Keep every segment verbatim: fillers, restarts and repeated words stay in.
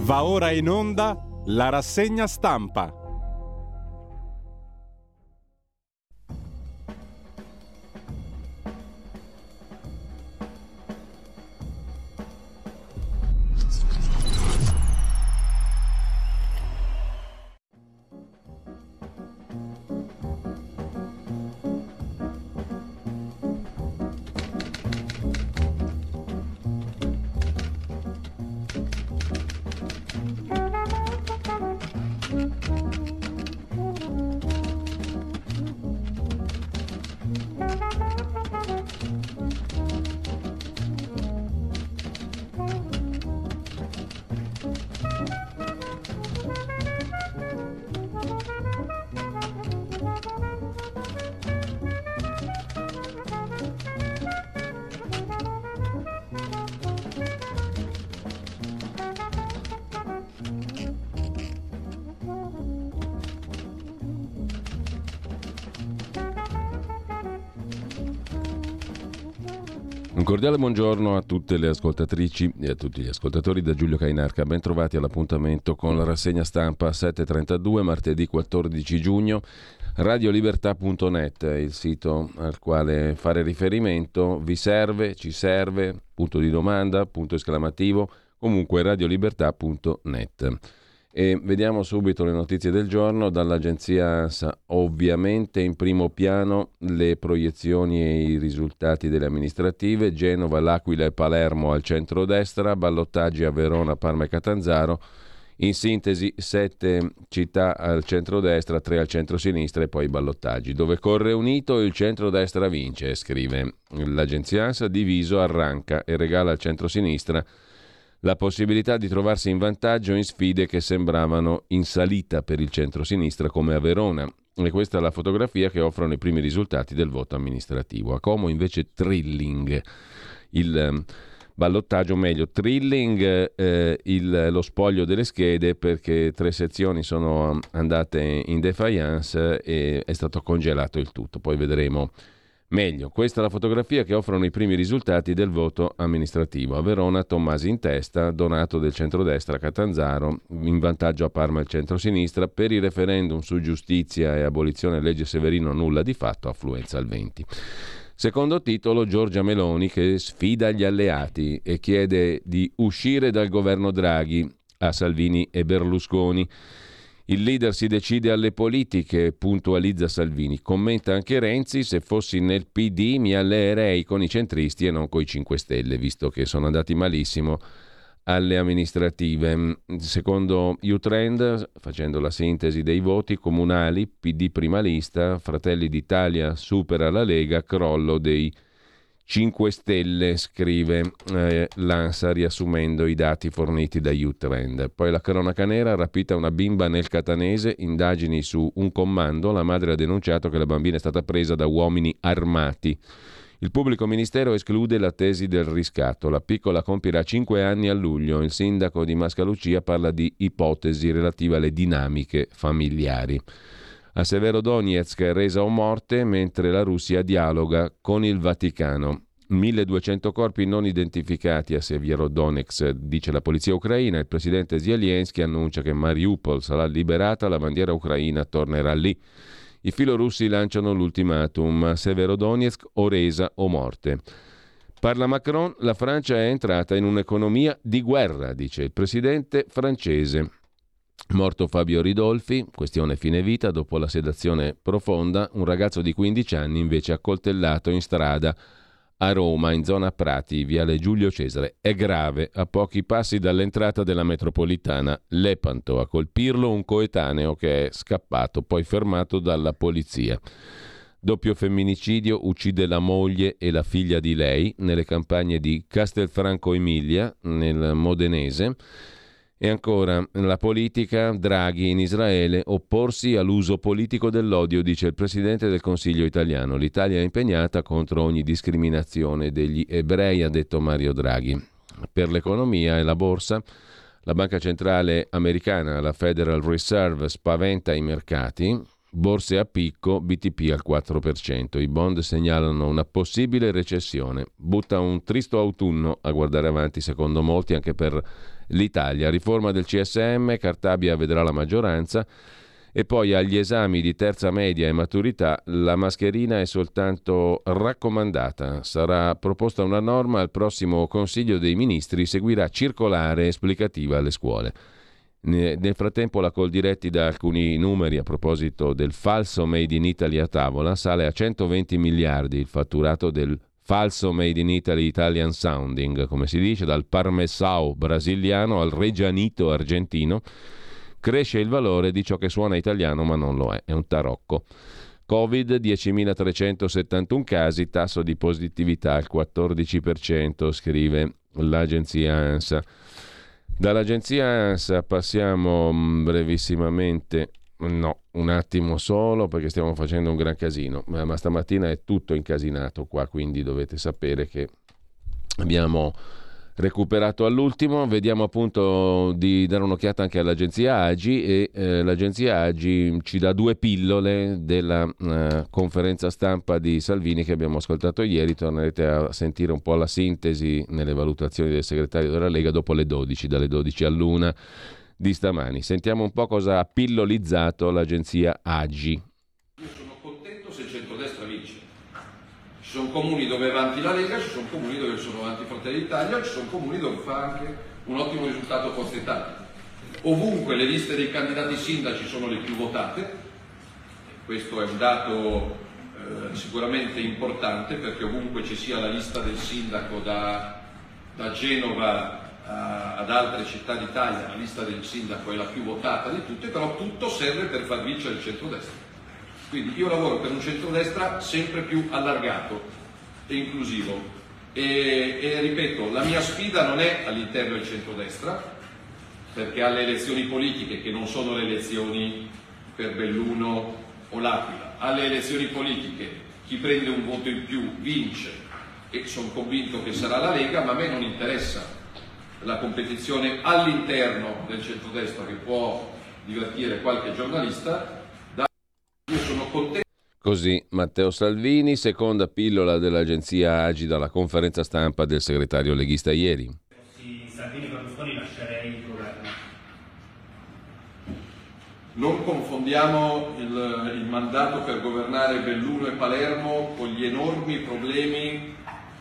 Va ora in onda la rassegna stampa. Un cordiale buongiorno a tutte le ascoltatrici e a tutti gli ascoltatori da Giulio Cainarca. Ben trovati all'appuntamento con la rassegna stampa sette e trentadue, martedì quattordici giugno. radiolibertà punto net è il sito al quale fare riferimento. Vi serve, ci serve, punto di domanda, punto esclamativo, comunque radiolibertà punto net. E vediamo subito le notizie del giorno dall'agenzia ANSA. Ovviamente in primo piano le proiezioni e i risultati delle amministrative. Genova, L'Aquila e Palermo al centro-destra, ballottaggi a Verona, Parma e Catanzaro. In sintesi sette città al centro-destra, tre al centro-sinistra e poi ballottaggi. Dove corre unito il centro-destra vince, scrive l'agenzia ANSA. Diviso arranca e regala al centro-sinistra la possibilità di trovarsi in vantaggio in sfide che sembravano in salita per il centro-sinistra come a Verona. E questa è la fotografia che offrono i primi risultati del voto amministrativo. A Como invece thrilling il eh, ballottaggio, meglio thrilling eh, il, lo spoglio delle schede, perché tre sezioni sono andate in defiance e è stato congelato il tutto. Poi vedremo meglio. Questa è la fotografia che offrono i primi risultati del voto amministrativo. A Verona Tommasi in testa, Donato del centrodestra, Catanzaro in vantaggio a Parma il centrosinistra. Per il referendum su giustizia e abolizione legge Severino nulla di fatto, affluenza al venti. Secondo titolo, Giorgia Meloni che sfida gli alleati e chiede di uscire dal governo Draghi a Salvini e Berlusconi. Il leader si decide alle politiche, puntualizza Salvini. Commenta anche Renzi: se fossi nel P D mi alleerei con i centristi e non coi cinque Stelle, visto che sono andati malissimo alle amministrative. Secondo U-Trend, facendo la sintesi dei voti comunali, P D prima lista, Fratelli d'Italia supera la Lega, crollo dei cinque Stelle, scrive eh, l'ANSA riassumendo i dati forniti da U-Trend. Poi la cronaca nera: rapita una bimba nel Catanese, indagini su un comando, la madre ha denunciato che la bambina è stata presa da uomini armati. Il pubblico ministero esclude la tesi del riscatto, la piccola compirà cinque anni a luglio. Il sindaco di Mascalucia parla di ipotesi relative alle dinamiche familiari. A Severodonetsk resa o morte mentre la Russia dialoga con il Vaticano. milleduecento corpi non identificati a Severodonetsk, dice la polizia ucraina. Il presidente Zelensky annuncia che Mariupol sarà liberata, la bandiera ucraina tornerà lì. I filorussi lanciano l'ultimatum: a Severodonetsk o resa o morte. Parla Macron: la Francia è entrata in un'economia di guerra, dice il presidente francese. Morto Fabio Ridolfi, questione fine vita dopo la sedazione profonda. Un ragazzo di quindici anni invece accoltellato in strada a Roma, in zona Prati, viale Giulio Cesare. È grave, a pochi passi dall'entrata della metropolitana. Lepanto, a colpirlo un coetaneo che è scappato, poi fermato dalla polizia. Doppio femminicidio, uccide la moglie e la figlia di lei nelle campagne di Castelfranco Emilia, nel Modenese. E ancora, la politica, Draghi in Israele, opporsi all'uso politico dell'odio, dice il Presidente del Consiglio italiano. L'Italia è impegnata contro ogni discriminazione degli ebrei, ha detto Mario Draghi. Per l'economia e la borsa, la Banca Centrale Americana, la Federal Reserve, spaventa i mercati. Borse a picco, B T P al quattro per cento. I bond segnalano una possibile recessione. Butta un tristo autunno a guardare avanti, secondo molti, anche per l'Italia. Riforma del C S M, Cartabia vedrà la maggioranza. E poi agli esami di terza media e maturità la mascherina è soltanto raccomandata. Sarà proposta una norma al prossimo Consiglio dei Ministri, seguirà circolare esplicativa alle scuole. Nel frattempo la Coldiretti dà alcuni numeri a proposito del falso Made in Italy a tavola. Sale a centoventi miliardi il fatturato del falso Made in Italy Italian Sounding, come si dice, dal parmesao brasiliano al reggianito argentino. Cresce il valore di ciò che suona italiano ma non lo è, è un tarocco. Covid, diecimilatrecentosettantuno casi, tasso di positività al quattordici per cento, scrive l'agenzia ANSA. Dall'agenzia ANSA passiamo brevissimamente, no, un attimo solo perché stiamo facendo un gran casino, ma, ma stamattina è tutto incasinato qua, quindi dovete sapere che abbiamo recuperato all'ultimo. Vediamo appunto di dare un'occhiata anche all'agenzia Agi e eh, l'agenzia Agi ci dà due pillole della eh, conferenza stampa di Salvini che abbiamo ascoltato ieri. Tornerete a sentire un po' la sintesi nelle valutazioni del segretario della Lega dopo le dodici, dalle dodici all'una di stamani. Sentiamo un po' cosa ha pillolizzato l'agenzia Agi. Io sono contento se il centrodestra vince. Ci sono comuni dove è avanti la Lega, ci sono comuni dove sono avanti Fratelli d'Italia, ci sono comuni dove fa anche un ottimo risultato Forza Italia. Ovunque le liste dei candidati sindaci sono le più votate, questo è un dato eh, sicuramente importante, perché ovunque ci sia la lista del sindaco da, da Genova a, ad altre città d'Italia, la lista del sindaco è la più votata di tutte, però tutto serve per far vincere il centrodestra. Quindi io lavoro per un centrodestra sempre più allargato e inclusivo e, e ripeto, la mia sfida non è all'interno del centrodestra, perché alle elezioni politiche, che non sono le elezioni per Belluno o L'Aquila, alle elezioni politiche chi prende un voto in più vince e sono convinto che sarà la Lega, ma a me non interessa la competizione all'interno del centrodestra che può divertire qualche giornalista. Io sono contento. Così Matteo Salvini, seconda pillola dell'agenzia Agi dalla conferenza stampa del segretario leghista ieri. Sì, Salvini Berlusconi lascerei il governo. Non confondiamo il, il mandato per governare Belluno e Palermo con gli enormi problemi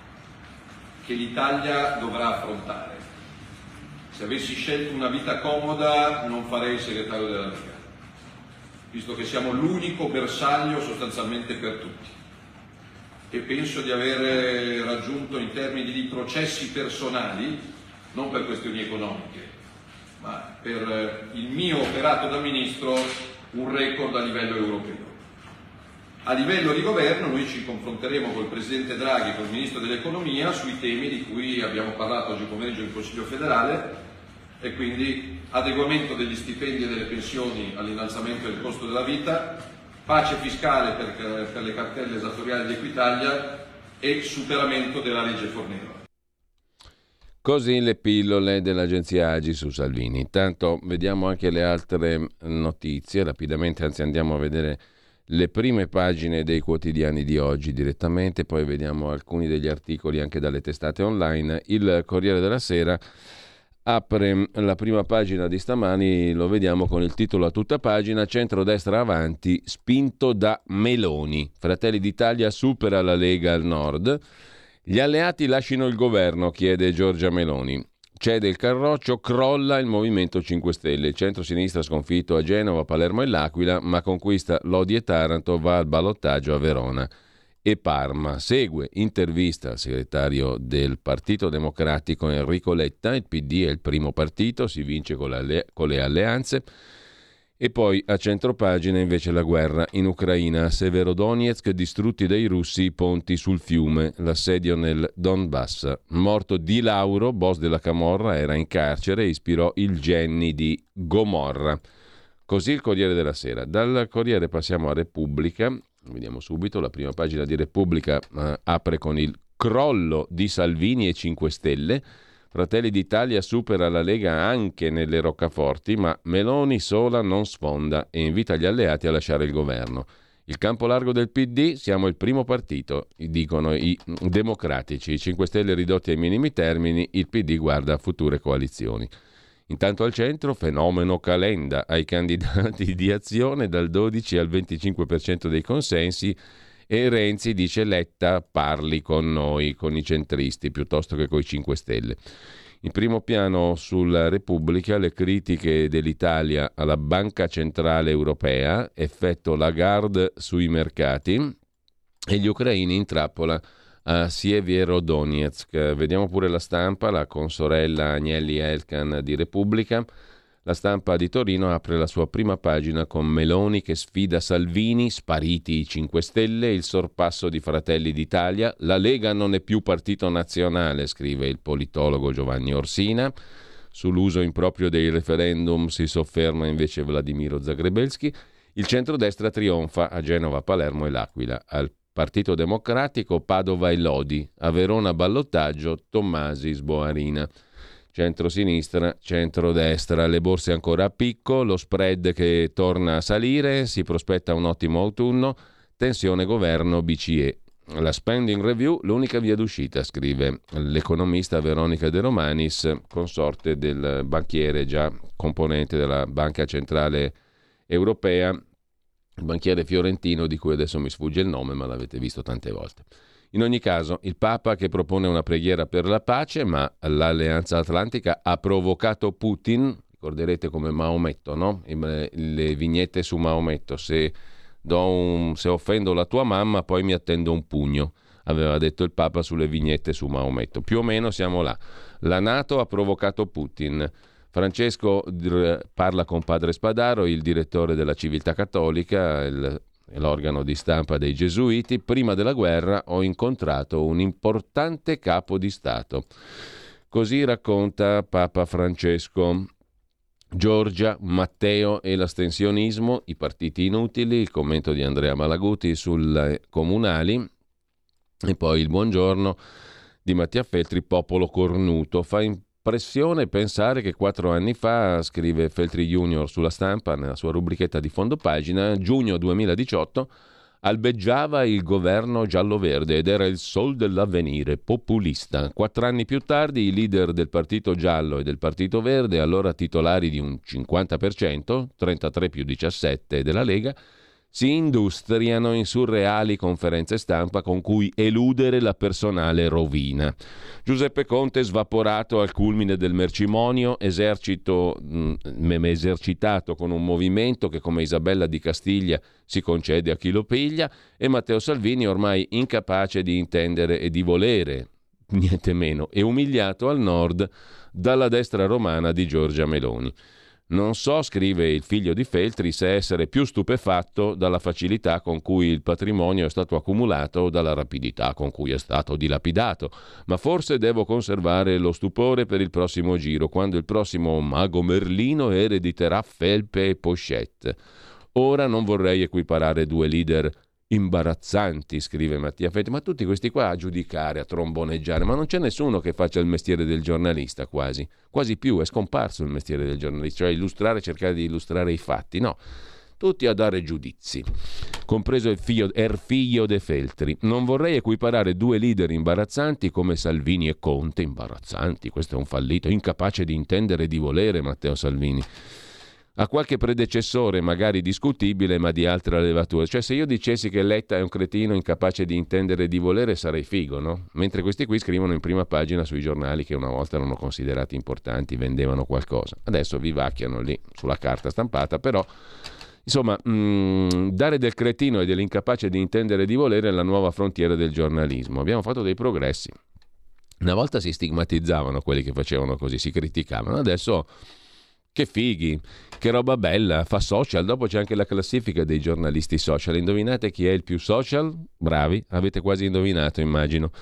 che l'Italia dovrà affrontare. Se avessi scelto una vita comoda non farei il segretario della Lega, visto che siamo l'unico bersaglio sostanzialmente per tutti e penso di aver raggiunto in termini di processi personali, non per questioni economiche, ma per il mio operato da ministro, un record a livello europeo. A livello di governo noi ci confronteremo col Presidente Draghi, col Ministro dell'Economia, sui temi di cui abbiamo parlato oggi pomeriggio in Consiglio federale, e quindi adeguamento degli stipendi e delle pensioni all'innalzamento del costo della vita, pace fiscale per, per le cartelle esattoriali di Equitalia e superamento della legge Fornero. Così le pillole dell'agenzia Agi su Salvini. Intanto vediamo anche le altre notizie rapidamente, anzi andiamo a vedere le prime pagine dei quotidiani di oggi direttamente, poi vediamo alcuni degli articoli anche dalle testate online. Il Corriere della Sera apre la prima pagina di stamani, lo vediamo con il titolo a tutta pagina: centrodestra avanti, spinto da Meloni. Fratelli d'Italia supera la Lega al nord. Gli alleati lasciano il governo, chiede Giorgia Meloni. Cede il Carroccio, crolla il Movimento cinque Stelle. Il centro-sinistra sconfitto a Genova, Palermo e l'Aquila, ma conquista Lodi e Taranto, va al ballottaggio a Verona e Parma. Segue intervista al segretario del Partito Democratico Enrico Letta. Il P D è il primo partito, si vince con, le, con le alleanze. E poi a centropagina invece la guerra in Ucraina. Severodonetsk, distrutti dai russi i ponti sul fiume, l'assedio nel Donbass. Morto Di Lauro, boss della Camorra, era in carcere e ispirò il Genni di Gomorra. Così il Corriere della Sera. Dal Corriere passiamo a Repubblica. Vediamo subito, la prima pagina di Repubblica eh, apre con il crollo di Salvini e cinque Stelle. Fratelli d'Italia supera la Lega anche nelle roccaforti, ma Meloni sola non sfonda e invita gli alleati a lasciare il governo. Il campo largo del P D, siamo il primo partito, dicono i democratici, i cinque Stelle ridotti ai minimi termini, il P D guarda a future coalizioni. Intanto al centro, fenomeno Calenda, ai candidati di Azione dal dodici al venticinque per cento dei consensi, e Renzi dice Letta parli con noi, con i centristi, piuttosto che con i cinque Stelle. In primo piano sulla Repubblica le critiche dell'Italia alla Banca Centrale Europea, effetto Lagarde sui mercati e gli ucraini in trappola a Sievierodonetsk. Vediamo pure la Stampa, la consorella Agnelli Elkan di Repubblica. La Stampa di Torino apre la sua prima pagina con Meloni che sfida Salvini, spariti i cinque Stelle, il sorpasso di Fratelli d'Italia. La Lega non è più partito nazionale, scrive il politologo Giovanni Orsina. Sull'uso improprio dei referendum si sofferma invece Vladimiro Zagrebelsky. Il centrodestra trionfa a Genova, Palermo e L'Aquila. Al Partito Democratico Padova e Lodi, a Verona ballottaggio Tommasi Sboarina. Centro-sinistra, centro-destra, le borse ancora a picco, lo spread che torna a salire, si prospetta un ottimo autunno, tensione governo B C E. La spending review, l'unica via d'uscita, scrive l'economista Veronica De Romanis, consorte del banchiere, già componente della Banca Centrale Europea, il banchiere fiorentino di cui adesso mi sfugge il nome, ma l'avete visto tante volte. In ogni caso, il Papa che propone una preghiera per la pace, ma l'Alleanza Atlantica ha provocato Putin, ricorderete come Maometto, no? Le vignette su Maometto, se, do un, se offendo la tua mamma poi mi attendo un pugno, aveva detto il Papa sulle vignette su Maometto. Più o meno siamo là. La NATO ha provocato Putin. Francesco parla con padre Spadaro, il direttore della Civiltà Cattolica, il l'organo di stampa dei Gesuiti. Prima della guerra ho incontrato un importante capo di Stato. Così racconta Papa Francesco. Giorgia, Matteo e l'astensionismo, i partiti inutili, il commento di Andrea Malaguti sulle comunali e poi il buongiorno di Mattia Feltri, popolo cornuto. Fa impressione pensare che quattro anni fa, scrive Feltri Junior sulla Stampa nella sua rubrichetta di fondo pagina, giugno duemiladiciotto, albeggiava il governo giallo-verde ed era il sol dell'avvenire populista. Quattro anni più tardi i leader del partito giallo e del partito verde, allora titolari di un cinquanta per cento, trentatré più diciassette della Lega, si industriano in surreali conferenze stampa con cui eludere la personale rovina. Giuseppe Conte svaporato al culmine del mercimonio, esercito, mh, esercitato con un movimento che come Isabella di Castiglia si concede a chi lo piglia, e Matteo Salvini ormai incapace di intendere e di volere, niente meno, e umiliato al nord dalla destra romana di Giorgia Meloni. Non so, scrive il figlio di Feltri, se essere più stupefatto dalla facilità con cui il patrimonio è stato accumulato o dalla rapidità con cui è stato dilapidato, ma forse devo conservare lo stupore per il prossimo giro, quando il prossimo mago Merlino erediterà felpe e pochette. Ora non vorrei equiparare due leader imbarazzanti, scrive Mattia Feltri, ma tutti questi qua a giudicare, a tromboneggiare, ma non c'è nessuno che faccia il mestiere del giornalista, quasi, quasi più, è scomparso il mestiere del giornalista, cioè illustrare, cercare di illustrare i fatti, no, tutti a dare giudizi, compreso il figlio, Erfiglio de Feltri. Non vorrei equiparare due leader imbarazzanti come Salvini e Conte, imbarazzanti, questo è un fallito, incapace di intendere e di volere Matteo Salvini, a qualche predecessore magari discutibile ma di altra levatura. Cioè, se io dicessi che Letta è un cretino incapace di intendere e di volere, sarei figo, no? Mentre questi qui scrivono in prima pagina sui giornali che una volta erano considerati importanti, vendevano qualcosa, adesso vivacchiano lì sulla carta stampata. Però insomma, mh, dare del cretino e dell'incapace di intendere e di volere è la nuova frontiera del giornalismo. Abbiamo fatto dei progressi. Una volta si stigmatizzavano quelli che facevano così, si criticavano, adesso che fighi, che roba bella, fa social. Dopo c'è anche la classifica dei giornalisti social. Indovinate chi è il più social? Bravi, avete quasi indovinato, immagino.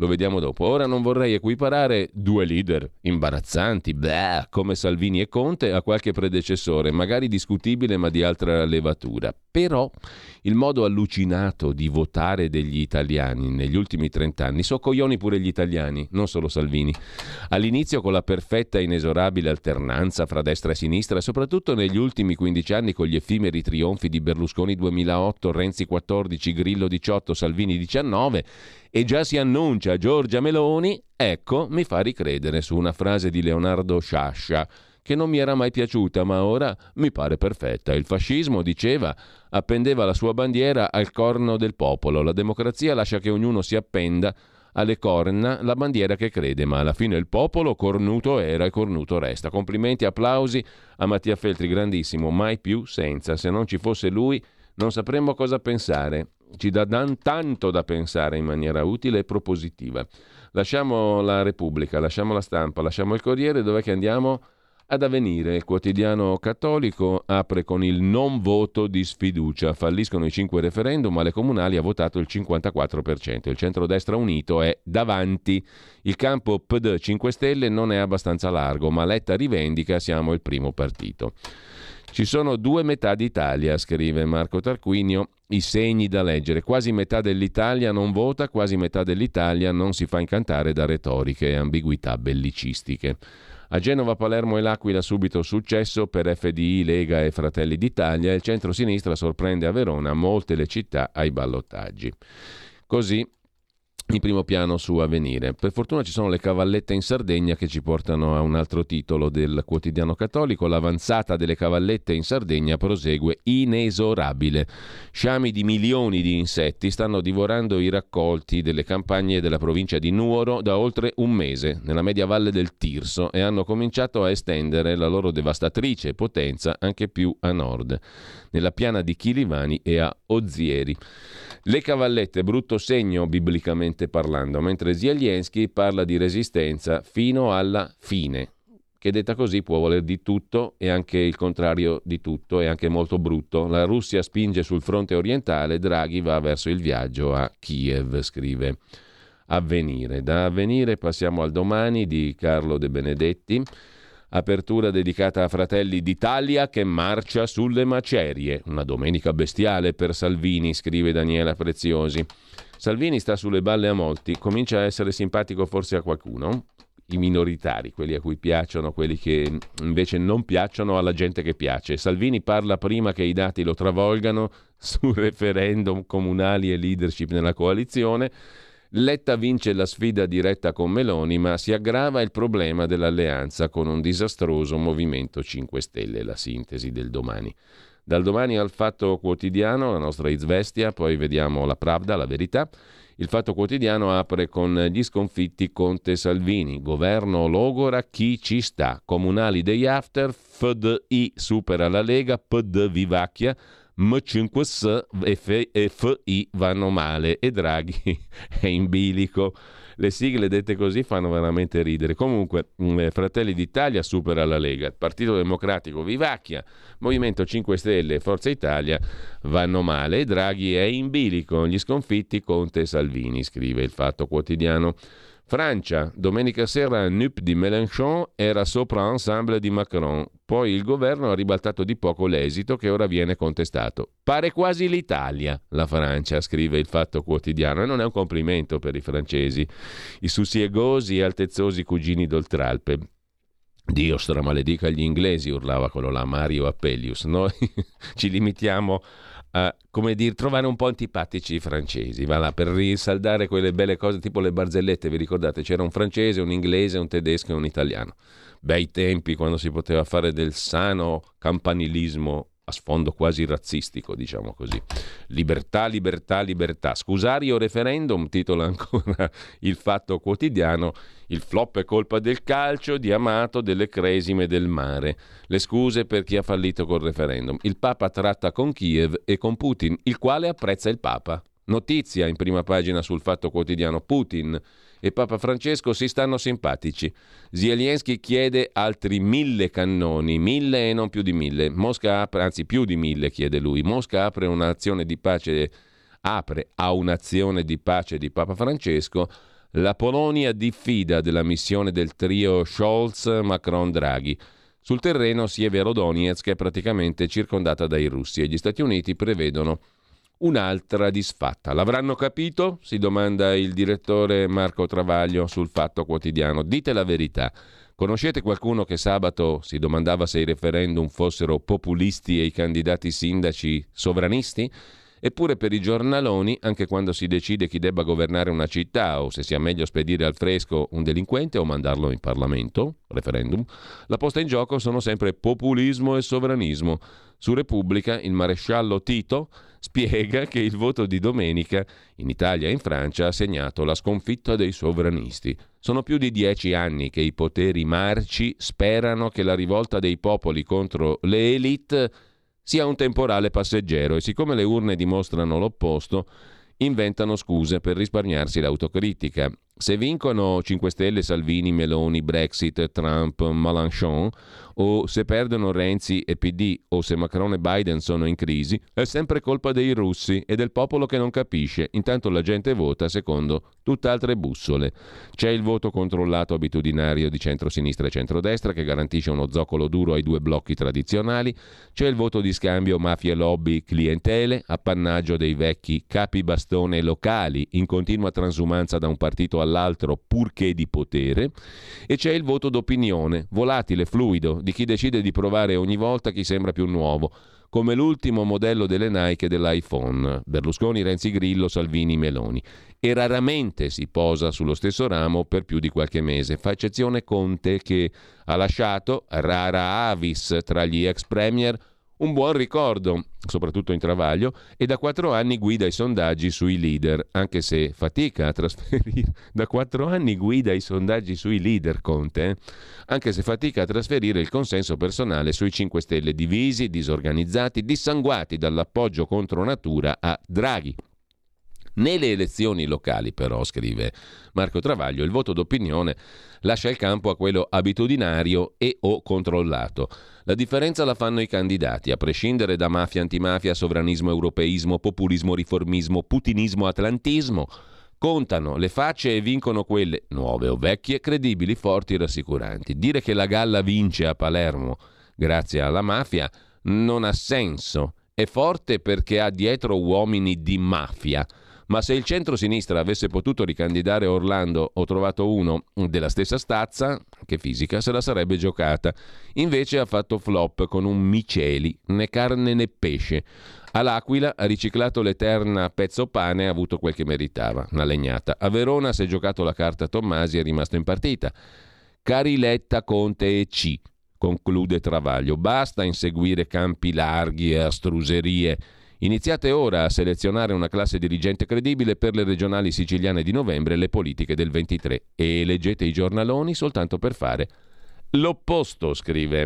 Lo vediamo dopo. Ora non vorrei equiparare due leader imbarazzanti, bleh, come Salvini e Conte, a qualche predecessore, magari discutibile ma di altra levatura. Però il modo allucinato di votare degli italiani negli ultimi trent'anni so coglioni pure gli italiani, non solo Salvini. All'inizio con la perfetta e inesorabile alternanza fra destra e sinistra, e soprattutto negli ultimi quindici anni con gli effimeri trionfi di Berlusconi duemilaotto, Renzi quattordici, Grillo diciotto, Salvini diciannove, e già si annuncia Giorgia Meloni, ecco, mi fa ricredere su una frase di Leonardo Sciascia che non mi era mai piaciuta, ma ora mi pare perfetta. Il fascismo, diceva, appendeva la sua bandiera al corno del popolo. La democrazia lascia che ognuno si appenda alle corna la bandiera che crede, ma alla fine il popolo cornuto era e cornuto resta. Complimenti, applausi a Mattia Feltri, grandissimo, mai più senza. Se non ci fosse lui non sapremmo cosa pensare. Ci dà dan tanto da pensare in maniera utile e propositiva. Lasciamo la Repubblica, lasciamo la Stampa, lasciamo il Corriere, dov'è che andiamo? Ad Avvenire. Il quotidiano cattolico apre con il non voto di sfiducia. Falliscono i cinque referendum, alle comunali ha votato il cinquantaquattro per cento. Il centrodestra unito è davanti. Il campo P D cinque Stelle non è abbastanza largo, ma Letta rivendica siamo il primo partito. Ci sono due metà d'Italia, scrive Marco Tarquinio, i segni da leggere. Quasi metà dell'Italia non vota, quasi metà dell'Italia non si fa incantare da retoriche e ambiguità bellicistiche. A Genova, Palermo e l'Aquila subito successo per F D I, Lega e Fratelli d'Italia, e il centro-sinistra sorprende a Verona molte le città ai ballottaggi. Così in primo piano su Avvenire. Per fortuna ci sono le cavallette in Sardegna che ci portano a un altro titolo del quotidiano cattolico. L'avanzata delle cavallette in Sardegna prosegue inesorabile. Sciami di milioni di insetti stanno divorando i raccolti delle campagne della provincia di Nuoro da oltre un mese, nella media valle del Tirso, e hanno cominciato a estendere la loro devastatrice potenza anche più a nord, nella piana di Chilivani e a Ozieri. Le cavallette, brutto segno biblicamente parlando, mentre Zelensky parla di resistenza fino alla fine, che detta così può voler di tutto e anche il contrario di tutto, e anche molto brutto. La Russia spinge sul fronte orientale, Draghi va verso il viaggio a Kiev, scrive Avvenire. Da Avvenire passiamo al Domani di Carlo De Benedetti. Apertura dedicata a Fratelli d'Italia che marcia sulle macerie. Una domenica bestiale per Salvini, scrive Daniela Preziosi. Salvini sta sulle balle a molti, comincia a essere simpatico forse a qualcuno, i minoritari, quelli a cui piacciono, quelli che invece non piacciono alla gente che piace. Salvini parla prima che i dati lo travolgano su referendum comunali e leadership nella coalizione. Letta vince la sfida diretta con Meloni, ma si aggrava il problema dell'alleanza con un disastroso Movimento cinque Stelle, la sintesi del Domani. Dal Domani al Fatto Quotidiano, la nostra Izvestia, poi vediamo la Pravda, la Verità. Il Fatto Quotidiano apre con gli sconfitti Conte Salvini, governo logora chi ci sta, comunali degli after, F D I supera la Lega, P D vivacchia, M cinque S e F I vanno male e Draghi è in bilico. Le sigle dette così fanno veramente ridere. Comunque, Fratelli d'Italia supera la Lega, Partito Democratico vivacchia, Movimento cinque Stelle e Forza Italia vanno male e Draghi è in bilico. Gli sconfitti Conte e Salvini, scrive il Fatto Quotidiano. Francia, domenica sera N U P di Mélenchon era sopra ensemble di Macron, poi il governo ha ribaltato di poco l'esito che ora viene contestato. Pare quasi l'Italia, la Francia, scrive il Fatto Quotidiano, e non è un complimento per i francesi, i sussiegosi e altezzosi cugini d'Oltralpe. Dio stramaledica gli inglesi, urlava quello là, Mario Appelius. Noi ci limitiamo a, come dire, trovare un po' antipatici i francesi, va là, per rinsaldare quelle belle cose tipo le barzellette, vi ricordate? C'era un francese, un inglese, un tedesco e un italiano. Bei tempi quando si poteva fare del sano campanilismo a sfondo quasi razzistico, diciamo così. Libertà, libertà, libertà. Scusario referendum, titola ancora il Fatto Quotidiano. Il flop è colpa del calcio, di Amato, delle cresime del mare. Le scuse per chi ha fallito col referendum. Il Papa tratta con Kiev e con Putin, il quale apprezza il Papa. Notizia in prima pagina sul Fatto Quotidiano. Putin e Papa Francesco si stanno simpatici. Zelensky chiede altri mille cannoni, mille e non più di mille. Mosca apre, anzi più di mille chiede lui. Mosca apre un'azione di pace, apre a un'azione di pace di Papa Francesco. La Polonia diffida della missione del trio Scholz-Macron-Draghi. Sul terreno Sieverodonetsk è praticamente circondata dai russi e gli Stati Uniti prevedono un'altra disfatta. L'avranno capito? Si domanda il direttore Marco Travaglio sul Fatto Quotidiano. Dite la verità. Conoscete qualcuno che sabato si domandava se i referendum fossero populisti e i candidati sindaci sovranisti? Eppure per i giornaloni, anche quando si decide chi debba governare una città o se sia meglio spedire al fresco un delinquente o mandarlo in Parlamento, referendum, la posta in gioco sono sempre populismo e sovranismo. Su Repubblica il maresciallo Tito spiega che il voto di domenica in Italia e in Francia ha segnato la sconfitta dei sovranisti. Sono più di dieci anni che i poteri marci sperano che la rivolta dei popoli contro le élite sia un temporale passeggero e siccome le urne dimostrano l'opposto, inventano scuse per risparmiarsi l'autocritica. Se vincono cinque Stelle, Salvini, Meloni, Brexit, Trump, Mélenchon, o se perdono Renzi e P D, o se Macron e Biden sono in crisi, è sempre colpa dei russi e del popolo che non capisce. Intanto la gente vota secondo tutt'altre bussole. C'è il voto controllato abitudinario di centrosinistra e centrodestra che garantisce uno zoccolo duro ai due blocchi tradizionali. C'è il voto di scambio mafia lobby clientele, appannaggio dei vecchi capi bastone locali in continua transumanza da un partito all'altro purché di potere, e c'è il voto d'opinione, volatile, fluido, di chi decide di provare ogni volta chi sembra più nuovo, come l'ultimo modello delle Nike e dell'iPhone, Berlusconi, Renzi, Grillo, Salvini, Meloni, e raramente si posa sullo stesso ramo per più di qualche mese, fa eccezione Conte che ha lasciato, rara avis tra gli ex premier, un buon ricordo, soprattutto in Travaglio, e da quattro anni guida i sondaggi sui leader, anche se fatica a trasferire. Da quattro anni guida i sondaggi sui leader, Conte, eh? Anche se fatica a trasferire il consenso personale sui cinque Stelle, divisi, disorganizzati, dissanguati dall'appoggio contro natura a Draghi. Nelle elezioni locali, però, scrive Marco Travaglio, il voto d'opinione lascia il campo a quello abitudinario e o controllato. La differenza la fanno i candidati, a prescindere da mafia, antimafia, sovranismo, europeismo, populismo, riformismo, putinismo, atlantismo. Contano le facce e vincono quelle, nuove o vecchie, credibili, forti e rassicuranti. Dire che la Galla vince a Palermo grazie alla mafia non ha senso. È forte perché ha dietro uomini di mafia. Ma se il centro-sinistra avesse potuto ricandidare Orlando o trovato uno della stessa stazza, che fisica, se la sarebbe giocata. Invece ha fatto flop con un Miceli, né carne né pesce. All'Aquila ha riciclato l'eterna pezzo pane e ha avuto quel che meritava, una legnata. A Verona si è giocato la carta Tommasi e è rimasto in partita. Cariletta, Conte e C, conclude Travaglio. Basta inseguire campi larghi e astruserie. Iniziate ora a selezionare una classe dirigente credibile per le regionali siciliane di novembre e le politiche del ventitré e leggete i giornaloni soltanto per fare l'opposto, scrive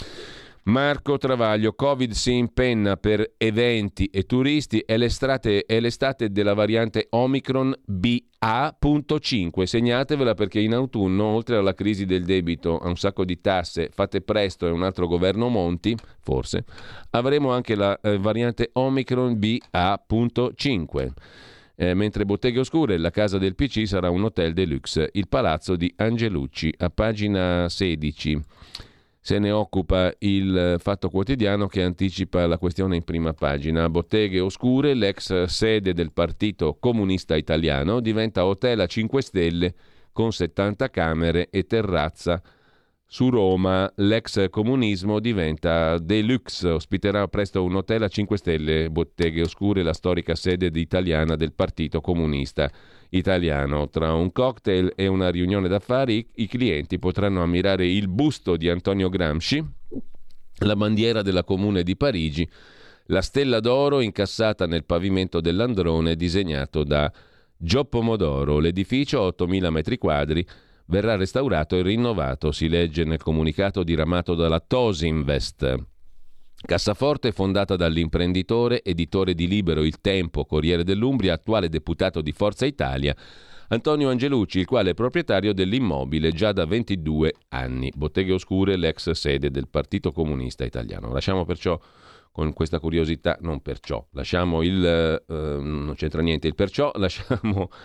Marco Travaglio. Covid si impenna per eventi e turisti, è l'estate, è l'estate della variante Omicron B A punto cinque. Segnatevela perché in autunno, oltre alla crisi del debito, a un sacco di tasse, fate presto e un altro governo Monti, forse, avremo anche la eh, variante Omicron B A punto cinque. Eh, mentre Botteghe Oscure, la casa del P C, sarà un hotel deluxe, il palazzo di Angelucci. A pagina sedici se ne occupa il Fatto Quotidiano che anticipa la questione in prima pagina. Botteghe Oscure, l'ex sede del Partito Comunista Italiano, diventa hotel a cinque stelle con settanta camere e terrazza su Roma. L'ex comunismo diventa deluxe, ospiterà presto un hotel a cinque stelle. Botteghe Oscure, la storica sede italiana del Partito Comunista Italiano. Tra un cocktail e una riunione d'affari i clienti potranno ammirare il busto di Antonio Gramsci, la bandiera della Comune di Parigi, la stella d'oro incassata nel pavimento dell'Androne disegnato da Gio Pomodoro. L'edificio, ottomila metri quadri, verrà restaurato e rinnovato, si legge nel comunicato diramato dalla Tosinvest. Cassaforte fondata dall'imprenditore, editore di Libero, Il Tempo, Corriere dell'Umbria, attuale deputato di Forza Italia, Antonio Angelucci, il quale è proprietario dell'immobile già da ventidue anni. Botteghe Oscure, l'ex sede del Partito Comunista Italiano. Lasciamo perciò con questa curiosità, non perciò, lasciamo il, eh, non c'entra niente il perciò, lasciamo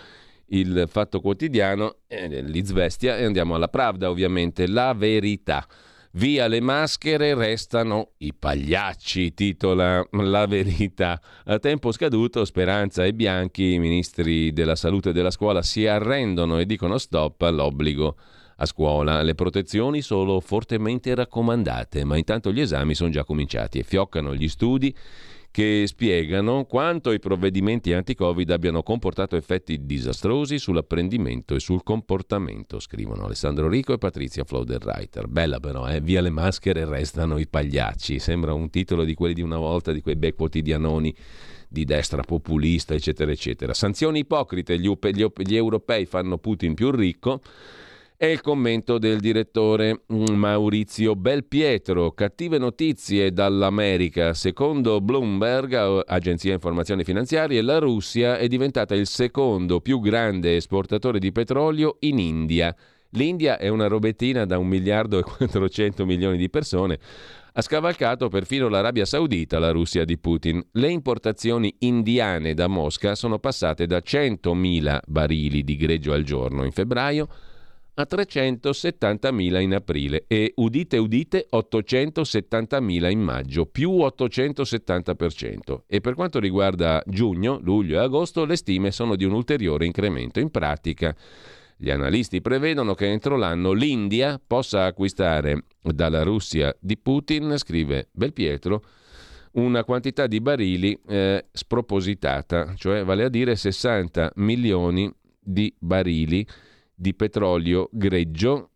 Il Fatto Quotidiano, eh, l'Izvestia, e andiamo alla Pravda ovviamente. La Verità. Via le maschere, restano i pagliacci, titola La Verità. A tempo scaduto Speranza e Bianchi, ministri della salute e della scuola, si arrendono e dicono stop all'obbligo a scuola. Le protezioni sono fortemente raccomandate, ma intanto gli esami sono già cominciati e fioccano gli studi che spiegano quanto i provvedimenti anti-Covid abbiano comportato effetti disastrosi sull'apprendimento e sul comportamento, scrivono Alessandro Rico e Patrizia Floderreiter. Bella però, eh? Via le maschere, restano i pagliacci. Sembra un titolo di quelli di una volta, di quei bei quotidianoni di destra populista, eccetera, eccetera. Sanzioni ipocrite, gli, up- gli, op- gli europei fanno Putin più ricco. È il commento del direttore Maurizio Belpietro. Cattive notizie dall'America. Secondo Bloomberg, agenzia informazioni finanziarie, la Russia è diventata il secondo più grande esportatore di petrolio in India. L'India è una robettina da un miliardo e quattrocento milioni di persone. Ha scavalcato perfino l'Arabia Saudita, la Russia di Putin. Le importazioni indiane da Mosca sono passate da centomila barili di greggio al giorno in febbraio a trecentosettantamila in aprile e, udite udite, ottocentosettantamila in maggio, più ottocentosettanta per cento. E per quanto riguarda giugno, luglio e agosto, le stime sono di un ulteriore incremento. In pratica, gli analisti prevedono che entro l'anno l'India possa acquistare dalla Russia di Putin, scrive Belpietro, una quantità di barili eh, spropositata, cioè vale a dire sessanta milioni di barili di petrolio greggio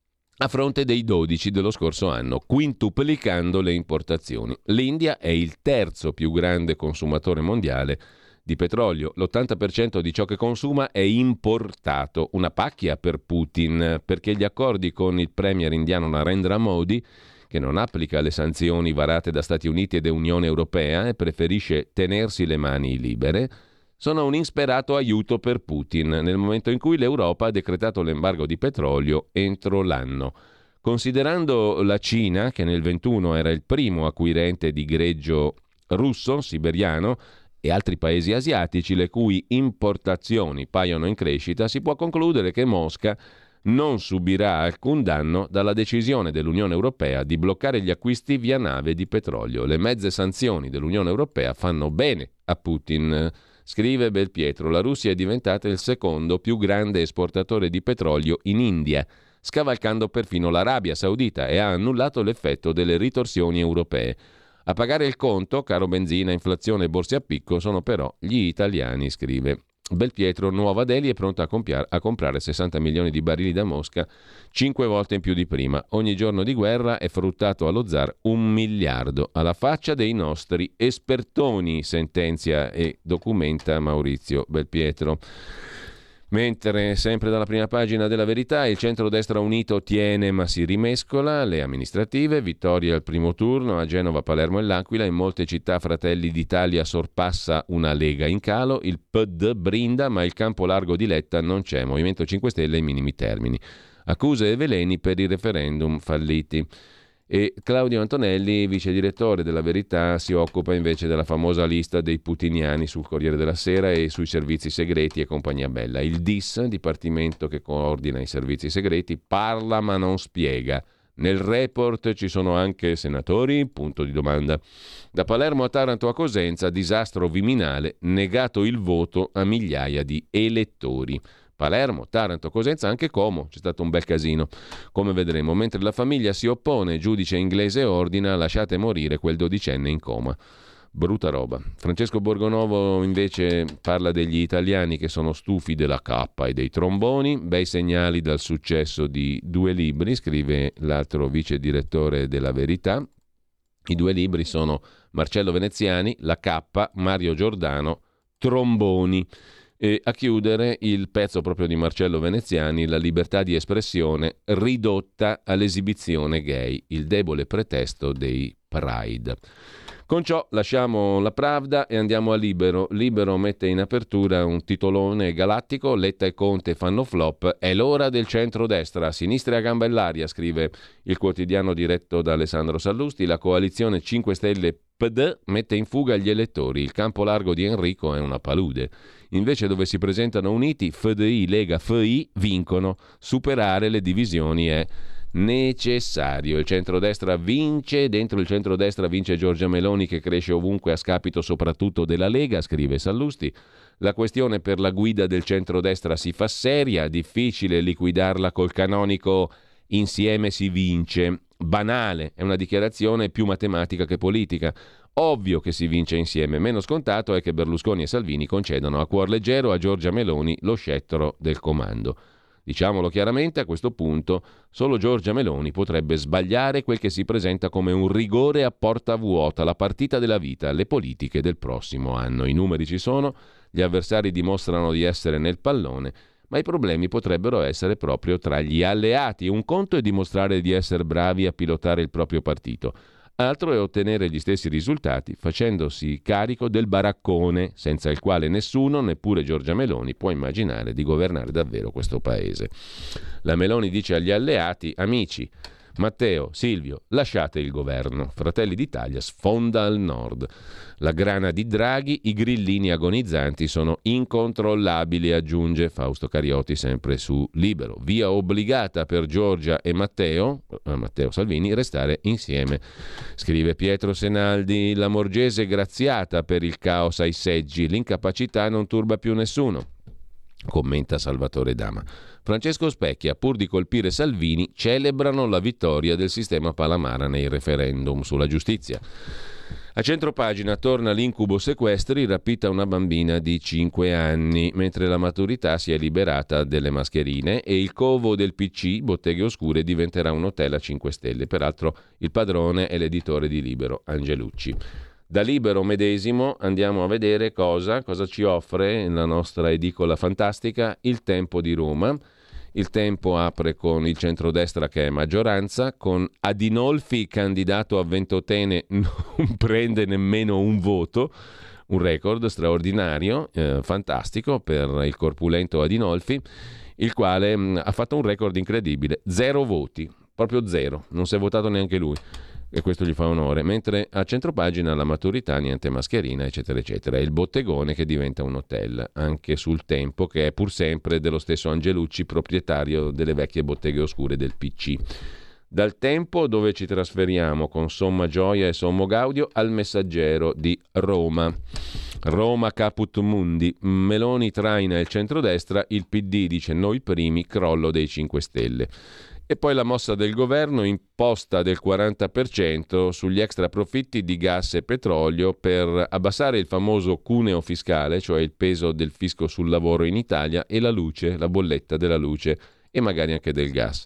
a fronte dei dodici dello scorso anno, quintuplicando le importazioni. L'India è il terzo più grande consumatore mondiale di petrolio. L'ottanta per cento di ciò che consuma è importato, una pacchia per Putin, perché gli accordi con il premier indiano Narendra Modi, che non applica le sanzioni varate da Stati Uniti ed Unione Europea e preferisce tenersi le mani libere, sono un insperato aiuto per Putin nel momento in cui l'Europa ha decretato l'embargo di petrolio entro l'anno. Considerando la Cina, che nel ventuno era il primo acquirente di greggio russo, siberiano, e altri paesi asiatici le cui importazioni paiono in crescita, si può concludere che Mosca non subirà alcun danno dalla decisione dell'Unione Europea di bloccare gli acquisti via nave di petrolio. Le mezze sanzioni dell'Unione Europea fanno bene a Putin. Scrive Belpietro, la Russia è diventata il secondo più grande esportatore di petrolio in India, scavalcando perfino l'Arabia Saudita, e ha annullato l'effetto delle ritorsioni europee. A pagare il conto, caro benzina, inflazione e borse a picco, sono però gli italiani, scrive Belpietro. Nuova Delhi è pronta a, compiar- a comprare sessanta milioni di barili da Mosca, cinque volte in più di prima. Ogni giorno di guerra è fruttato allo zar un miliardo. Alla faccia dei nostri espertoni, sentenzia e documenta Maurizio Belpietro. Mentre, sempre dalla prima pagina della Verità, il centrodestra unito tiene ma si rimescola, le amministrative, vittoria al primo turno a Genova, Palermo e L'Aquila, in molte città Fratelli d'Italia sorpassa una Lega in calo, il P D brinda ma il campo largo di Letta non c'è, Movimento cinque Stelle ai minimi termini. Accuse e veleni per i referendum falliti. E Claudio Antonelli, vice direttore della Verità, si occupa invece della famosa lista dei putiniani sul Corriere della Sera e sui servizi segreti e compagnia bella. Il D I S, dipartimento che coordina i servizi segreti, parla ma non spiega. Nel report ci sono anche senatori? Punto di domanda. Da Palermo a Taranto a Cosenza, disastro viminale, negato il voto a migliaia di elettori. Palermo, Taranto, Cosenza, anche Como, c'è stato un bel casino, come vedremo, mentre la famiglia si oppone, giudice inglese ordina, lasciate morire quel dodicenne in coma. Brutta roba. Francesco Borgonovo invece parla degli italiani che sono stufi della cappa e dei tromboni, bei segnali dal successo di due libri, scrive l'altro vice direttore della Verità. I due libri sono Marcello Veneziani, La cappa, Mario Giordano, Tromboni. E a chiudere il pezzo proprio di Marcello Veneziani, la libertà di espressione ridotta all'esibizione gay, il debole pretesto dei Pride. Con ciò lasciamo la Pravda e andiamo a Libero. Libero mette in apertura un titolone galattico: Letta e Conte fanno flop, è l'ora del centrodestra, a sinistra e a gamba all'aria, scrive il quotidiano diretto da Alessandro Sallusti. La coalizione cinque Stelle P D mette in fuga gli elettori, il campo largo di Enrico è una palude. Invece dove si presentano uniti F D I, Lega, F I vincono. Superare le divisioni è necessario. Il centrodestra vince, dentro il centrodestra vince Giorgia Meloni, che cresce ovunque a scapito soprattutto della Lega, scrive Sallusti. La questione per la guida del centrodestra si fa seria, difficile liquidarla col canonico insieme si vince. Banale, è una dichiarazione più matematica che politica. Ovvio che si vince insieme, meno scontato è che Berlusconi e Salvini concedano a cuor leggero a Giorgia Meloni lo scettro del comando. Diciamolo chiaramente, a questo punto solo Giorgia Meloni potrebbe sbagliare quel che si presenta come un rigore a porta vuota, la partita della vita, le politiche del prossimo anno. I numeri ci sono, gli avversari dimostrano di essere nel pallone, ma i problemi potrebbero essere proprio tra gli alleati. Un conto è dimostrare di essere bravi a pilotare il proprio partito, altro è ottenere gli stessi risultati facendosi carico del baraccone, senza il quale nessuno, neppure Giorgia Meloni, può immaginare di governare davvero questo paese. La Meloni dice agli alleati: amici, Matteo, Silvio, lasciate il governo. Fratelli d'Italia sfonda al nord. La grana di Draghi, i grillini agonizzanti sono incontrollabili, aggiunge Fausto Carioti sempre su Libero. Via obbligata per Giorgia e Matteo, eh, Matteo Salvini, restare insieme. Scrive Pietro Senaldi, la Morgese graziata per il caos ai seggi, l'incapacità non turba più nessuno. Commenta Salvatore Dama. Francesco Specchia, pur di colpire Salvini, celebrano la vittoria del sistema Palamara nei referendum sulla giustizia. A centropagina torna l'incubo sequestri, rapita una bambina di cinque anni, mentre la maturità si è liberata delle mascherine e il covo del P C, Botteghe Oscure, diventerà un hotel a cinque stelle. Peraltro il padrone è l'editore di Libero, Angelucci. Da Libero medesimo andiamo a vedere cosa, cosa ci offre la nostra edicola fantastica, Il Tempo di Roma. Il Tempo apre con il centrodestra che è maggioranza, con Adinolfi candidato a Ventotene non prende nemmeno un voto, un record straordinario, eh, fantastico per il corpulento Adinolfi, il quale mh, ha fatto un record incredibile, zero voti, proprio zero, non si è votato neanche lui. E questo gli fa onore, mentre a centropagina la maturità, niente mascherina, eccetera, eccetera. È il bottegone che diventa un hotel, anche sul Tempo, che è pur sempre dello stesso Angelucci, proprietario delle vecchie botteghe oscure del P C. Dal Tempo, dove ci trasferiamo con somma gioia e sommo gaudio, al Messaggero di Roma. Roma caput mundi, Meloni traina il centrodestra, il P D dice noi primi, crollo dei cinque Stelle. E poi la mossa del governo imposta del quaranta per cento sugli extra profitti di gas e petrolio per abbassare il famoso cuneo fiscale, cioè il peso del fisco sul lavoro in Italia, e la luce, la bolletta della luce e magari anche del gas.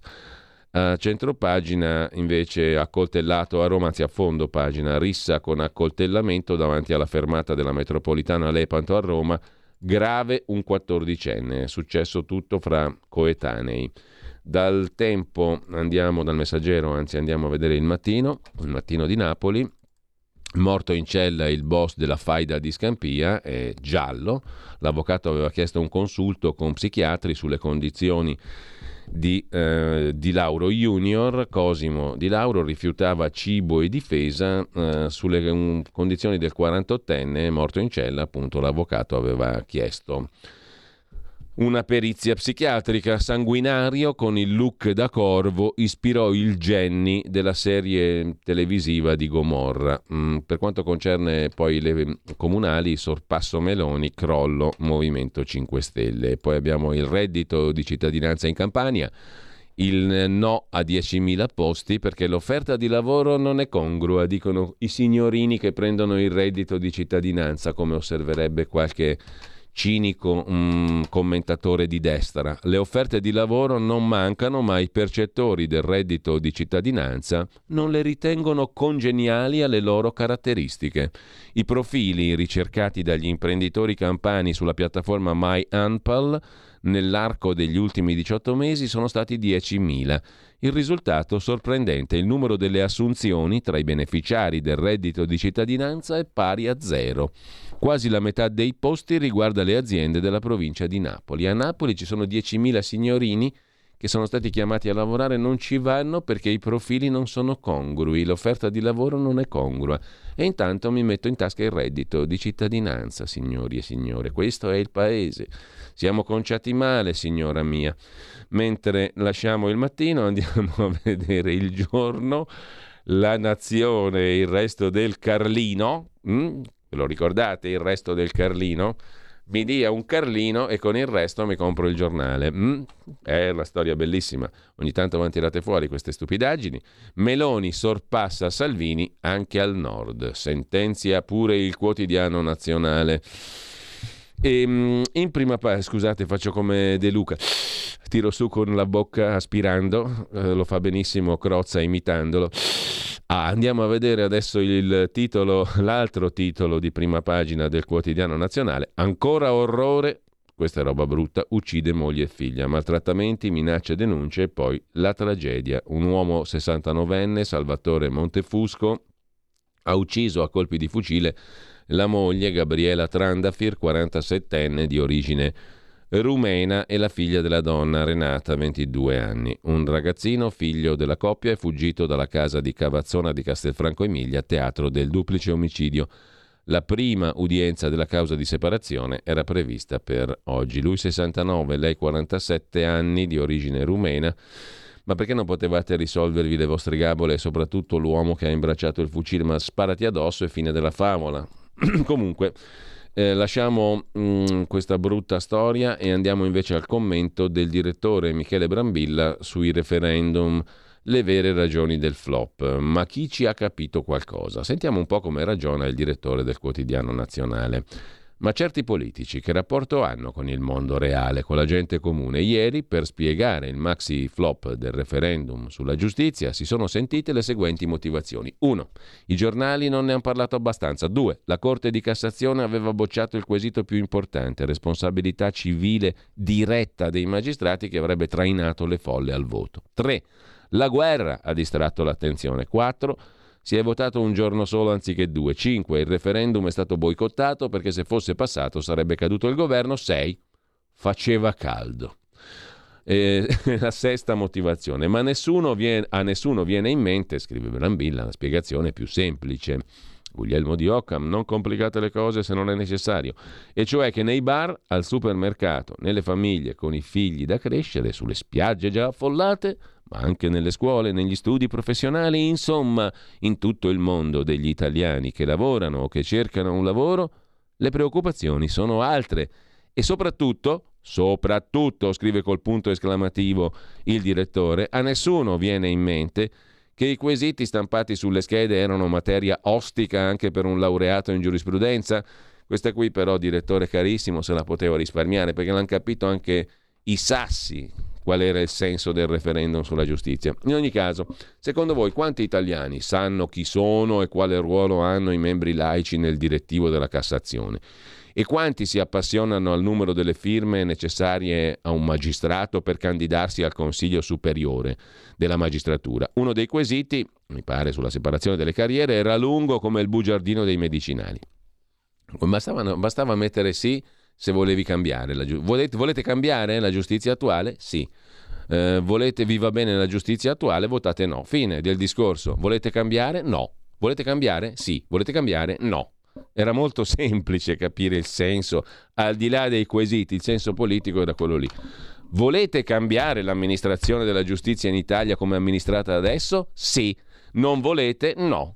A centropagina invece accoltellato a Roma, anzi a fondo pagina, rissa con accoltellamento davanti alla fermata della metropolitana Lepanto a Roma, grave un quattordicenne, è successo tutto fra coetanei. Dal Tempo andiamo, dal Messaggero, anzi andiamo a vedere il Mattino, il Mattino di Napoli. Morto in cella il boss della faida di Scampia, è giallo. L'avvocato aveva chiesto un consulto con psichiatri sulle condizioni di eh, Di Lauro Junior. Cosimo Di Lauro rifiutava cibo e difesa eh, sulle um, condizioni del quarantottenne morto in cella. Appunto l'avvocato aveva chiesto una perizia psichiatrica. Sanguinario con il look da corvo ispirò il Jenny della serie televisiva di Gomorra. Mm, per quanto concerne poi le comunali, sorpasso Meloni, crollo Movimento cinque Stelle. E poi abbiamo il reddito di cittadinanza in Campania, il no a diecimila posti perché l'offerta di lavoro non è congrua, dicono i signorini che prendono il reddito di cittadinanza, come osserverebbe qualche cinico um, commentatore di destra. Le offerte di lavoro non mancano, ma i percettori del reddito di cittadinanza non le ritengono congeniali alle loro caratteristiche. I profili ricercati dagli imprenditori campani sulla piattaforma MyAnpal nell'arco degli ultimi diciotto mesi sono stati diecimila. Il risultato sorprendente: il numero delle assunzioni tra i beneficiari del reddito di cittadinanza è pari a zero. Quasi la metà dei posti riguarda le aziende della provincia di Napoli. A Napoli ci sono diecimila signorini che sono stati chiamati a lavorare, non ci vanno perché i profili non sono congrui, l'offerta di lavoro non è congrua. E intanto mi metto in tasca il reddito di cittadinanza, signori e signore. Questo è il paese. Siamo conciati male, signora mia. Mentre lasciamo il mattino, andiamo a vedere Il Giorno, La Nazione e il resto del Carlino. Mm? Lo ricordate, il resto del Carlino? Mi dia un Carlino e con il resto mi compro il giornale. Mm? È una storia bellissima. Ogni tanto van tirate fuori queste stupidaggini. Meloni sorpassa Salvini anche al nord. Sentenzia pure il Quotidiano Nazionale. E, in prima pagina, scusate, faccio come De Luca. Tiro su con la bocca aspirando. Eh, lo fa benissimo Crozza imitandolo. Ah, andiamo a vedere adesso il titolo, l'altro titolo di prima pagina del Quotidiano Nazionale. Ancora orrore, questa è roba brutta, uccide moglie e figlia, maltrattamenti, minacce, denunce e poi la tragedia. Un uomo sessantanovenne, Salvatore Montefusco, ha ucciso a colpi di fucile la moglie Gabriela Trandafir, quarantasettenne di origine rumena, e la figlia della donna Renata, ventidue anni. Un ragazzino, figlio della coppia, è fuggito dalla casa di Cavazzona di Castelfranco Emilia, teatro del duplice omicidio. La prima udienza della causa di separazione era prevista per oggi. Lui sessantanove, lei quarantasette anni, di origine rumena. Ma perché non potevate risolvervi le vostre gabole e soprattutto l'uomo che ha imbracciato il fucile? Ma sparati addosso e fine della favola. Comunque Eh, lasciamo mh, questa brutta storia e andiamo invece al commento del direttore Michele Brambilla sui referendum, le vere ragioni del flop. Ma chi ci ha capito qualcosa? Sentiamo un po' come ragiona il direttore del Quotidiano Nazionale. Ma certi politici che rapporto hanno con il mondo reale, con la gente comune? Ieri, per spiegare il maxi flop del referendum sulla giustizia, si sono sentite le seguenti motivazioni. uno. I giornali non ne hanno parlato abbastanza. due. La Corte di Cassazione aveva bocciato il quesito più importante, responsabilità civile diretta dei magistrati, che avrebbe trainato le folle al voto. tre. La guerra ha distratto l'attenzione. quattro. Si è votato un giorno solo anziché due. cinque. Il referendum è stato boicottato perché se fosse passato sarebbe caduto il governo. sei. Faceva caldo. E la sesta motivazione. Ma nessuno viene, a nessuno viene in mente, scrive Brambilla, la spiegazione più semplice. Guglielmo di Occam, non complicate le cose se non è necessario. E cioè che nei bar, al supermercato, nelle famiglie con i figli da crescere, sulle spiagge già affollate, ma anche nelle scuole, negli studi professionali, insomma, in tutto il mondo degli italiani che lavorano o che cercano un lavoro, le preoccupazioni sono altre. E soprattutto, soprattutto, scrive col punto esclamativo il direttore, a nessuno viene in mente che i quesiti stampati sulle schede erano materia ostica anche per un laureato in giurisprudenza. Questa qui però, direttore carissimo, se la poteva risparmiare, perché l'hanno capito anche i sassi qual era il senso del referendum sulla giustizia. In ogni caso, secondo voi quanti italiani sanno chi sono e quale ruolo hanno i membri laici nel direttivo della Cassazione? E quanti si appassionano al numero delle firme necessarie a un magistrato per candidarsi al Consiglio Superiore della Magistratura? Uno dei quesiti, mi pare sulla separazione delle carriere, era lungo come il bugiardino dei medicinali. Bastava, bastava mettere sì se volevi cambiare. La giu- volete, volete cambiare la giustizia attuale? Sì. Eh, volete vi va bene la giustizia attuale? Votate no. Fine del discorso. Volete cambiare? No. Volete cambiare? Sì. Volete cambiare? No. Era molto semplice capire il senso, al di là dei quesiti, il senso politico era quello lì. Volete cambiare l'amministrazione della giustizia in Italia come è amministrata adesso? Sì. Non volete? No.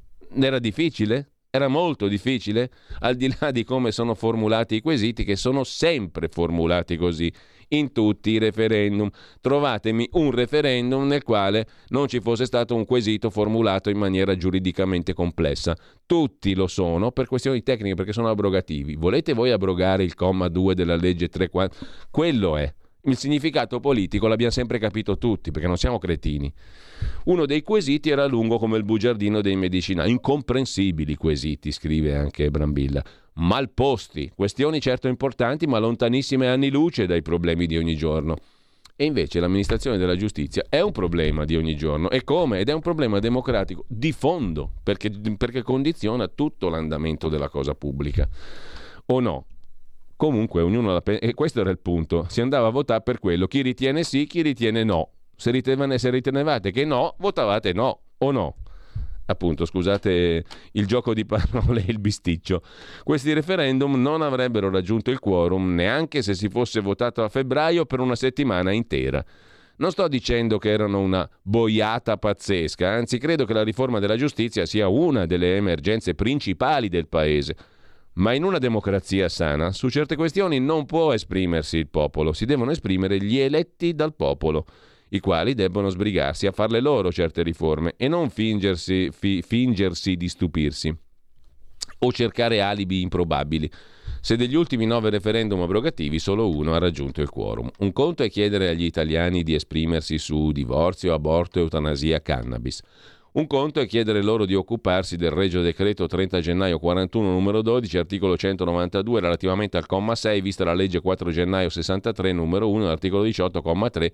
Era difficile? Era molto difficile, al di là di come sono formulati i quesiti, che sono sempre formulati così in tutti i referendum. Trovatemi un referendum nel quale non ci fosse stato un quesito formulato in maniera giuridicamente complessa. Tutti lo sono per questioni tecniche, perché sono abrogativi. Volete voi abrogare il comma due della legge tre? Quello è. Il significato politico l'abbiamo sempre capito tutti, perché non siamo cretini. Uno dei quesiti era lungo come il bugiardino dei medicinali. Incomprensibili quesiti, scrive anche Brambilla. mal posti, questioni certo importanti ma lontanissime anni luce dai problemi di ogni giorno. E invece l'amministrazione della giustizia è un problema di ogni giorno. E come? Ed è un problema democratico di fondo, perché, perché condiziona tutto l'andamento della cosa pubblica. O no? Comunque ognuno la pensa, e questo era il punto. Si andava a votare per quello. Chi ritiene sì, chi ritiene no. Se, ritenevate, se ritenevate che no, votavate no. O no? Appunto, scusate il gioco di parole e il bisticcio. Questi referendum non avrebbero raggiunto il quorum neanche se si fosse votato a febbraio per una settimana intera. Non sto dicendo che erano una boiata pazzesca, anzi credo che la riforma della giustizia sia una delle emergenze principali del paese. Ma in una democrazia sana, su certe questioni non può esprimersi il popolo, si devono esprimere gli eletti dal popolo, i quali debbono sbrigarsi a farle loro certe riforme e non fingersi, fi, fingersi di stupirsi o cercare alibi improbabili. Se degli ultimi nove referendum abrogativi solo uno ha raggiunto il quorum. Un conto è chiedere agli italiani di esprimersi su divorzio, aborto, eutanasia, cannabis. Un conto è chiedere loro di occuparsi del regio decreto trenta gennaio quarantuno numero dodici, articolo centonovantadue, relativamente al comma sei, vista la legge quattro gennaio sessantatré numero uno, articolo diciotto, comma tre.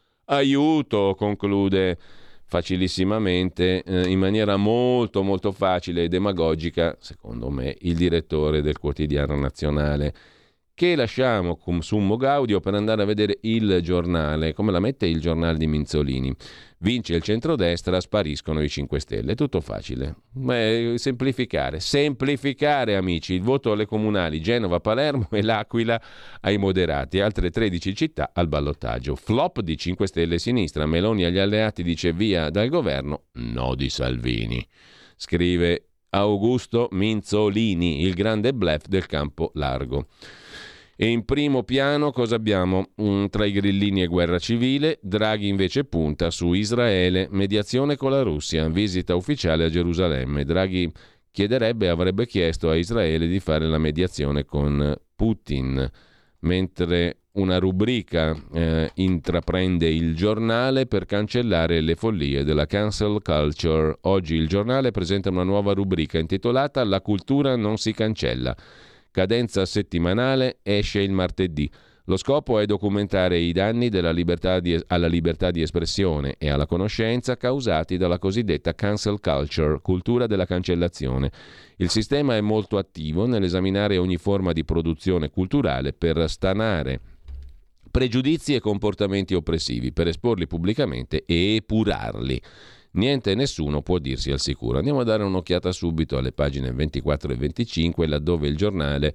Aiuto, conclude facilissimamente, eh, in maniera molto molto facile e demagogica, secondo me, il direttore del quotidiano nazionale, che lasciamo cum summo gaudio per andare a vedere il giornale. Come la mette il giornale di Minzolini? Vince il centrodestra, spariscono i cinque Stelle. Tutto facile. Beh, semplificare. Semplificare, amici. Il voto alle comunali Genova, Palermo e l'Aquila ai moderati. Altre tredici città al ballottaggio. Flop di cinque Stelle e sinistra. Meloni agli alleati dice via dal governo. No di Salvini. Scrive Augusto Minzolini, il grande bluff del campo largo. E in primo piano cosa abbiamo? Mm, tra i grillini e guerra civile, Draghi invece punta su Israele, mediazione con la Russia, visita ufficiale a Gerusalemme. Draghi chiederebbe, avrebbe chiesto a Israele di fare la mediazione con Putin, mentre una rubrica eh, intraprende il giornale per cancellare le follie della cancel culture. Oggi il giornale presenta una nuova rubrica intitolata La cultura non si cancella. Cadenza settimanale, esce il martedì. Lo scopo è documentare i danni della libertà di, alla libertà di espressione e alla conoscenza causati dalla cosiddetta cancel culture, cultura della cancellazione. Il sistema è molto attivo nell'esaminare ogni forma di produzione culturale per stanare pregiudizi e comportamenti oppressivi, per esporli pubblicamente e epurarli. Niente e nessuno può dirsi al sicuro. Andiamo a dare un'occhiata subito alle pagine ventiquattro e venticinque, laddove il giornale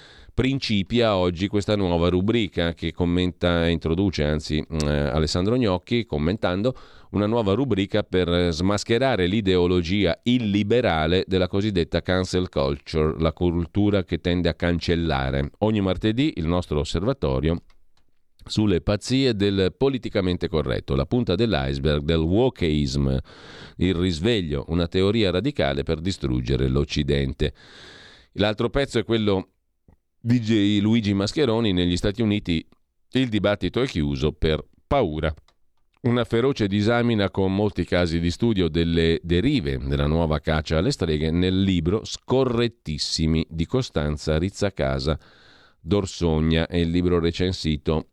principia oggi questa nuova rubrica che commenta, introduce anzi eh, Alessandro Gnocchi, commentando una nuova rubrica per smascherare l'ideologia illiberale della cosiddetta cancel culture, la cultura che tende a cancellare. Ogni martedì il nostro osservatorio sulle pazzie del politicamente corretto, la punta dell'iceberg del wokeism, il risveglio, una teoria radicale per distruggere l'Occidente. L'altro pezzo è quello di Luigi Mascheroni. Negli Stati Uniti il dibattito è chiuso per paura. Una feroce disamina con molti casi di studio delle derive della nuova caccia alle streghe nel libro Scorrettissimi di Costanza Rizzacasa Dorsogna, è il libro recensito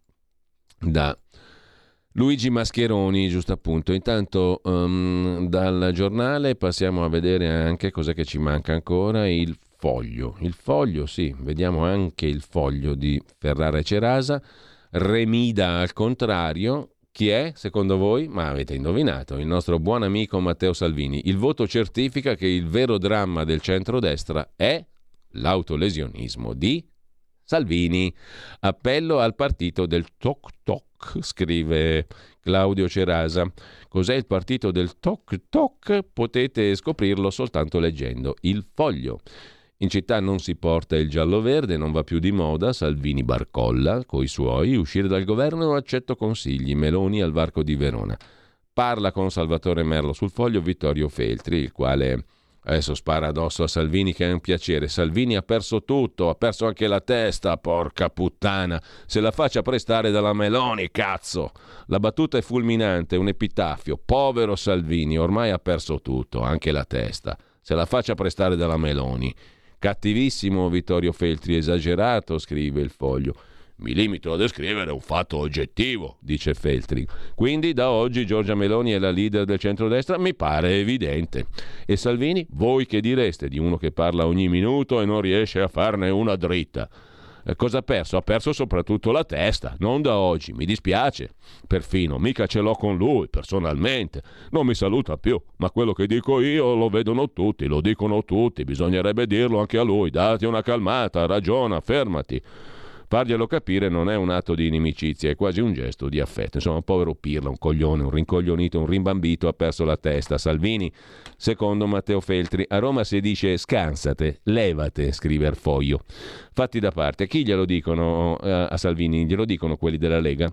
da Luigi Mascheroni, giusto appunto. Intanto um, dal giornale passiamo a vedere anche cos'è che ci manca ancora. Il Foglio. Il Foglio, sì, vediamo anche il Foglio di Ferrara e Cerasa. Remida al contrario. Chi è, secondo voi? Ma avete indovinato, il nostro buon amico Matteo Salvini. Il voto certifica che il vero dramma del centrodestra è l'autolesionismo di Salvini. Appello al partito del toc toc, scrive Claudio Cerasa. Cos'è il partito del toc toc? Potete scoprirlo soltanto leggendo Il Foglio. In città non si porta il giallo-verde, non va più di moda. Salvini barcolla coi suoi, uscire dal governo, accetto consigli. Meloni al varco di Verona. Parla con Salvatore Merlo sul Foglio Vittorio Feltri, il quale adesso spara addosso a Salvini, che è un piacere. Salvini ha perso tutto, ha perso anche la testa, porca puttana. Se la faccia prestare dalla Meloni, cazzo. La battuta è fulminante, un epitaffio. Povero Salvini, ormai ha perso tutto, anche la testa. Se la faccia prestare dalla Meloni. Cattivissimo Vittorio Feltri, esagerato, scrive il Foglio. Mi limito a descrivere un fatto oggettivo, dice Feltri. Quindi da oggi Giorgia Meloni è la leader del centrodestra? Mi pare evidente. E Salvini? Voi che direste di uno che parla ogni minuto e non riesce a farne una dritta? Eh, cosa ha perso? Ha perso soprattutto la testa, non da oggi, mi dispiace. Perfino, mica ce l'ho con lui, personalmente. Non mi saluta più, ma quello che dico io lo vedono tutti, lo dicono tutti, bisognerebbe dirlo anche a lui. Dati una calmata, ragiona, fermati. Farglielo capire non è un atto di inimicizia, è quasi un gesto di affetto. Insomma, un povero pirla, un coglione, un rincoglionito, un rimbambito ha perso la testa. Salvini, secondo Matteo Feltri, a Roma si dice scansate, levate, scrive il Foglio. Fatti da parte, chi glielo dicono eh, a Salvini? Glielo dicono quelli della Lega?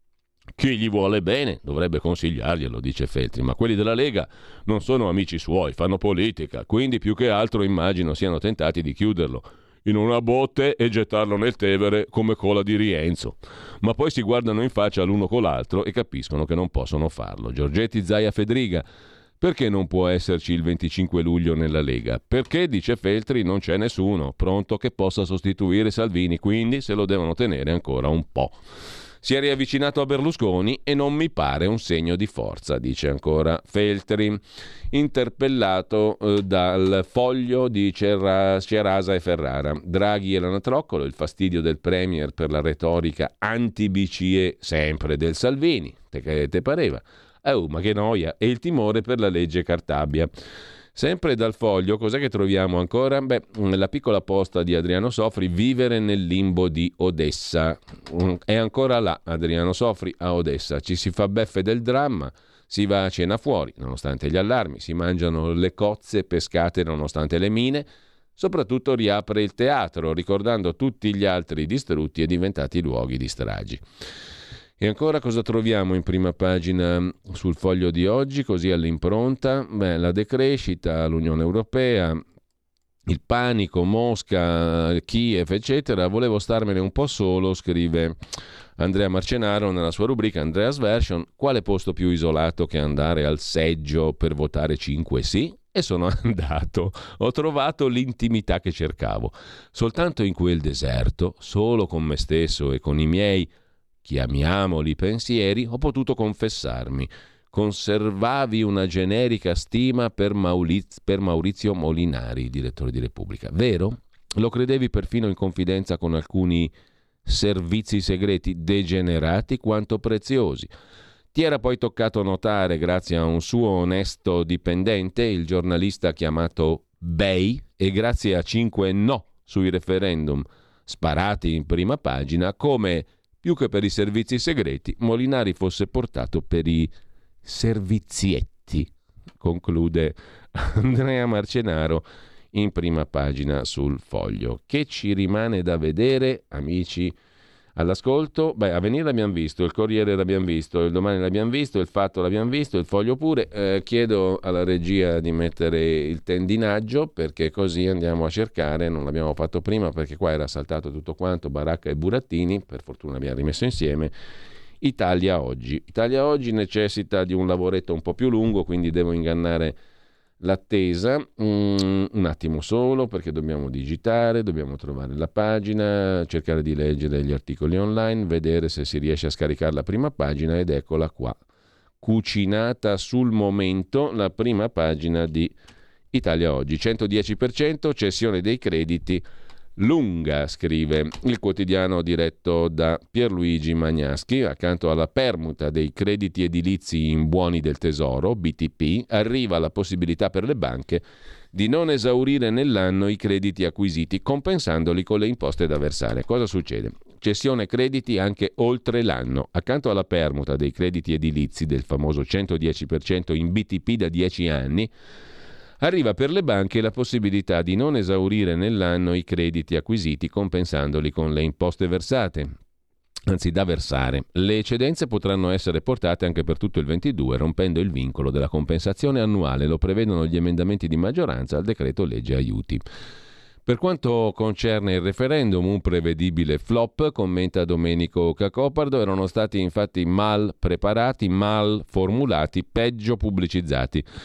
Chi gli vuole bene dovrebbe consigliarglielo, dice Feltri, ma quelli della Lega non sono amici suoi, fanno politica, quindi più che altro immagino siano tentati di chiuderlo in una botte e gettarlo nel Tevere come cola di Rienzo. Ma poi si guardano in faccia l'uno con l'altro e capiscono che non possono farlo. Giorgetti, Zaia, Fedriga. Perché non può esserci il venticinque luglio nella Lega? Perché, dice Feltri, non c'è nessuno pronto che possa sostituire Salvini, quindi se lo devono tenere ancora un po'. Si è riavvicinato a Berlusconi e non mi pare un segno di forza, dice ancora Feltri, interpellato eh, dal Foglio di Cerra, Cerasa e Ferrara. Draghi e l'anatroccolo, il fastidio del Premier per la retorica anti-B C E sempre del Salvini, te, te pareva? Oh, ma che noia! E il timore per la legge Cartabia. Sempre dal Foglio, cos'è che troviamo ancora? Beh, la piccola posta di Adriano Sofri, vivere nel limbo di Odessa. È ancora là Adriano Sofri a Odessa, ci si fa beffe del dramma, si va a cena fuori, nonostante gli allarmi, si mangiano le cozze pescate nonostante le mine, soprattutto riapre il teatro, ricordando tutti gli altri distrutti e diventati luoghi di stragi. E ancora cosa troviamo in prima pagina sul Foglio di oggi, così all'impronta? Beh, la decrescita, l'Unione Europea, il panico, Mosca, Kiev, eccetera. Volevo starmene un po' solo, scrive Andrea Marcenaro nella sua rubrica Andrea's Version. Quale posto più isolato che andare al seggio per votare cinque sì? E sono andato. Ho trovato l'intimità che cercavo. Soltanto in quel deserto, solo con me stesso e con i miei, chiamiamoli pensieri, ho potuto confessarmi. Conservavi una generica stima per, Mauriz- per Maurizio Molinari, direttore di Repubblica. Vero? Lo credevi perfino in confidenza con alcuni servizi segreti degenerati quanto preziosi. Ti era poi toccato notare, grazie a un suo onesto dipendente, il giornalista chiamato Bei, e grazie a cinque no sui referendum sparati in prima pagina, come più che per i servizi segreti, Molinari fosse portato per i servizietti, conclude Andrea Marcenaro in prima pagina sul Foglio. Che ci rimane da vedere, amici all'ascolto? Beh, Avvenire l'abbiamo visto, il Corriere l'abbiamo visto, il Domani l'abbiamo visto, il Fatto l'abbiamo visto, il Foglio pure. Eh, chiedo alla regia di mettere il tendinaggio, perché così andiamo a cercare, non l'abbiamo fatto prima perché qua era saltato tutto quanto, Baracca e Burattini, per fortuna abbiamo rimesso insieme. Italia Oggi. Italia Oggi necessita di un lavoretto un po' più lungo, quindi devo ingannare l'attesa, mm, un attimo solo, perché dobbiamo digitare, dobbiamo trovare la pagina, cercare di leggere gli articoli online, vedere se si riesce a scaricare la prima pagina, ed eccola qua, cucinata sul momento, la prima pagina di Italia Oggi. Centodieci per cento cessione dei crediti lunga, scrive il quotidiano diretto da Pierluigi Magnaschi. Accanto alla permuta dei crediti edilizi in buoni del tesoro, B T P, arriva la possibilità per le banche di non esaurire nell'anno i crediti acquisiti, compensandoli con le imposte da versare. Cosa succede? Cessione crediti anche oltre l'anno. Accanto alla permuta dei crediti edilizi del famoso centodieci per cento in B T P da dieci anni, arriva per le banche la possibilità di non esaurire nell'anno i crediti acquisiti, compensandoli con le imposte versate, anzi da versare. Le eccedenze potranno essere portate anche per tutto il ventidue, rompendo il vincolo della compensazione annuale. Lo prevedono gli emendamenti di maggioranza al decreto legge aiuti. Per quanto concerne il referendum, un prevedibile flop, commenta Domenico Cacopardo. Erano stati infatti mal preparati, mal formulati, peggio pubblicizzati.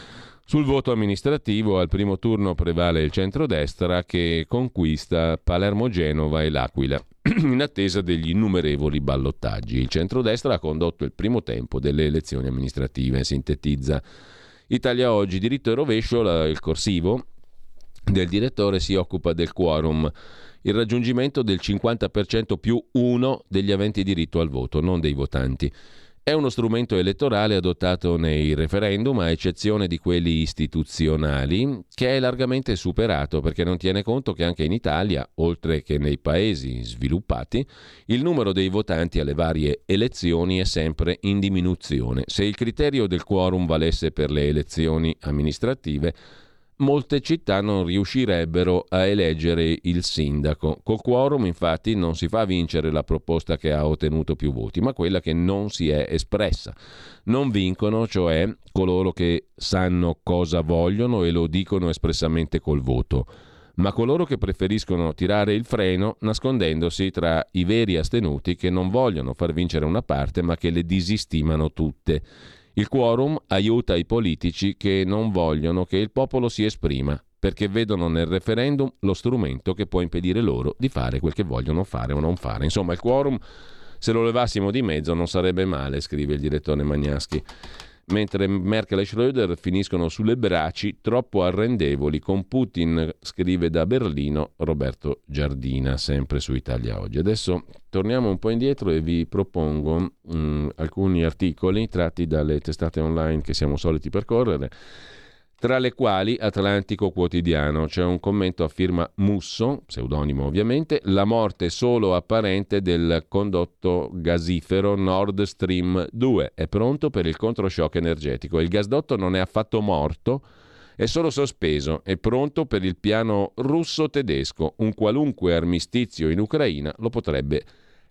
Sul voto amministrativo al primo turno prevale il centrodestra che conquista Palermo, Genova e l'Aquila, in attesa degli innumerevoli ballottaggi. Il centrodestra ha condotto il primo tempo delle elezioni amministrative, sintetizza Italia Oggi. Diritto e rovescio, la, il corsivo del direttore si occupa del quorum, il raggiungimento del cinquanta per cento più uno degli aventi diritto al voto, non dei votanti. È uno strumento elettorale adottato nei referendum, a eccezione di quelli istituzionali, che è largamente superato perché non tiene conto che anche in Italia, oltre che nei paesi sviluppati, il numero dei votanti alle varie elezioni è sempre in diminuzione. Se il criterio del quorum valesse per le elezioni amministrative, molte città non riuscirebbero a eleggere il sindaco. Col quorum, infatti, non si fa vincere la proposta che ha ottenuto più voti, ma quella che non si è espressa. Non vincono, cioè, coloro che sanno cosa vogliono e lo dicono espressamente col voto, ma coloro che preferiscono tirare il freno nascondendosi tra i veri astenuti che non vogliono far vincere una parte, ma che le disistimano tutte. Il quorum aiuta i politici che non vogliono che il popolo si esprima, perché vedono nel referendum lo strumento che può impedire loro di fare quel che vogliono fare o non fare. Insomma, il quorum, se lo levassimo di mezzo, non sarebbe male, scrive il direttore Magnaschi. Mentre Merkel e Schröder finiscono sulle braci troppo arrendevoli con Putin, scrive da Berlino Roberto Giardina, sempre su Italia Oggi. Adesso torniamo un po' indietro e vi propongo mh, alcuni articoli tratti dalle testate online che siamo soliti percorrere, tra le quali Atlantico Quotidiano. C'è un commento a firma Musso, pseudonimo ovviamente: la morte solo apparente del condotto gasifero Nord Stream due, è pronto per il controshock energetico. Il gasdotto non è affatto morto, è solo sospeso, è pronto per il piano russo-tedesco. Un qualunque armistizio in Ucraina lo potrebbe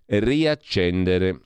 riaccendere.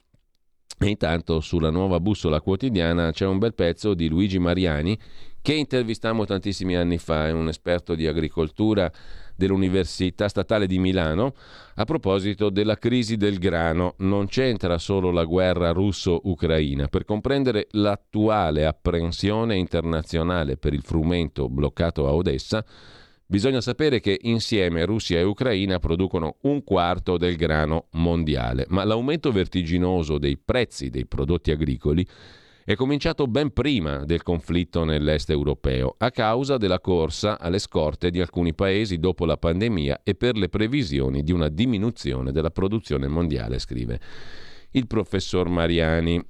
E intanto sulla Nuova Bussola Quotidiana c'è un bel pezzo di Luigi Mariani, che intervistammo tantissimi anni fa, è un esperto di agricoltura dell'Università Statale di Milano, a proposito della crisi del grano. Non c'entra solo la guerra russo-ucraina. Per comprendere l'attuale apprensione internazionale per il frumento bloccato a Odessa, bisogna sapere che insieme Russia e Ucraina producono un quarto del grano mondiale, ma l'aumento vertiginoso dei prezzi dei prodotti agricoli è cominciato ben prima del conflitto nell'est europeo, a causa della corsa alle scorte di alcuni paesi dopo la pandemia e per le previsioni di una diminuzione della produzione mondiale, scrive il professor Mariani.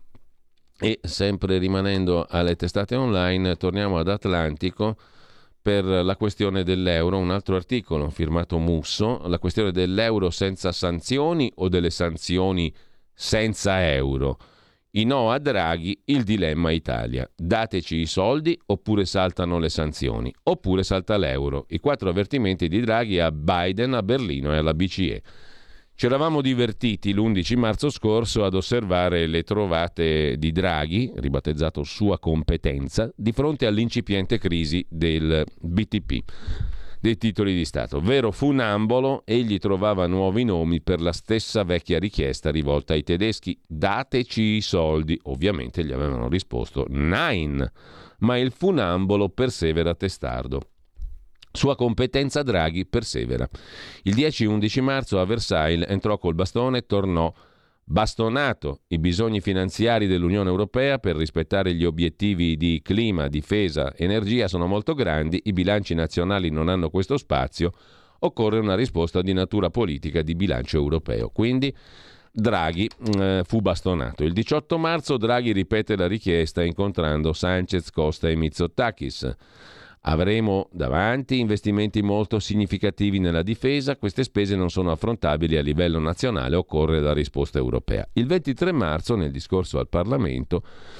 E sempre rimanendo alle testate online, torniamo ad Atlantico per la questione dell'euro, un altro articolo firmato Musso, la questione dell'euro senza sanzioni o delle sanzioni senza euro. I no a Draghi, il dilemma Italia. Dateci i soldi oppure saltano le sanzioni, oppure salta l'euro. I quattro avvertimenti di Draghi a Biden, a Berlino e alla B C E. Ci eravamo divertiti l'undici marzo scorso ad osservare le trovate di Draghi, ribattezzato Sua Competenza, di fronte all'incipiente crisi del B T P, dei titoli di Stato. Vero funambolo, egli trovava nuovi nomi per la stessa vecchia richiesta rivolta ai tedeschi: dateci i soldi. Ovviamente gli avevano risposto nein, ma il funambolo persevera testardo. Sua Competenza Draghi persevera. Il dieci e undici marzo a Versailles entrò col bastone e tornò bastonato. I bisogni finanziari dell'Unione Europea per rispettare gli obiettivi di clima, difesa, energia sono molto grandi, i bilanci nazionali non hanno questo spazio, occorre una risposta di natura politica di bilancio europeo. Quindi Draghi eh, fu bastonato. Il diciotto marzo Draghi ripete la richiesta incontrando Sanchez, Costa e Mitsotakis. Avremo davanti investimenti molto significativi nella difesa, queste spese non sono affrontabili a livello nazionale, occorre la risposta europea. Il ventitré marzo, nel discorso al Parlamento,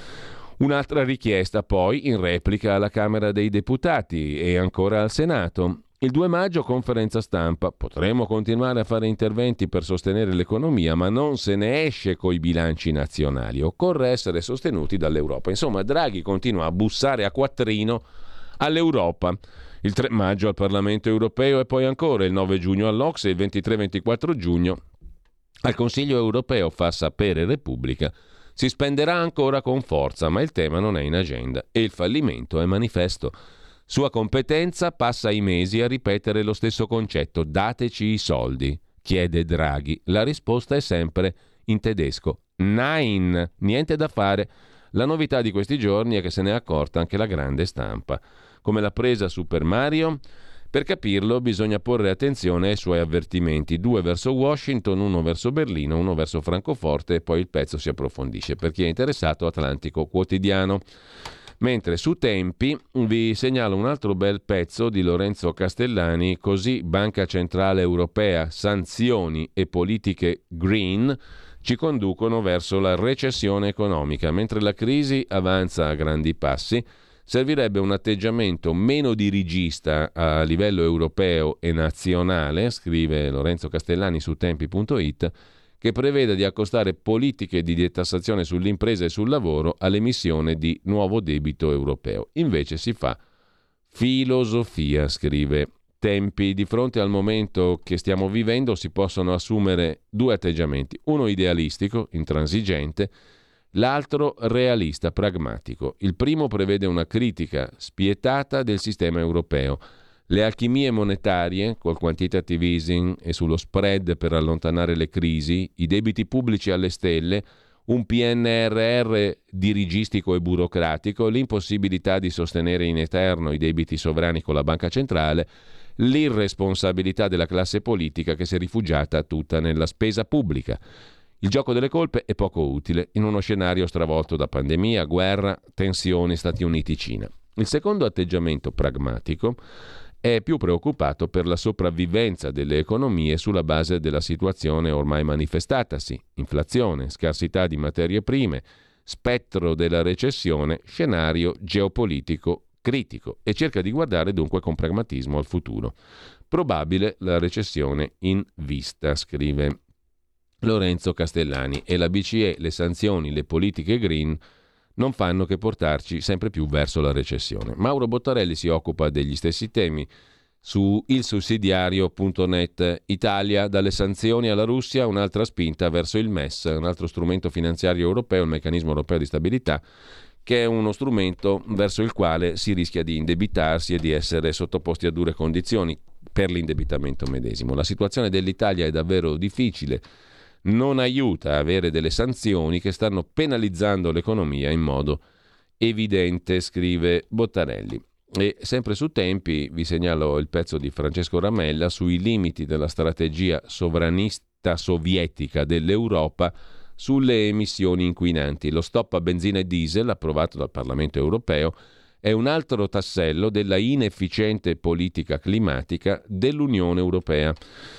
un'altra richiesta poi in replica alla Camera dei Deputati e ancora al Senato. Il due maggio conferenza stampa, potremo continuare a fare interventi per sostenere l'economia, ma non se ne esce coi bilanci nazionali, occorre essere sostenuti dall'Europa. Insomma, Draghi continua a bussare a quattrino all'Europa. Il tre maggio al Parlamento europeo e poi ancora il nove giugno all'Ocse e il ventitré ventiquattro giugno al Consiglio europeo fa sapere Repubblica Si spenderà ancora con forza, ma il tema non è in agenda e il fallimento è manifesto. Sua competenza passa i mesi a ripetere lo stesso concetto: dateci i soldi, chiede Draghi. La risposta è sempre in tedesco: Nein, niente da fare. La novità di questi giorni è che se ne è accorta anche la grande stampa. Come l'ha presa Super Mario? Per capirlo bisogna porre attenzione ai suoi avvertimenti, due verso Washington, uno verso Berlino, uno verso Francoforte, e poi il pezzo si approfondisce. Per chi è interessato, Atlantico Quotidiano. Mentre su Tempi vi segnalo un altro bel pezzo di Lorenzo Castellani: così Banca Centrale Europea, sanzioni e politiche green ci conducono verso la recessione economica. Mentre la crisi avanza a grandi passi, servirebbe un atteggiamento meno dirigista a livello europeo e nazionale, scrive Lorenzo Castellani su tempi punto it, che preveda di accostare politiche di detassazione sull'impresa e sul lavoro all'emissione di nuovo debito europeo. Invece si fa filosofia, scrive Tempi. Di fronte al momento che stiamo vivendo si possono assumere due atteggiamenti: uno idealistico, intransigente, l'altro realista, pragmatico. Il primo prevede una critica spietata del sistema europeo. Le alchimie monetarie, col quantitative easing e sullo spread per allontanare le crisi, i debiti pubblici alle stelle, un P N R R dirigistico e burocratico, l'impossibilità di sostenere in eterno i debiti sovrani con la banca centrale, l'irresponsabilità della classe politica che si è rifugiata tutta nella spesa pubblica. Il gioco delle colpe è poco utile in uno scenario stravolto da pandemia, guerra, tensioni Stati Uniti-Cina. Il secondo atteggiamento, pragmatico, è più preoccupato per la sopravvivenza delle economie sulla base della situazione ormai manifestatasi: inflazione, scarsità di materie prime, spettro della recessione, scenario geopolitico critico, e cerca di guardare dunque con pragmatismo al futuro. Probabile la recessione in vista, scrive Lorenzo Castellani, e la B C E, le sanzioni, le politiche green non fanno che portarci sempre più verso la recessione. Mauro Bottarelli si occupa degli stessi temi su il sussidiario punto net. Italia, dalle sanzioni alla Russia, un'altra spinta verso il M E S, un altro strumento finanziario europeo, il meccanismo europeo di stabilità, che è uno strumento verso il quale si rischia di indebitarsi e di essere sottoposti a dure condizioni per l'indebitamento medesimo. La situazione dell'Italia è davvero difficile. Non aiuta a avere delle sanzioni che stanno penalizzando l'economia in modo evidente, scrive Bottarelli. E sempre su Tempi vi segnalo il pezzo di Francesco Ramella sui limiti della strategia sovranista sovietica dell'Europa sulle emissioni inquinanti. Lo stop a benzina e diesel, approvato dal Parlamento europeo, è un altro tassello della inefficiente politica climatica dell'Unione Europea.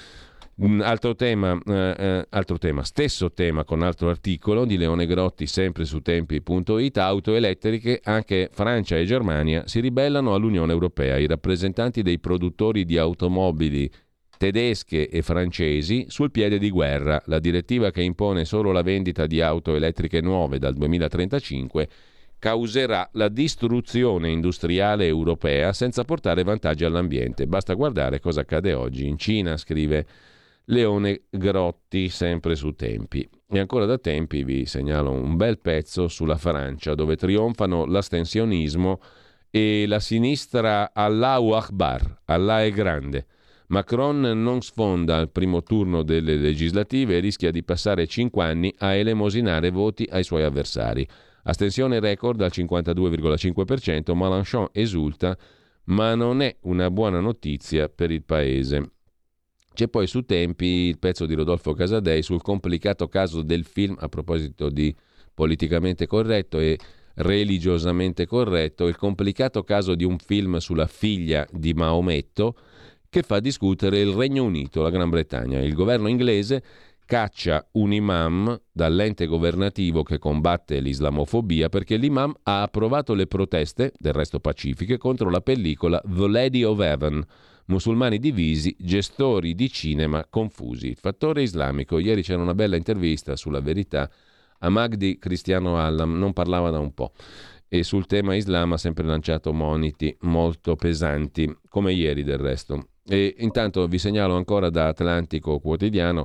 Un altro tema, eh, eh, altro tema, stesso tema con altro articolo di Leone Grotti, sempre su tempi punto it. Auto elettriche, anche Francia e Germania si ribellano all'Unione Europea. I rappresentanti dei produttori di automobili tedesche e francesi sul piede di guerra. La direttiva che impone solo la vendita di auto elettriche nuove dal duemilatrentacinque causerà la distruzione industriale europea senza portare vantaggi all'ambiente. Basta guardare cosa accade oggi in Cina, scrive Leone Grotti, sempre su Tempi. E ancora da Tempi vi segnalo un bel pezzo sulla Francia, dove trionfano l'astensionismo e la sinistra. Allahu Akbar, Allah è grande. Macron non sfonda al primo turno delle legislative e rischia di passare cinque anni a elemosinare voti ai suoi avversari. Astensione record al cinquantadue virgola cinque per cento, Mélenchon esulta, ma non è una buona notizia per il paese. C'è poi su Tempi il pezzo di Rodolfo Casadei sul complicato caso del film, a proposito di politicamente corretto e religiosamente corretto, il complicato caso di un film sulla figlia di Maometto che fa discutere il Regno Unito, la Gran Bretagna. Il governo inglese caccia un imam dall'ente governativo che combatte l'islamofobia perché l'imam ha approvato le proteste, del resto pacifiche, contro la pellicola The Lady of Heaven. Musulmani divisi, gestori di cinema confusi. Il fattore islamico. Ieri c'era una bella intervista sulla Verità a Magdi Cristiano Allam, non parlava da un po', e sul tema Islam ha sempre lanciato moniti molto pesanti, come ieri del resto. E intanto vi segnalo ancora da Atlantico Quotidiano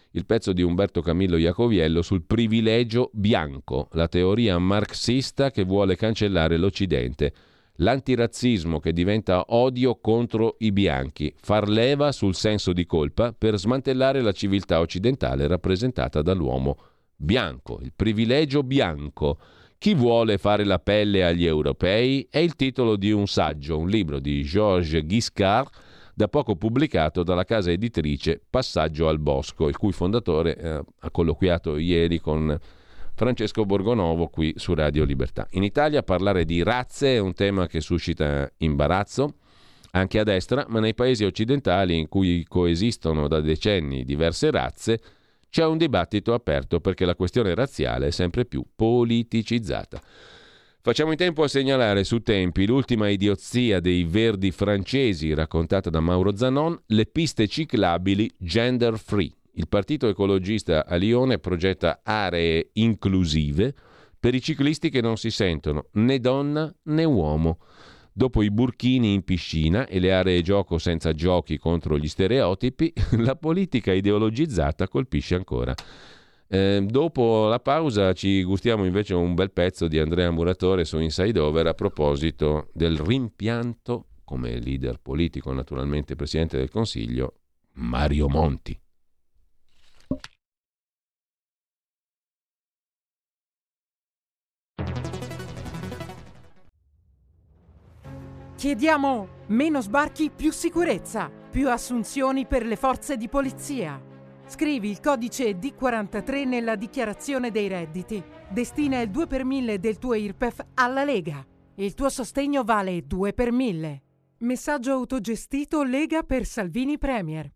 il pezzo di Umberto Camillo Iacoviello sul privilegio bianco, la teoria marxista che vuole cancellare l'Occidente, l'antirazzismo che diventa odio contro i bianchi, far leva sul senso di colpa per smantellare la civiltà occidentale rappresentata dall'uomo bianco, il privilegio bianco. Chi vuole fare la pelle agli europei è il titolo di un saggio, un libro di Georges Giscard, da poco pubblicato dalla casa editrice Passaggio al Bosco, il cui fondatore eh, ha colloquiato ieri con Francesco Borgonovo qui su Radio Libertà. In Italia parlare di razze è un tema che suscita imbarazzo, anche a destra, ma nei paesi occidentali in cui coesistono da decenni diverse razze c'è un dibattito aperto perché la questione razziale è sempre più politicizzata. Facciamo in tempo a segnalare su Tempi l'ultima idiozia dei verdi francesi raccontata da Mauro Zanon, le piste ciclabili gender free. Il partito ecologista a Lione progetta aree inclusive per i ciclisti che non si sentono né donna né uomo. Dopo i burchini in piscina e le aree gioco senza giochi contro gli stereotipi, la politica ideologizzata colpisce ancora. Eh, dopo la pausa ci gustiamo invece un bel pezzo di Andrea Muratore su Inside Over a proposito del rimpianto, come leader politico naturalmente Presidente del Consiglio, Mario Monti. Chiediamo meno sbarchi, più sicurezza, più assunzioni per le forze di polizia. Scrivi il codice D quarantatré nella dichiarazione dei redditi. Destina il due per mille del tuo I R P E F alla Lega. Il tuo sostegno vale due per mille. Messaggio autogestito Lega per Salvini Premier.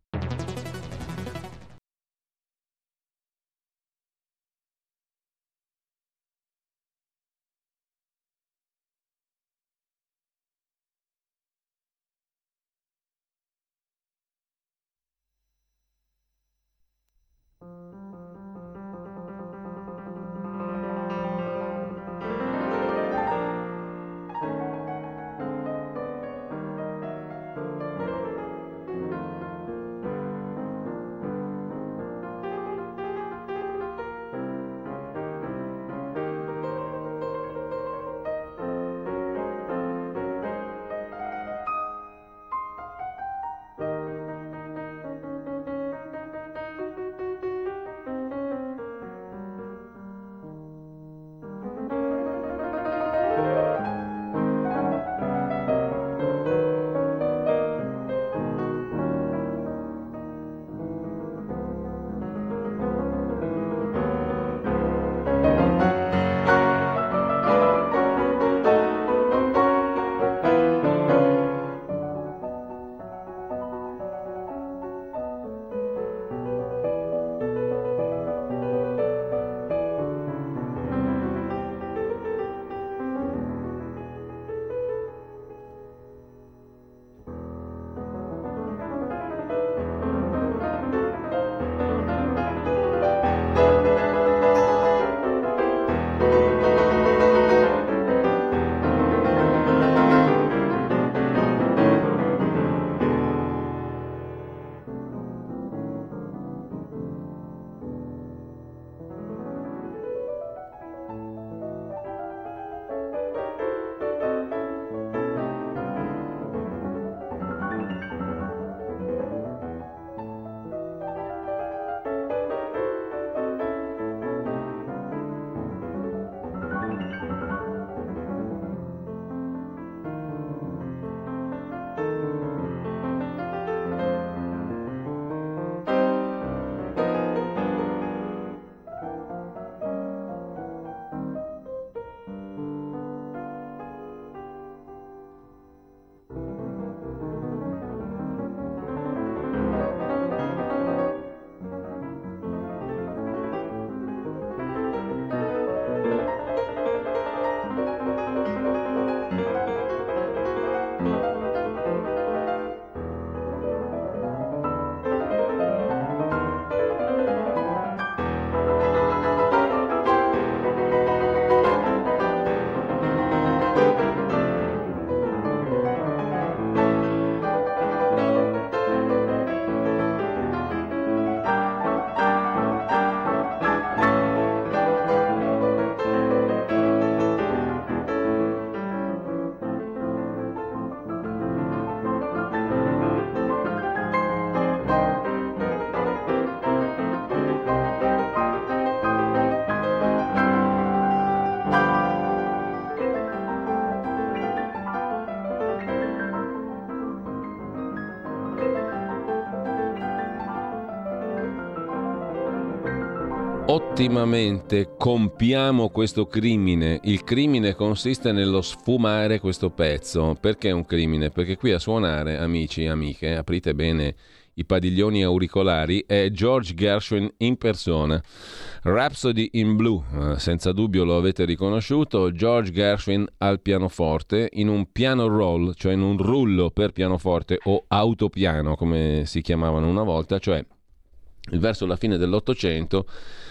Ottimamente compiamo questo crimine. Il crimine consiste nello sfumare questo pezzo. Perché è un crimine? Perché qui a suonare, amici e amiche, aprite bene i padiglioni auricolari, è George Gershwin in persona. Rhapsody in Blue, senza dubbio lo avete riconosciuto, George Gershwin al pianoforte in un piano roll, cioè in un rullo per pianoforte o autopiano come si chiamavano una volta, cioè verso la fine dell'Ottocento,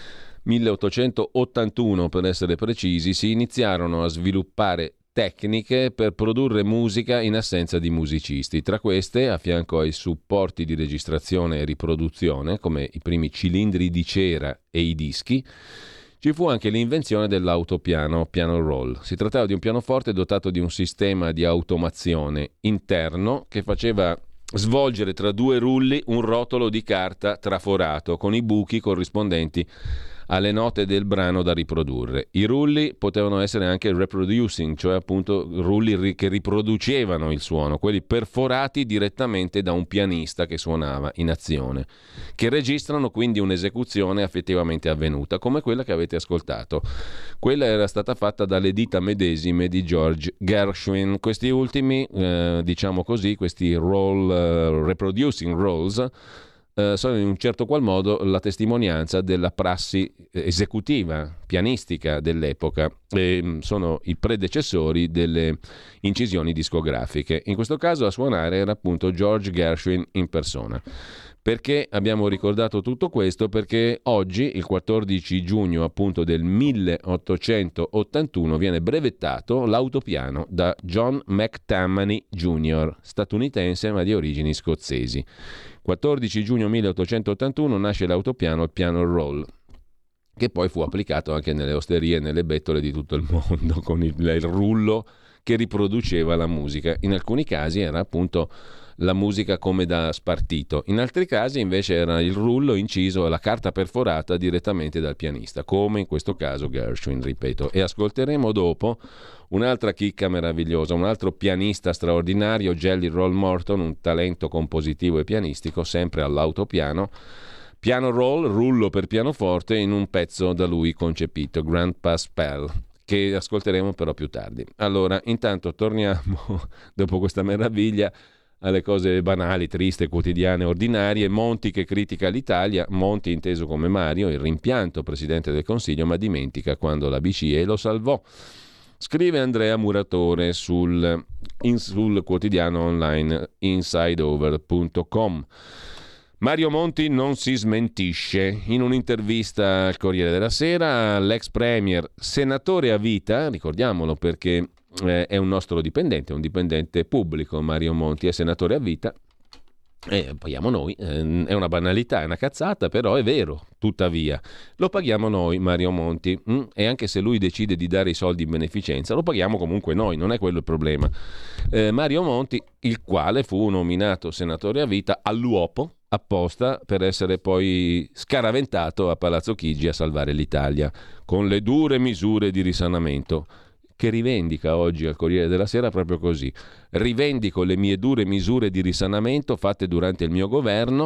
milleottocentottantuno per essere precisi, si iniziarono a sviluppare tecniche per produrre musica in assenza di musicisti. Tra queste, a fianco ai supporti di registrazione e riproduzione, come i primi cilindri di cera e i dischi, ci fu anche l'invenzione dell'autopiano, piano roll. Si trattava di un pianoforte dotato di un sistema di automazione interno che faceva svolgere tra due rulli un rotolo di carta traforato con i buchi corrispondenti alle note del brano da riprodurre. I rulli potevano essere anche reproducing, cioè appunto rulli che riproducevano il suono, quelli perforati direttamente da un pianista che suonava in azione, che registrano quindi un'esecuzione effettivamente avvenuta, come quella che avete ascoltato. Quella era stata fatta dalle dita medesime di George Gershwin. Questi ultimi, eh, diciamo così, questi roll, uh, reproducing rolls, Uh, sono in un certo qual modo la testimonianza della prassi esecutiva, pianistica dell'epoca, e sono i predecessori delle incisioni discografiche. In questo caso a suonare era appunto George Gershwin in persona. Perché abbiamo ricordato tutto questo? Perché oggi, il quattordici giugno appunto del milleottocentottantuno, viene brevettato l'autopiano da John McTammany junior, statunitense ma di origini scozzesi. quattordici giugno milleottocentottantuno nasce l'autopiano, il piano roll, che poi fu applicato anche nelle osterie e nelle bettole di tutto il mondo, con il, il rullo che riproduceva la musica. In alcuni casi era appunto la musica come da spartito, in altri casi invece era il rullo inciso alla carta perforata direttamente dal pianista, come in questo caso Gershwin, ripeto. E ascolteremo dopo un'altra chicca meravigliosa, un altro pianista straordinario, Jelly Roll Morton, un talento compositivo e pianistico, sempre all'autopiano. Piano roll, rullo per pianoforte, in un pezzo da lui concepito, Grandpa Spell, che ascolteremo però più tardi. Allora, intanto torniamo, dopo questa meraviglia, alle cose banali, triste, quotidiane, ordinarie. Monti che critica l'Italia, Monti inteso come Mario, il rimpianto presidente del Consiglio, ma dimentica quando la B C E lo salvò. Scrive Andrea Muratore sul, in, sul quotidiano online insideover punto com. Mario Monti non si smentisce. In un'intervista al Corriere della Sera, l'ex premier, senatore a vita, ricordiamolo perché eh, è un nostro dipendente, un dipendente pubblico, Mario Monti è senatore a vita, e paghiamo noi, eh, è una banalità, è una cazzata, però è vero, tuttavia lo paghiamo noi Mario Monti, mm? E anche se lui decide di dare i soldi in beneficenza lo paghiamo comunque noi, non è quello il problema. eh, Mario Monti, il quale fu nominato senatore a vita all'uopo apposta per essere poi scaraventato a Palazzo Chigi a salvare l'Italia con le dure misure di risanamento, che rivendica oggi al Corriere della Sera proprio così: rivendico le mie dure misure di risanamento fatte durante il mio governo.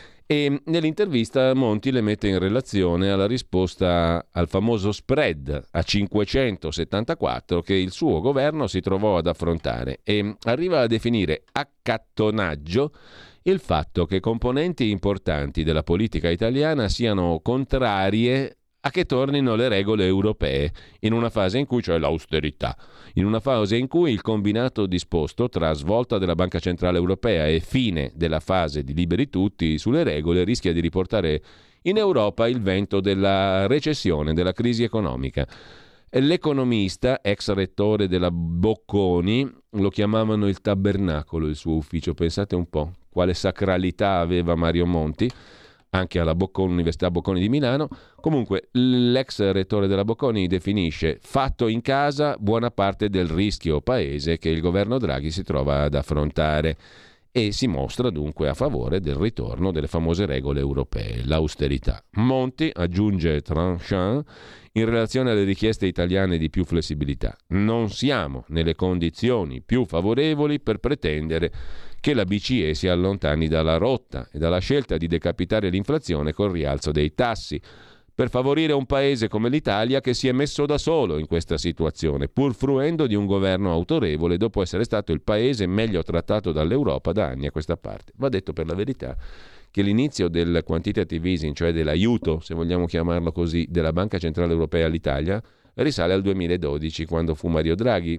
E nell'intervista Monti le mette in relazione alla risposta al famoso spread a cinquecentosettantaquattro che il suo governo si trovò ad affrontare, e arriva a definire accattonaggio il fatto che componenti importanti della politica italiana siano contrarie a che tornino le regole europee, in una fase in cui, cioè l'austerità, in una fase in cui il combinato disposto tra svolta della Banca Centrale Europea e fine della fase di liberi tutti sulle regole rischia di riportare in Europa il vento della recessione, della crisi economica. L'economista, ex rettore della Bocconi, lo chiamavano il tabernacolo, il suo ufficio, pensate un po' quale sacralità aveva Mario Monti, anche alla Bocconi, Università Bocconi di Milano. Comunque l'ex rettore della Bocconi definisce fatto in casa buona parte del rischio paese che il governo Draghi si trova ad affrontare, e si mostra dunque a favore del ritorno delle famose regole europee, l'austerità. Monti aggiunge tranchant in relazione alle richieste italiane di più flessibilità: non siamo nelle condizioni più favorevoli per pretendere che la B C E si allontani dalla rotta e dalla scelta di decapitare l'inflazione col rialzo dei tassi. per favorire un paese come l'Italia che si è messo da solo in questa situazione, pur fruendo di un governo autorevole dopo essere stato il paese meglio trattato dall'Europa da anni a questa parte. Va detto per la verità che l'inizio del quantitative easing, cioè dell'aiuto, se vogliamo chiamarlo così, della Banca Centrale Europea all'Italia, risale al duemiladodici, quando fu Mario Draghi,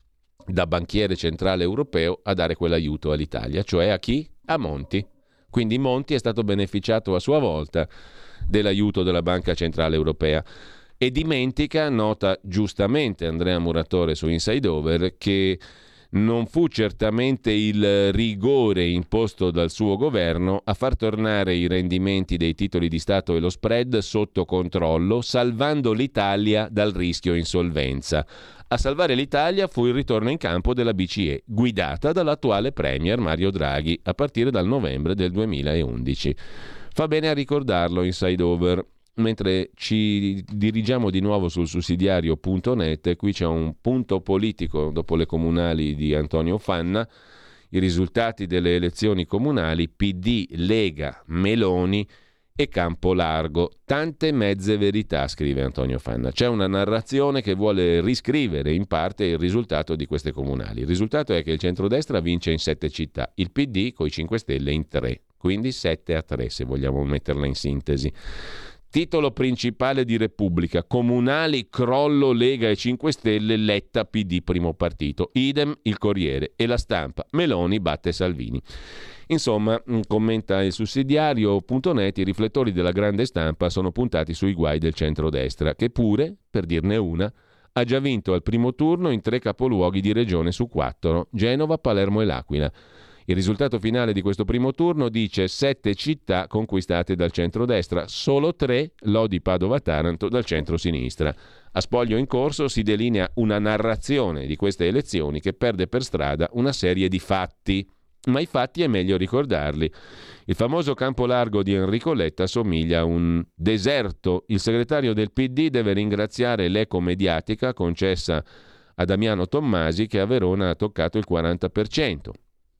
da banchiere centrale europeo, a dare quell'aiuto all'Italia, cioè a chi? A Monti. Quindi Monti è stato beneficiato a sua volta dell'aiuto della Banca Centrale Europea e dimentica, nota giustamente Andrea Muratore su Inside Over, che non fu certamente il rigore imposto dal suo governo a far tornare i rendimenti dei titoli di Stato e lo spread sotto controllo, salvando l'Italia dal rischio insolvenza. A salvare l'Italia fu il ritorno in campo della B C E, guidata dall'attuale premier Mario Draghi, a partire dal novembre del duemilaundici. Fa bene a ricordarlo Inside Over. Mentre ci dirigiamo di nuovo sul sussidiario punto net, qui c'è un punto politico dopo le comunali di Antonio Fanna, i risultati delle elezioni comunali, P D, Lega, Meloni e Campolargo. Tante mezze verità, scrive Antonio Fanna. C'è una narrazione che vuole riscrivere in parte il risultato di queste comunali. Il risultato è che il centrodestra vince in sette città, il P D coi cinque Stelle in tre, quindi sette a tre se vogliamo metterla in sintesi. Titolo principale di Repubblica: comunali, crollo Lega e cinque Stelle, Letta P D primo partito. Idem il Corriere e La Stampa: Meloni batte Salvini. Insomma, commenta il sussidiario punto net, i riflettori della grande stampa sono puntati sui guai del centrodestra, che pure, per dirne una, ha già vinto al primo turno in tre capoluoghi di regione su quattro: Genova, Palermo e L'Aquila. Il risultato finale di questo primo turno dice sette città conquistate dal centrodestra, solo tre, Lodi, Padova, Taranto, dal centro-sinistra. A spoglio in corso si delinea una narrazione di queste elezioni che perde per strada una serie di fatti, ma i fatti è meglio ricordarli. Il famoso campo largo di Enrico Letta somiglia a un deserto. Il segretario del P D deve ringraziare l'eco mediatica concessa a Damiano Tommasi, che a Verona ha toccato il quaranta per cento.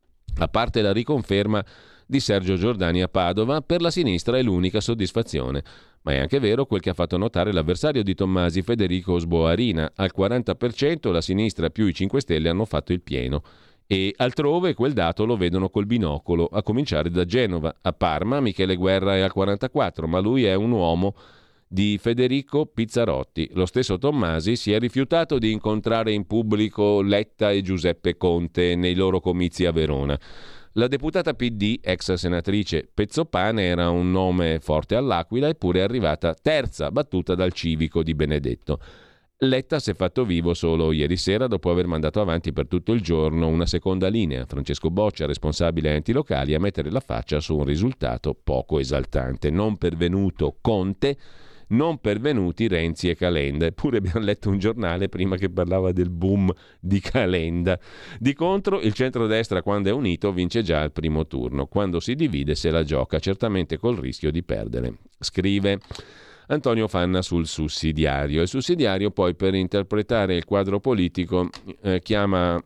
A parte la riconferma di Sergio Giordani a Padova, per la sinistra è l'unica soddisfazione. Ma è anche vero quel che ha fatto notare l'avversario di Tommasi, Federico Sboarina. Al quaranta per cento la sinistra più i cinque Stelle hanno fatto il pieno. E altrove quel dato lo vedono col binocolo, a cominciare da Genova. A Parma Michele Guerra è al quarantaquattro, ma lui è un uomo di Federico Pizzarotti. Lo stesso Tommasi si è rifiutato di incontrare in pubblico Letta e Giuseppe Conte nei loro comizi a Verona. La deputata P D, ex senatrice Pezzopane, era un nome forte all'Aquila, eppure è arrivata terza, battuta dal civico di Benedetto. Letta si è fatto vivo solo ieri sera dopo aver mandato avanti per tutto il giorno una seconda linea. Francesco Boccia, responsabile enti locali, a mettere la faccia su un risultato poco esaltante. Non pervenuto Conte, non pervenuti Renzi e Calenda. Eppure abbiamo letto un giornale prima che parlava del boom di Calenda. Di contro il centrodestra, quando è unito, vince già al primo turno. Quando si divide se la gioca, certamente col rischio di perdere. Scrive Antonio Fanna sul sussidiario. Il sussidiario poi, per interpretare il quadro politico, eh, chiama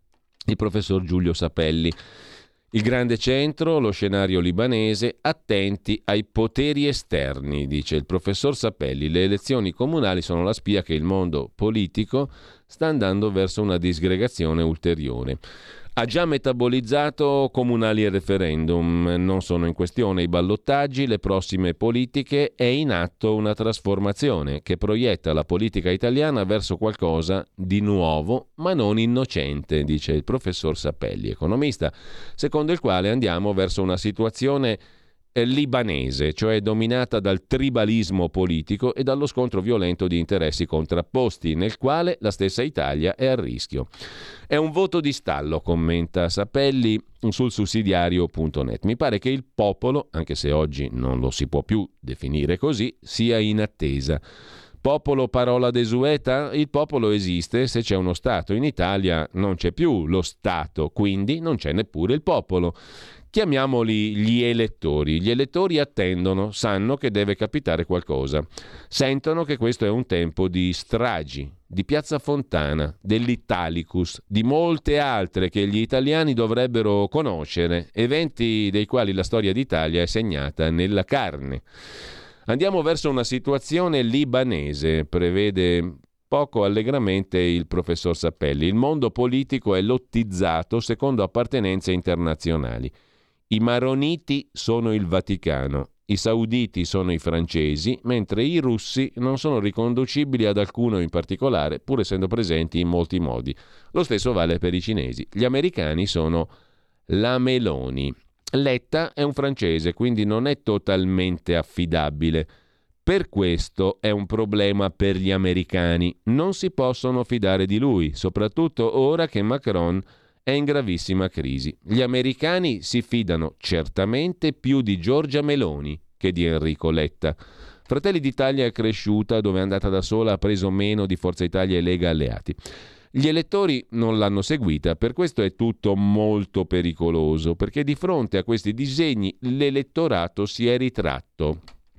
il professor Giulio Sapelli. Il grande centro, lo scenario libanese, attenti ai poteri esterni, dice il professor Sapelli. Le elezioni comunali sono la spia che il mondo politico sta andando verso una disgregazione ulteriore. Ha già metabolizzato comunali e referendum, non sono in questione i ballottaggi, le prossime politiche, è in atto una trasformazione che proietta la politica italiana verso qualcosa di nuovo ma non innocente, dice il professor Sapelli, economista, secondo il quale andiamo verso una situazione libanese, cioè dominata dal tribalismo politico e dallo scontro violento di interessi contrapposti, nel quale la stessa Italia è a rischio. È un voto di stallo, commenta Sapelli sul sussidiario punto net. Mi pare che il popolo, anche se oggi non lo si può più definire così, sia in attesa. Popolo, parola desueta? Il popolo esiste se c'è uno Stato. In Italia non c'è più lo Stato, quindi non c'è neppure il popolo. Chiamiamoli gli elettori. Gli elettori attendono, sanno che deve capitare qualcosa. Sentono che questo è un tempo di stragi, di Piazza Fontana, dell'Italicus, di molte altre che gli italiani dovrebbero conoscere, eventi dei quali la storia d'Italia è segnata nella carne. Andiamo verso una situazione libanese, prevede poco allegramente il professor Sappelli. Il mondo politico è lottizzato secondo appartenenze internazionali. I maroniti sono il Vaticano, i sauditi sono i francesi, mentre i russi non sono riconducibili ad alcuno in particolare, pur essendo presenti in molti modi. Lo stesso vale per i cinesi. Gli americani sono la Meloni. Letta è un francese, quindi non è totalmente affidabile. Per questo è un problema per gli americani. Non si possono fidare di lui, soprattutto ora che Macron è in gravissima crisi. Gli americani si fidano certamente più di Giorgia Meloni che di Enrico Letta. Fratelli d'Italia è cresciuta dove è andata da sola, ha preso meno di Forza Italia e Lega alleati. Gli elettori non l'hanno seguita, per questo è tutto molto pericoloso, perché di fronte a questi disegni l'elettorato si è ritratto.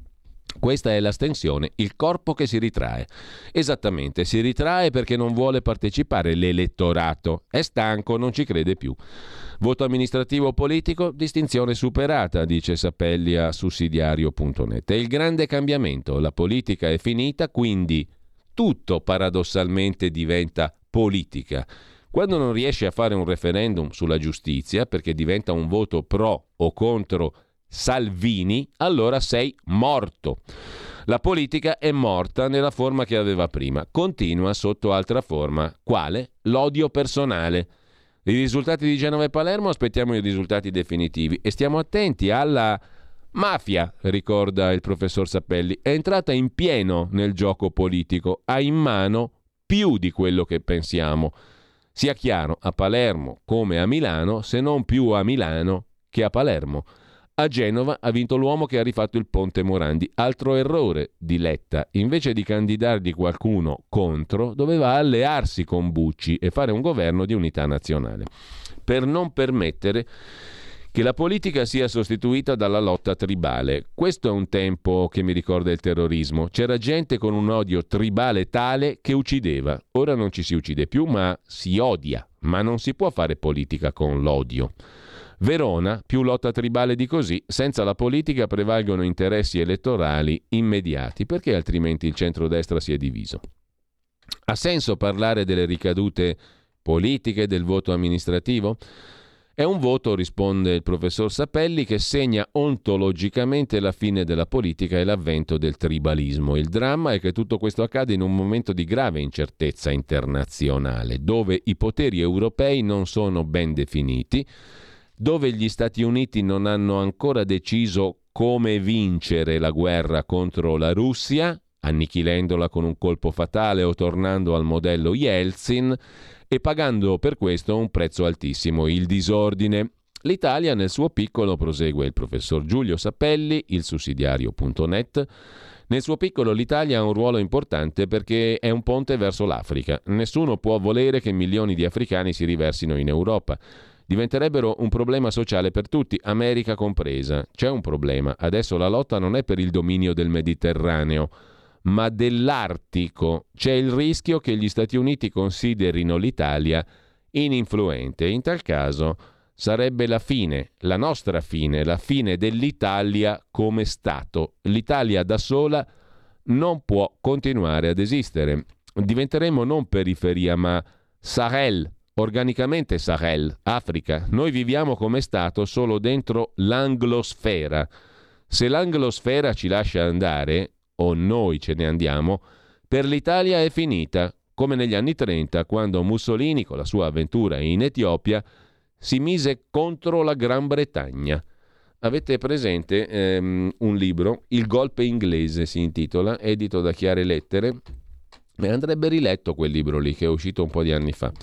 Questa è l'astensione, il corpo che si ritrae. Esattamente, si ritrae perché non vuole partecipare l'elettorato. È stanco, non ci crede più. Voto amministrativo politico, distinzione superata, dice Sappelli a sussidiario punto net. È il grande cambiamento, la politica è finita, quindi tutto paradossalmente diventa politica. Quando non riesci a fare un referendum sulla giustizia, perché diventa un voto pro o contro Salvini, allora sei morto. La politica è morta nella forma che aveva prima, continua sotto altra forma. Quale? L'odio personale. I risultati di Genova e Palermo, aspettiamo i risultati definitivi e stiamo attenti alla mafia, ricorda il professor Sappelli, è entrata in pieno nel gioco politico, ha in mano più di quello che pensiamo. Sia chiaro, a Palermo come a Milano, se non più a Milano che a Palermo. A Genova ha vinto l'uomo che ha rifatto il ponte Morandi. Altro errore di Letta. Invece di candidargli qualcuno contro, doveva allearsi con Bucci e fare un governo di unità nazionale, per non permettere che la politica sia sostituita dalla lotta tribale. Questo è un tempo che mi ricorda il terrorismo. C'era gente con un odio tribale tale che uccideva. Ora non ci si uccide più, ma si odia. Ma non si può fare politica con l'odio. Verona, più lotta tribale di così, senza la politica prevalgono interessi elettorali immediati, perché altrimenti il centrodestra si è diviso. Ha senso parlare delle ricadute politiche del voto amministrativo? È un voto, risponde il professor Sappelli, che segna ontologicamente la fine della politica e l'avvento del tribalismo. Il dramma è che tutto questo accade in un momento di grave incertezza internazionale, dove i poteri europei non sono ben definiti, dove gli Stati Uniti non hanno ancora deciso come vincere la guerra contro la Russia, annichilendola con un colpo fatale o tornando al modello Yeltsin, e pagando per questo un prezzo altissimo, il disordine. L'Italia nel suo piccolo, prosegue il professor Giulio Sappelli, il sussidiario punto net, nel suo piccolo l'Italia ha un ruolo importante perché è un ponte verso l'Africa. Nessuno può volere che milioni di africani si riversino in Europa. Diventerebbero un problema sociale per tutti, America compresa. C'è un problema. Adesso la lotta non è per il dominio del Mediterraneo, ma dell'Artico. C'è il rischio che gli Stati Uniti considerino l'Italia ininfluente. In tal caso sarebbe la fine, la nostra fine, la fine dell'Italia come Stato. L'Italia da sola non può continuare ad esistere. Diventeremo non periferia, ma Sahel. Organicamente Sahel, Africa. Noi viviamo come Stato solo dentro l'anglosfera. Se l'anglosfera ci lascia andare, o noi ce ne andiamo, per l'Italia è finita, come negli anni trenta, quando Mussolini, con la sua avventura in Etiopia, si mise contro la Gran Bretagna. Avete presente ehm, un libro, Il golpe inglese si intitola, edito da Chiare Lettere, e andrebbe riletto quel libro lì, che è uscito un po' di anni fa.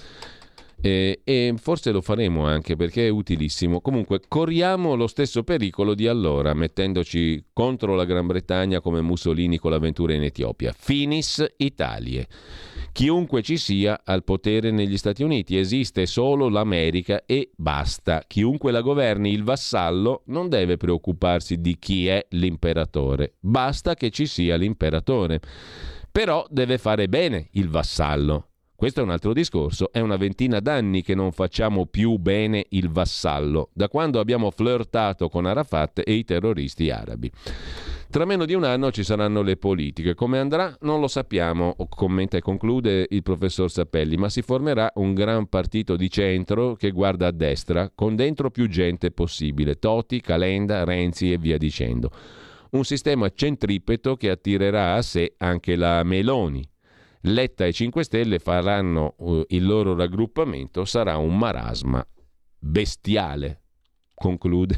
E, e forse lo faremo anche perché è utilissimo. Comunque corriamo lo stesso pericolo di allora, mettendoci contro la Gran Bretagna come Mussolini con l'avventura in Etiopia. Finis Italie. Chiunque ci sia al potere negli Stati Uniti, esiste solo l'America e basta. Chiunque la governi, il vassallo non deve preoccuparsi di chi è l'imperatore, basta che ci sia l'imperatore. Però deve fare bene il vassallo. Questo è un altro discorso, è una ventina d'anni che non facciamo più bene il vassallo, da quando abbiamo flirtato con Arafat e i terroristi arabi. Tra meno di un anno ci saranno le politiche. Come andrà? Non lo sappiamo, commenta e conclude il professor Sapelli, ma si formerà un gran partito di centro che guarda a destra, con dentro più gente possibile, Toti, Calenda, Renzi e via dicendo. Un sistema centripeto che attirerà a sé anche la Meloni. Letta e cinque Stelle faranno uh, il loro raggruppamento, sarà un marasma bestiale, conclude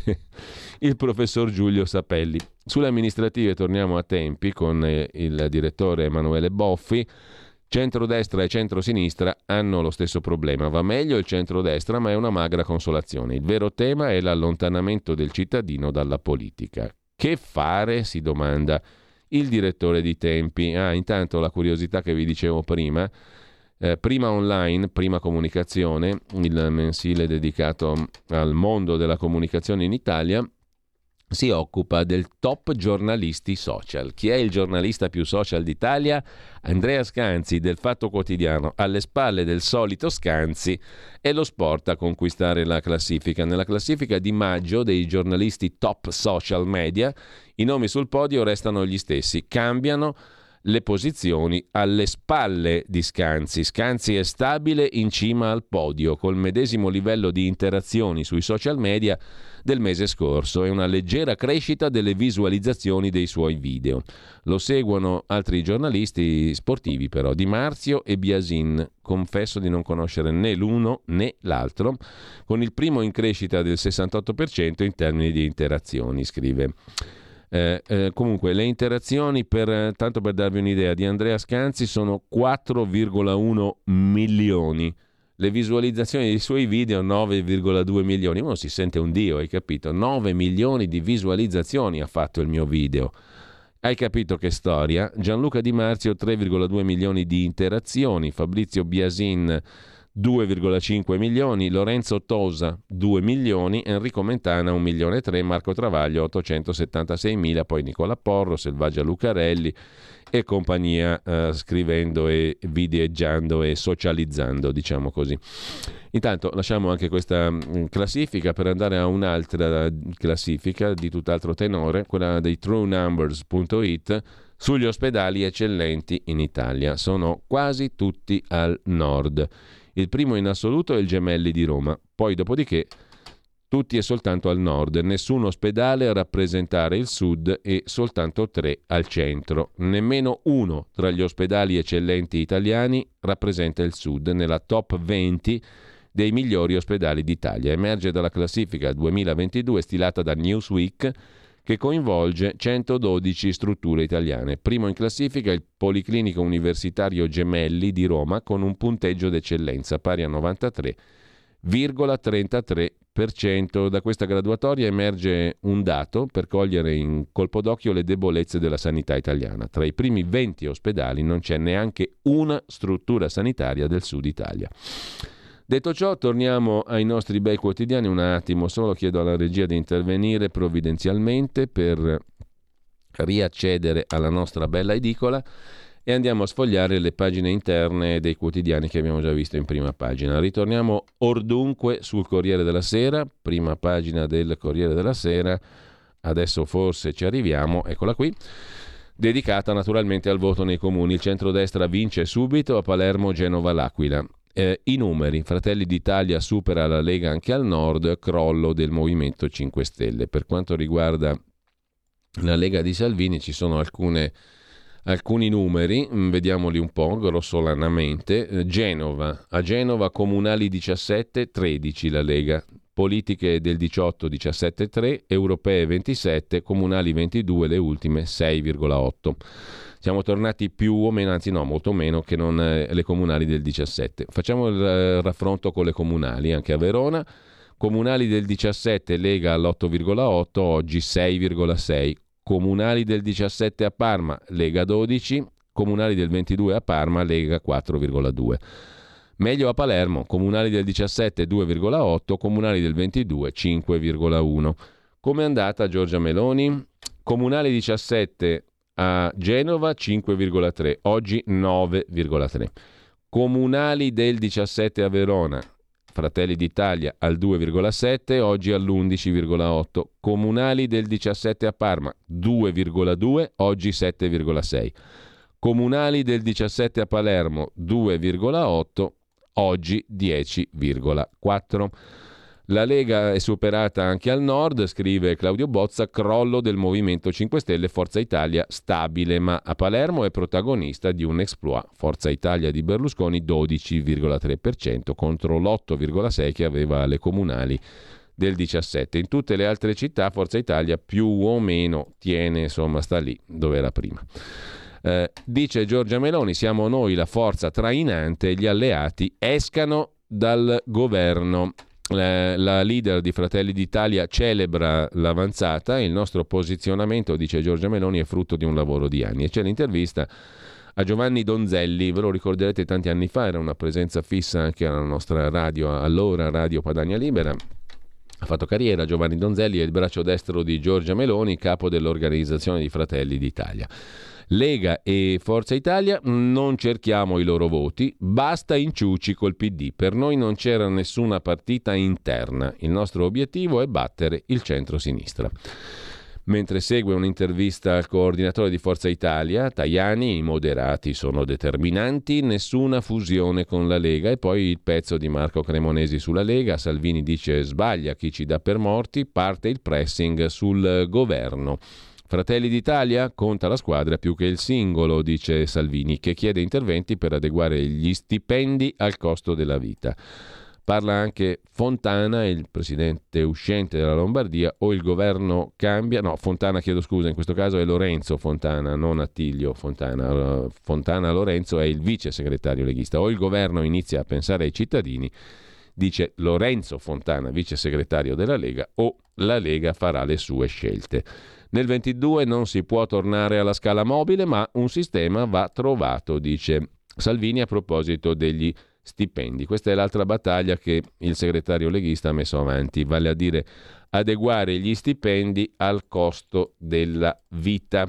il professor Giulio Sapelli. Sulle amministrative torniamo a tempi con eh, il direttore Emanuele Boffi. Centrodestra e centrosinistra hanno lo stesso problema. Va meglio il centrodestra, ma è una magra consolazione. Il vero tema è l'allontanamento del cittadino dalla politica. Che fare? Si domanda il direttore di Tempi. Ah, intanto la curiosità che vi dicevo prima. Eh, prima Online, Prima Comunicazione, il mensile dedicato al mondo della comunicazione in Italia, si occupa del top giornalisti social. Chi è il giornalista più social d'Italia? Andrea Scanzi del Fatto Quotidiano. Alle spalle del solito Scanzi è lo Sport a conquistare la classifica. Nella classifica di maggio dei giornalisti top social media i nomi sul podio restano gli stessi, cambiano le posizioni alle spalle di Scanzi. Scanzi è stabile in cima al podio, col medesimo livello di interazioni sui social media del mese scorso e una leggera crescita delle visualizzazioni dei suoi video. Lo seguono altri giornalisti sportivi però, Di Marzio e Biasin. Confesso di non conoscere né l'uno né l'altro, con il primo in crescita del sessantotto per cento in termini di interazioni, scrive. Eh, eh, comunque le interazioni, per, tanto per darvi un'idea, di Andrea Scanzi sono quattro virgola uno milioni, le visualizzazioni dei suoi video nove virgola due milioni. Uno si sente un dio, hai capito? nove milioni di visualizzazioni ha fatto il mio video, hai capito che storia? Gianluca Di Marzio tre virgola due milioni di interazioni, Fabrizio Biasin due virgola cinque milioni, Lorenzo Tosa due milioni, Enrico Mentana un milione e tre, Marco Travaglio ottocentosettantasei mila, poi Nicola Porro, Selvaggia Lucarelli e compagnia, eh, scrivendo e videeggiando e socializzando, diciamo così. Intanto lasciamo anche questa mh, classifica per andare a un'altra classifica di tutt'altro tenore, quella dei true numbers punto it, sugli ospedali eccellenti in Italia. Sono quasi tutti al nord. Il primo in assoluto è il Gemelli di Roma, poi dopodiché tutti e soltanto al nord, nessun ospedale a rappresentare il sud e soltanto tre al centro. Nemmeno uno tra gli ospedali eccellenti italiani rappresenta il sud nella top venti dei migliori ospedali d'Italia. Emerge dalla classifica duemilaventidue stilata da Newsweek, che coinvolge centododici strutture italiane. Primo in classifica il Policlinico Universitario Gemelli di Roma con un punteggio d'eccellenza pari a novantatré virgola trentatré per cento. Da questa graduatoria emerge un dato per cogliere in colpo d'occhio le debolezze della sanità italiana. Tra i primi venti ospedali non c'è neanche una struttura sanitaria del sud Italia. Detto ciò, torniamo ai nostri bei quotidiani un attimo solo, chiedo alla regia di intervenire provvidenzialmente per riaccedere alla nostra bella edicola e andiamo a sfogliare le pagine interne dei quotidiani che abbiamo già visto in prima pagina. Ritorniamo ordunque sul Corriere della Sera, prima pagina del Corriere della Sera, adesso forse ci arriviamo, eccola qui. Dedicata naturalmente al voto nei comuni. Il centrodestra vince subito a Palermo, Genova, L'Aquila. Eh, I numeri: Fratelli d'Italia supera la Lega anche al nord, crollo del Movimento cinque Stelle. Per quanto riguarda la Lega di Salvini ci sono alcune, alcuni numeri, vediamoli un po' grossolanamente. Eh, Genova, a Genova comunali diciassette, tredici la Lega, politiche del diciotto, diciassette virgola tre, europee ventisette, comunali ventidue, le ultime sei virgola otto. Siamo tornati più o meno, anzi no, molto meno che non eh, le comunali del diciassette. Facciamo il eh, raffronto con le comunali, anche a Verona. Comunali del diciassette, Lega all'otto virgola otto, oggi sei virgola sei. Comunali del diciassette a Parma, Lega dodici. Comunali del ventidue a Parma, Lega quattro virgola due. Meglio a Palermo, comunali del diciassette due virgola otto, comunali del ventidue cinque virgola uno. Come è andata Giorgia Meloni? Comunali diciassette a Genova cinque virgola tre, oggi nove virgola tre. Comunali del diciassette a Verona, Fratelli d'Italia al due virgola sette, oggi all'undici virgola otto. Comunali del diciassette a Parma, due virgola due, oggi sette virgola sei. Comunali del diciassette a Palermo, due virgola otto, oggi dieci virgola quattro. La Lega è superata anche al nord, scrive Claudio Bozza, crollo del Movimento cinque Stelle, Forza Italia stabile, ma a Palermo è protagonista di un exploit. Forza Italia di Berlusconi dodici virgola tre per cento contro l'otto virgola sei per cento che aveva alle comunali del diciassette. In tutte le altre città Forza Italia più o meno tiene, insomma, sta lì dove era prima. Eh, dice Giorgia Meloni, siamo noi la forza trainante, gli alleati escano dal governo. La, la leader di Fratelli d'Italia celebra l'avanzata, il nostro posizionamento, dice Giorgia Meloni, è frutto di un lavoro di anni. E c'è l'intervista a Giovanni Donzelli, ve lo ricorderete, tanti anni fa era una presenza fissa anche alla nostra radio, allora Radio Padania Libera. Ha fatto carriera Giovanni Donzelli, è il braccio destro di Giorgia Meloni, capo dell'organizzazione di Fratelli d'Italia. Lega e Forza Italia, non cerchiamo i loro voti, basta inciuci col P D. Per noi non c'era nessuna partita interna. Il nostro obiettivo è battere il centro-sinistra. Mentre segue un'intervista al coordinatore di Forza Italia, Tajani, i moderati sono determinanti, nessuna fusione con la Lega. E poi il pezzo di Marco Cremonesi sulla Lega, Salvini dice sbaglia chi ci dà per morti, parte il pressing sul governo. Fratelli d'Italia conta la squadra più che il singolo, dice Salvini, che chiede interventi per adeguare gli stipendi al costo della vita. Parla anche Fontana, il presidente uscente della Lombardia, o il governo cambia, no, Fontana chiedo scusa, in questo caso è Lorenzo Fontana, non Attilio Fontana. Fontana Lorenzo è il vice segretario leghista, o il governo inizia a pensare ai cittadini, dice Lorenzo Fontana, vice segretario della Lega, o la Lega farà le sue scelte. Nel ventidue non si può tornare alla scala mobile, ma un sistema va trovato, dice Salvini a proposito degli stipendi. Questa è l'altra battaglia che il segretario leghista ha messo avanti, vale a dire adeguare gli stipendi al costo della vita.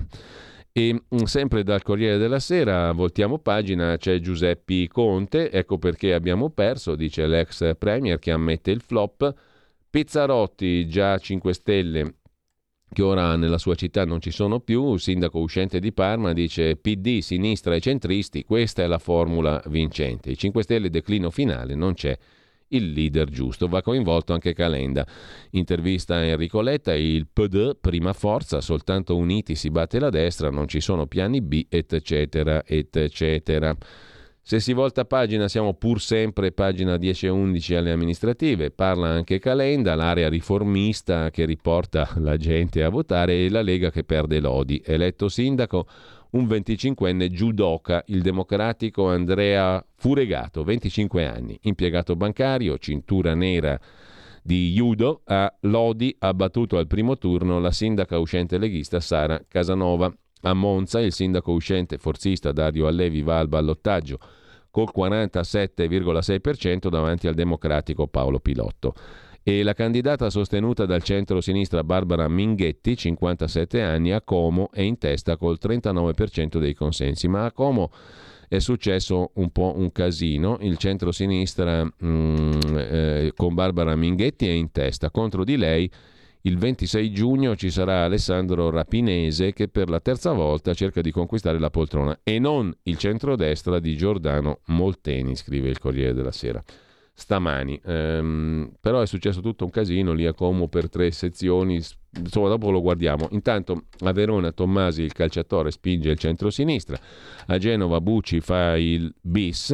E sempre dal Corriere della Sera, voltiamo pagina, c'è Giuseppe Conte, ecco perché abbiamo perso, dice l'ex premier che ammette il flop. Pizzarotti, già cinque Stelle, che ora nella sua città non ci sono più, sindaco uscente di Parma, dice P D, sinistra e centristi, questa è la formula vincente. I cinque Stelle declino finale, non c'è il leader giusto, va coinvolto anche Calenda. Intervista a Enrico Letta, il P D prima forza, soltanto uniti si batte la destra, non ci sono piani B, eccetera, eccetera. Se si volta pagina siamo pur sempre pagina dieci e undici alle amministrative, parla anche Calenda, l'area riformista che riporta la gente a votare e la Lega che perde Lodi. Eletto sindaco un venticinquenne judoka, il democratico Andrea Furegato, venticinque anni, impiegato bancario, cintura nera di judo, a Lodi ha battuto al primo turno la sindaca uscente leghista Sara Casanova. A Monza il sindaco uscente forzista Dario Allevi va al ballottaggio col quarantasette virgola sei per cento davanti al democratico Paolo Pilotto. E la candidata sostenuta dal centro-sinistra Barbara Minghetti, cinquantasette anni, a Como è in testa col trentanove per cento dei consensi. Ma a Como è successo un po' un casino. Il centro-sinistra mh, eh, con Barbara Minghetti è in testa. Contro di lei il ventisei giugno ci sarà Alessandro Rapinese che per la terza volta cerca di conquistare la poltrona e non il centrodestra di Giordano Molteni, scrive il Corriere della Sera stamani. Ehm, però è successo tutto un casino lì a Como per tre sezioni, insomma dopo lo guardiamo. Intanto a Verona Tommasi, il calciatore, spinge il centrosinistra, a Genova Bucci fa il bis,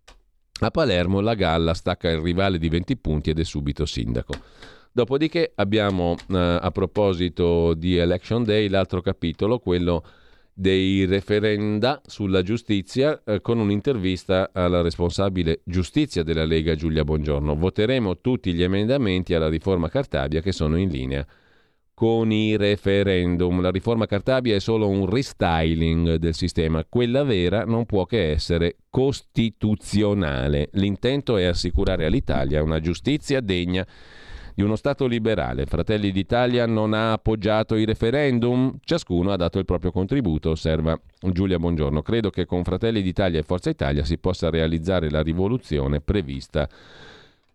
a Palermo la Galla stacca il rivale di venti punti ed è subito sindaco. Dopodiché abbiamo, eh, a proposito di Election Day, l'altro capitolo, quello dei referenda sulla giustizia, eh, con un'intervista alla responsabile giustizia della Lega, Giulia Bongiorno. Voteremo tutti gli emendamenti alla riforma Cartabia che sono in linea con i referendum. La riforma Cartabia è solo un restyling del sistema, quella vera non può che essere costituzionale. L'intento è assicurare all'Italia una giustizia degna di uno Stato liberale. Fratelli d'Italia non ha appoggiato i referendum, ciascuno ha dato il proprio contributo, osserva Giulia Bongiorno. Credo che con Fratelli d'Italia e Forza Italia si possa realizzare la rivoluzione prevista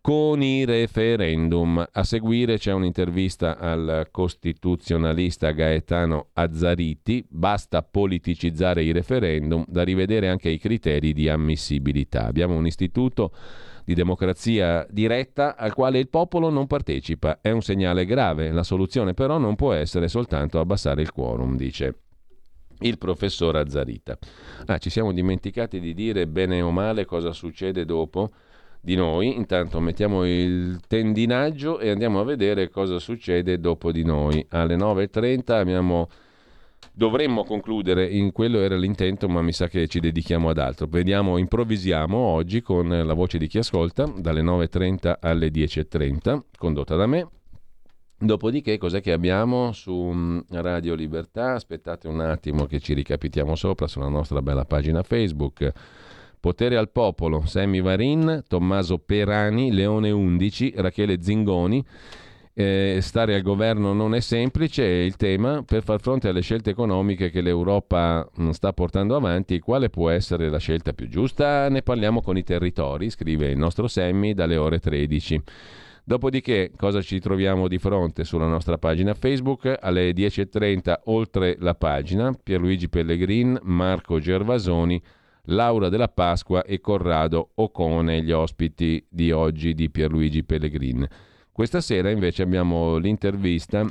con i referendum. A seguire c'è un'intervista al costituzionalista Gaetano Azzariti. Basta politicizzare i referendum, da rivedere anche i criteri di ammissibilità. Abbiamo un istituto di democrazia diretta al quale il popolo non partecipa. È un segnale grave. La soluzione però non può essere soltanto abbassare il quorum, dice il professor Azzarita. Ah, ci siamo dimenticati di dire bene o male cosa succede dopo di noi. Intanto mettiamo il tendinaggio e andiamo a vedere cosa succede dopo di noi. Alle nove e trenta abbiamo... dovremmo concludere, in quello era l'intento, ma mi sa che ci dedichiamo ad altro. Vediamo, improvvisiamo oggi con La Voce di Chi Ascolta, dalle nove e trenta alle dieci e trenta, condotta da me. Dopodiché, cos'è che abbiamo su Radio Libertà? Aspettate un attimo che ci ricapitiamo sopra sulla nostra bella pagina Facebook. Potere al Popolo, Sammy Varin, Tommaso Perani, Leone undici, Rachele Zingoni. Eh, stare al governo non è semplice, è il tema. Per far fronte alle scelte economiche che l'Europa mh, sta portando avanti, quale può essere la scelta più giusta? Ne parliamo con i territori, scrive il nostro Sammy, dalle ore tredici. Dopodiché, cosa ci troviamo di fronte sulla nostra pagina Facebook? Alle dieci e trenta, oltre la pagina, Pierluigi Pellegrin, Marco Gervasoni, Laura Della Pasqua e Corrado Ocone, gli ospiti di oggi di Pierluigi Pellegrin. Questa sera invece abbiamo l'intervista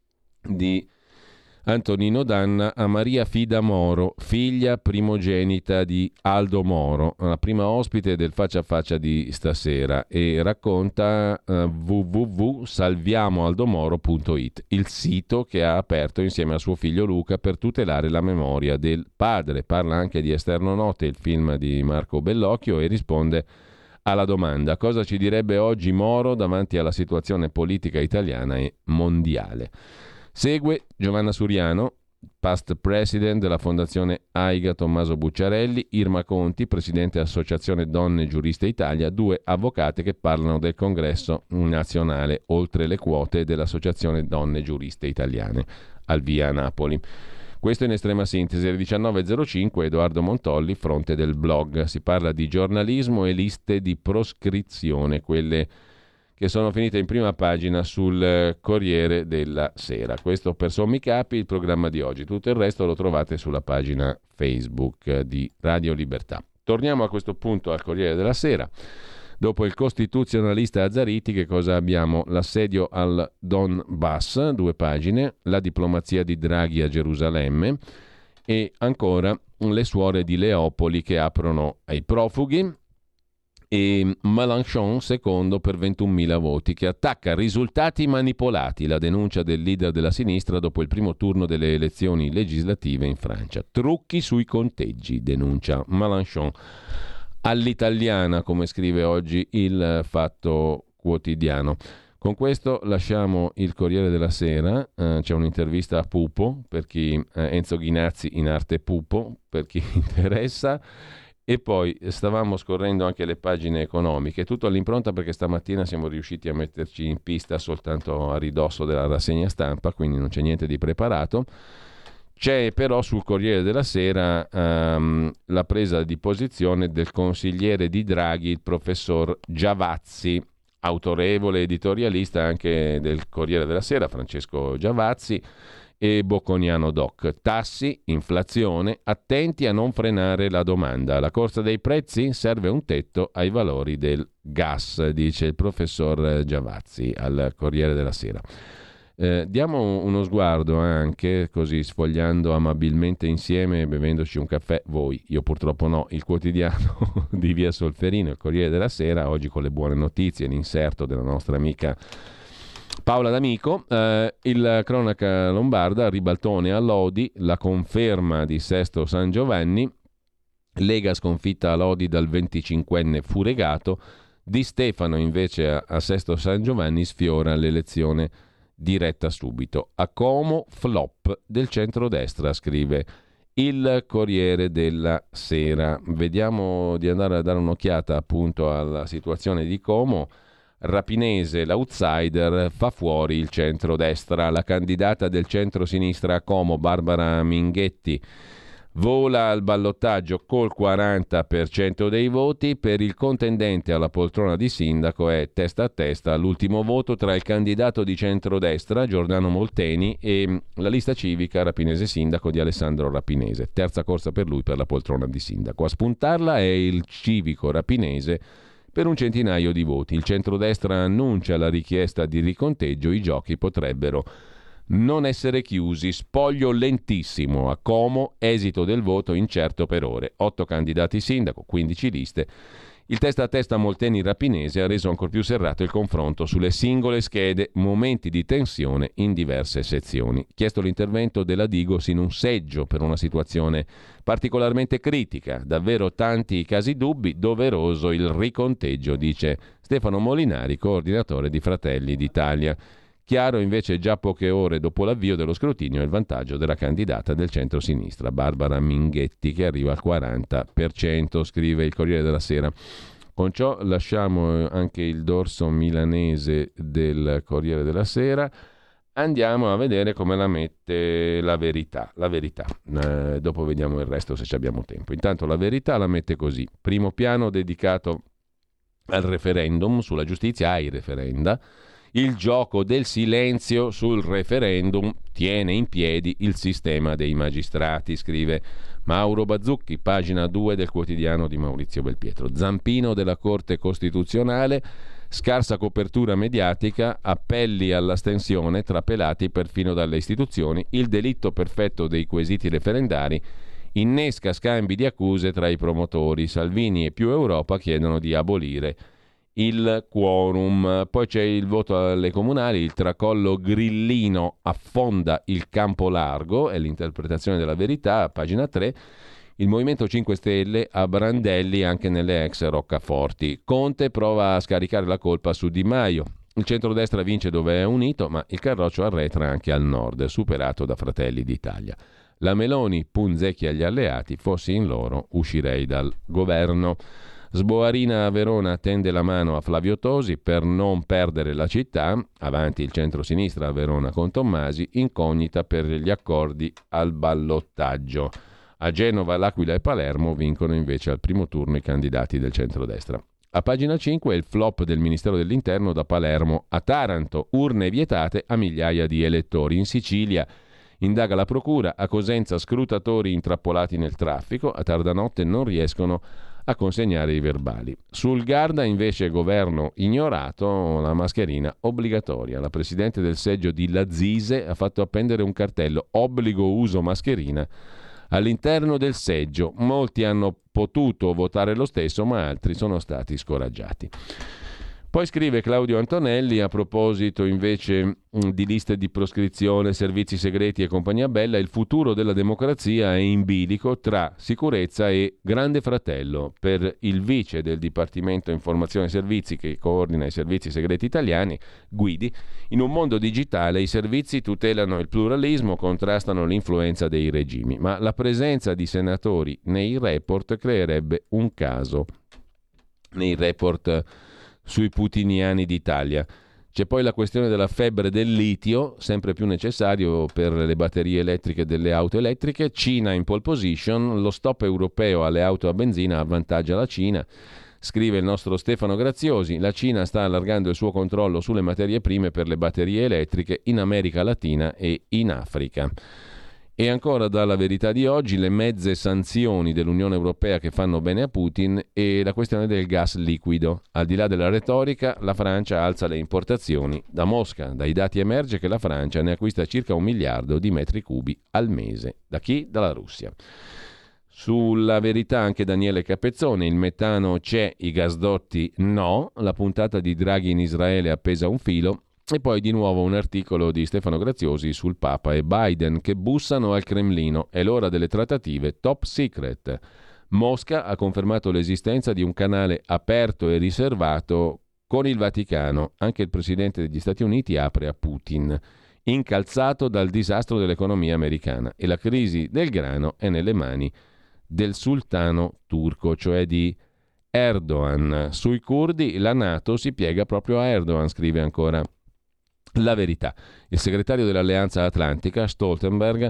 di Antonino Danna a Maria Fida Moro, figlia primogenita di Aldo Moro, la prima ospite del Faccia a Faccia di stasera, e racconta uh, w w w punto salviamo aldo moro punto it, il sito che ha aperto insieme a suo figlio Luca per tutelare la memoria del padre. Parla anche di Esterno Notte, il film di Marco Bellocchio, e risponde alla domanda: cosa ci direbbe oggi Moro davanti alla situazione politica italiana e mondiale? Segue Giovanna Suriano, past president della Fondazione AIGA Tommaso Bucciarelli, Irma Conti, presidente Associazione Donne Giuriste Italia, due avvocate che parlano del congresso nazionale oltre le quote dell'Associazione Donne Giuriste Italiane al via Napoli. Questo in estrema sintesi. Alle diciannove e zero cinque Edoardo Montolli, fronte del blog. Si parla di giornalismo e liste di proscrizione, quelle che sono finite in prima pagina sul Corriere della Sera. Questo per sommi capi il programma di oggi. Tutto il resto lo trovate sulla pagina Facebook di Radio Libertà. Torniamo a questo punto al Corriere della Sera. Dopo il costituzionalista Azzariti, che cosa abbiamo? L'assedio al Donbass, due pagine, la diplomazia di Draghi a Gerusalemme e ancora le suore di Leopoli che aprono ai profughi, e Mélenchon secondo per ventunomila voti, che attacca risultati manipolati, la denuncia del leader della sinistra dopo il primo turno delle elezioni legislative in Francia. Trucchi sui conteggi, denuncia Mélenchon. All'italiana, come scrive oggi il Fatto Quotidiano. Con questo lasciamo il Corriere della Sera, eh, c'è un'intervista a Pupo, per chi eh, Enzo Ghinazzi in arte Pupo, per chi interessa. E poi stavamo scorrendo anche le pagine economiche, tutto all'impronta perché stamattina siamo riusciti a metterci in pista soltanto a ridosso della rassegna stampa, quindi non c'è niente di preparato. C'è però sul Corriere della Sera um, la presa di posizione del consigliere di Draghi, il professor Giavazzi, autorevole editorialista anche del Corriere della Sera, Francesco Giavazzi, e Bocconiano Doc. Tassi, inflazione, attenti a non frenare la domanda. La corsa dei prezzi, serve un tetto ai valori del gas, dice il professor Giavazzi al Corriere della Sera. Eh, diamo uno sguardo anche, così sfogliando amabilmente insieme e bevendoci un caffè, voi, io purtroppo no, il quotidiano di Via Solferino, il Corriere della Sera, oggi con le buone notizie, l'inserto della nostra amica Paola D'Amico. Eh, il cronaca lombarda, ribaltone a Lodi, la conferma di Sesto San Giovanni, Lega sconfitta a Lodi dal venticinquenne Furegato, Di Stefano invece a, a Sesto San Giovanni sfiora l'elezione diretta subito. A Como flop del centrodestra, scrive il Corriere della Sera. Vediamo di andare a dare un'occhiata appunto alla situazione di Como. Rapinese, l'outsider, fa fuori il centrodestra. La candidata del centro-sinistra a Como, Barbara Minghetti, vola al ballottaggio col quaranta per cento dei voti. Per il contendente alla poltrona di sindaco è testa a testa l'ultimo voto tra il candidato di centrodestra Giordano Molteni e la lista civica Rapinese Sindaco di Alessandro Rapinese. Terza corsa per lui per la poltrona di sindaco. A spuntarla è il civico rapinese per un centinaio di voti. Il centrodestra annuncia la richiesta di riconteggio, i giochi potrebbero non essere chiusi. Spoglio lentissimo a Como, esito del voto incerto per ore. Otto candidati sindaco, quindici liste. Il testa a testa Molteni-Rapinese ha reso ancor più serrato il confronto sulle singole schede, momenti di tensione in diverse sezioni. Chiesto l'intervento della Digos in un seggio per una situazione particolarmente critica. Davvero tanti i casi dubbi, doveroso il riconteggio, dice Stefano Molinari, coordinatore di Fratelli d'Italia. Chiaro invece già poche ore dopo l'avvio dello scrutinio il vantaggio della candidata del centro-sinistra, Barbara Minghetti, che arriva al quaranta per cento, scrive il Corriere della Sera. Con ciò lasciamo anche il dorso milanese del Corriere della Sera. Andiamo a vedere come la mette La Verità. La Verità. Eh, dopo vediamo il resto se ci abbiamo tempo. Intanto La Verità la mette così. Primo piano dedicato al referendum sulla giustizia, ai referenda. Il gioco del silenzio sul referendum tiene in piedi il sistema dei magistrati, scrive Mauro Bazzucchi, pagina due del quotidiano di Maurizio Belpietro. Zampino della Corte Costituzionale, scarsa copertura mediatica, appelli all'astensione trapelati perfino dalle istituzioni, il delitto perfetto dei quesiti referendari innesca scambi di accuse tra i promotori. Salvini e più Europa chiedono di abolire il quorum. Poi c'è il voto alle comunali, il tracollo grillino affonda il campo largo, è l'interpretazione della Verità, pagina tre. Il Movimento cinque Stelle a brandelli anche nelle ex roccaforti. Conte prova a scaricare la colpa su Di Maio. Il centrodestra vince dove è unito, ma il carroccio arretra anche al nord, superato da Fratelli d'Italia. La Meloni punzecchia gli alleati, fossi in loro uscirei dal governo. Sboarina a Verona tende la mano a Flavio Tosi per non perdere la città, avanti il centro-sinistra a Verona con Tommasi, incognita per gli accordi al ballottaggio. A Genova, L'Aquila e Palermo vincono invece al primo turno i candidati del centrodestra. A pagina cinque il flop del Ministero dell'Interno da Palermo a Taranto, urne vietate a migliaia di elettori. In Sicilia indaga la procura, a Cosenza scrutatori intrappolati nel traffico, a tarda notte non riescono a consegnare i verbali. Sul Garda invece governo ignorato, la mascherina obbligatoria. La presidente del seggio di Lazise ha fatto appendere un cartello obbligo uso mascherina all'interno del seggio. Molti hanno potuto votare lo stesso, ma altri sono stati scoraggiati. Poi scrive Claudio Antonelli a proposito invece di liste di proscrizione, servizi segreti e compagnia bella: il futuro della democrazia è in bilico tra sicurezza e Grande Fratello. Per il vice del Dipartimento Informazione e Servizi che coordina i servizi segreti italiani, Guidi, in un mondo digitale i servizi tutelano il pluralismo, contrastano l'influenza dei regimi, ma la presenza di senatori nei report creerebbe un caso. Nei report sui putiniani d'Italia. C'è poi la questione della febbre del litio, sempre più necessario per le batterie elettriche delle auto elettriche. Cina in pole position, lo stop europeo alle auto a benzina avvantaggia la Cina. Scrive il nostro Stefano Graziosi, la Cina sta allargando il suo controllo sulle materie prime per le batterie elettriche in America Latina e in Africa. E ancora dalla Verità di oggi le mezze sanzioni dell'Unione Europea che fanno bene a Putin e la questione del gas liquido. Al di là della retorica, la Francia alza le importazioni da Mosca. Dai dati emerge che la Francia ne acquista circa un miliardo di metri cubi al mese. Da chi? Dalla Russia. Sulla Verità anche Daniele Capezzone, il metano c'è, i gasdotti no, la puntata di Draghi in Israele appesa a un filo. E poi di nuovo un articolo di Stefano Graziosi sul Papa e Biden che bussano al Cremlino. È l'ora delle trattative top secret. Mosca ha confermato l'esistenza di un canale aperto e riservato con il Vaticano. Anche il presidente degli Stati Uniti apre a Putin, incalzato dal disastro dell'economia americana. E la crisi del grano è nelle mani del sultano turco, cioè di Erdogan. Sui curdi la NATO si piega proprio a Erdogan, scrive ancora La Verità. Il segretario dell'Alleanza Atlantica, Stoltenberg,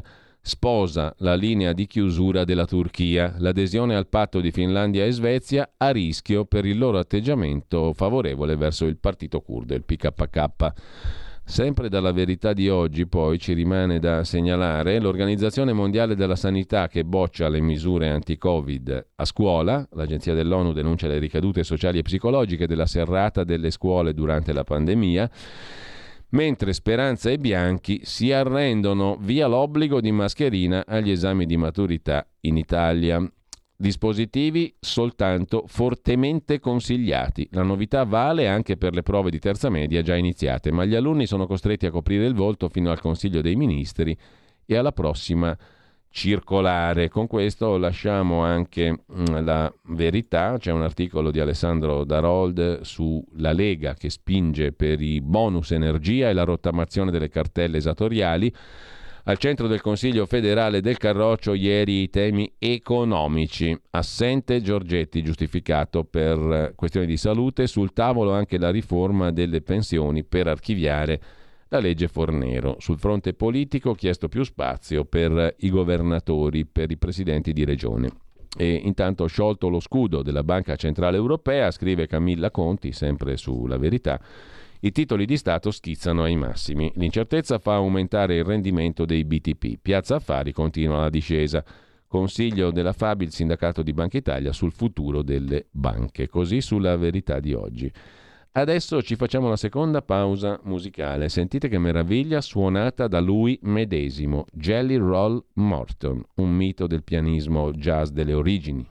sposa la linea di chiusura della Turchia. L'adesione al patto di Finlandia e Svezia a rischio per il loro atteggiamento favorevole verso il partito curdo, il P K K. Sempre dalla Verità di oggi, poi, ci rimane da segnalare l'Organizzazione Mondiale della Sanità che boccia le misure anti-Covid a scuola. L'Agenzia dell'ONU denuncia le ricadute sociali e psicologiche della serrata delle scuole durante la pandemia, mentre Speranza e Bianchi si arrendono via l'obbligo di mascherina agli esami di maturità in Italia. Dispositivi soltanto fortemente consigliati. La novità vale anche per le prove di terza media già iniziate, ma gli alunni sono costretti a coprire il volto fino al Consiglio dei Ministri e alla prossima circolare. Con questo lasciamo anche la Verità. C'è un articolo di Alessandro Darold sulla Lega che spinge per i bonus energia e la rottamazione delle cartelle esattoriali. Al centro del Consiglio federale del Carroccio ieri i temi economici. Assente Giorgetti, giustificato per questioni di salute. Sul tavolo anche la riforma delle pensioni per archiviare la legge Fornero. Sul fronte politico chiesto più spazio per i governatori, per i presidenti di regione. E intanto sciolto lo scudo della Banca Centrale Europea, scrive Camilla Conti, sempre sulla Verità, i titoli di Stato schizzano ai massimi. L'incertezza fa aumentare il rendimento dei B T P. Piazza Affari continua la discesa. Consiglio della Fabi, il sindacato di Banca Italia, sul futuro delle banche. Così sulla Verità di oggi. Adesso ci facciamo la seconda pausa musicale. Sentite che meraviglia suonata da lui medesimo, Jelly Roll Morton, un mito del pianismo jazz delle origini.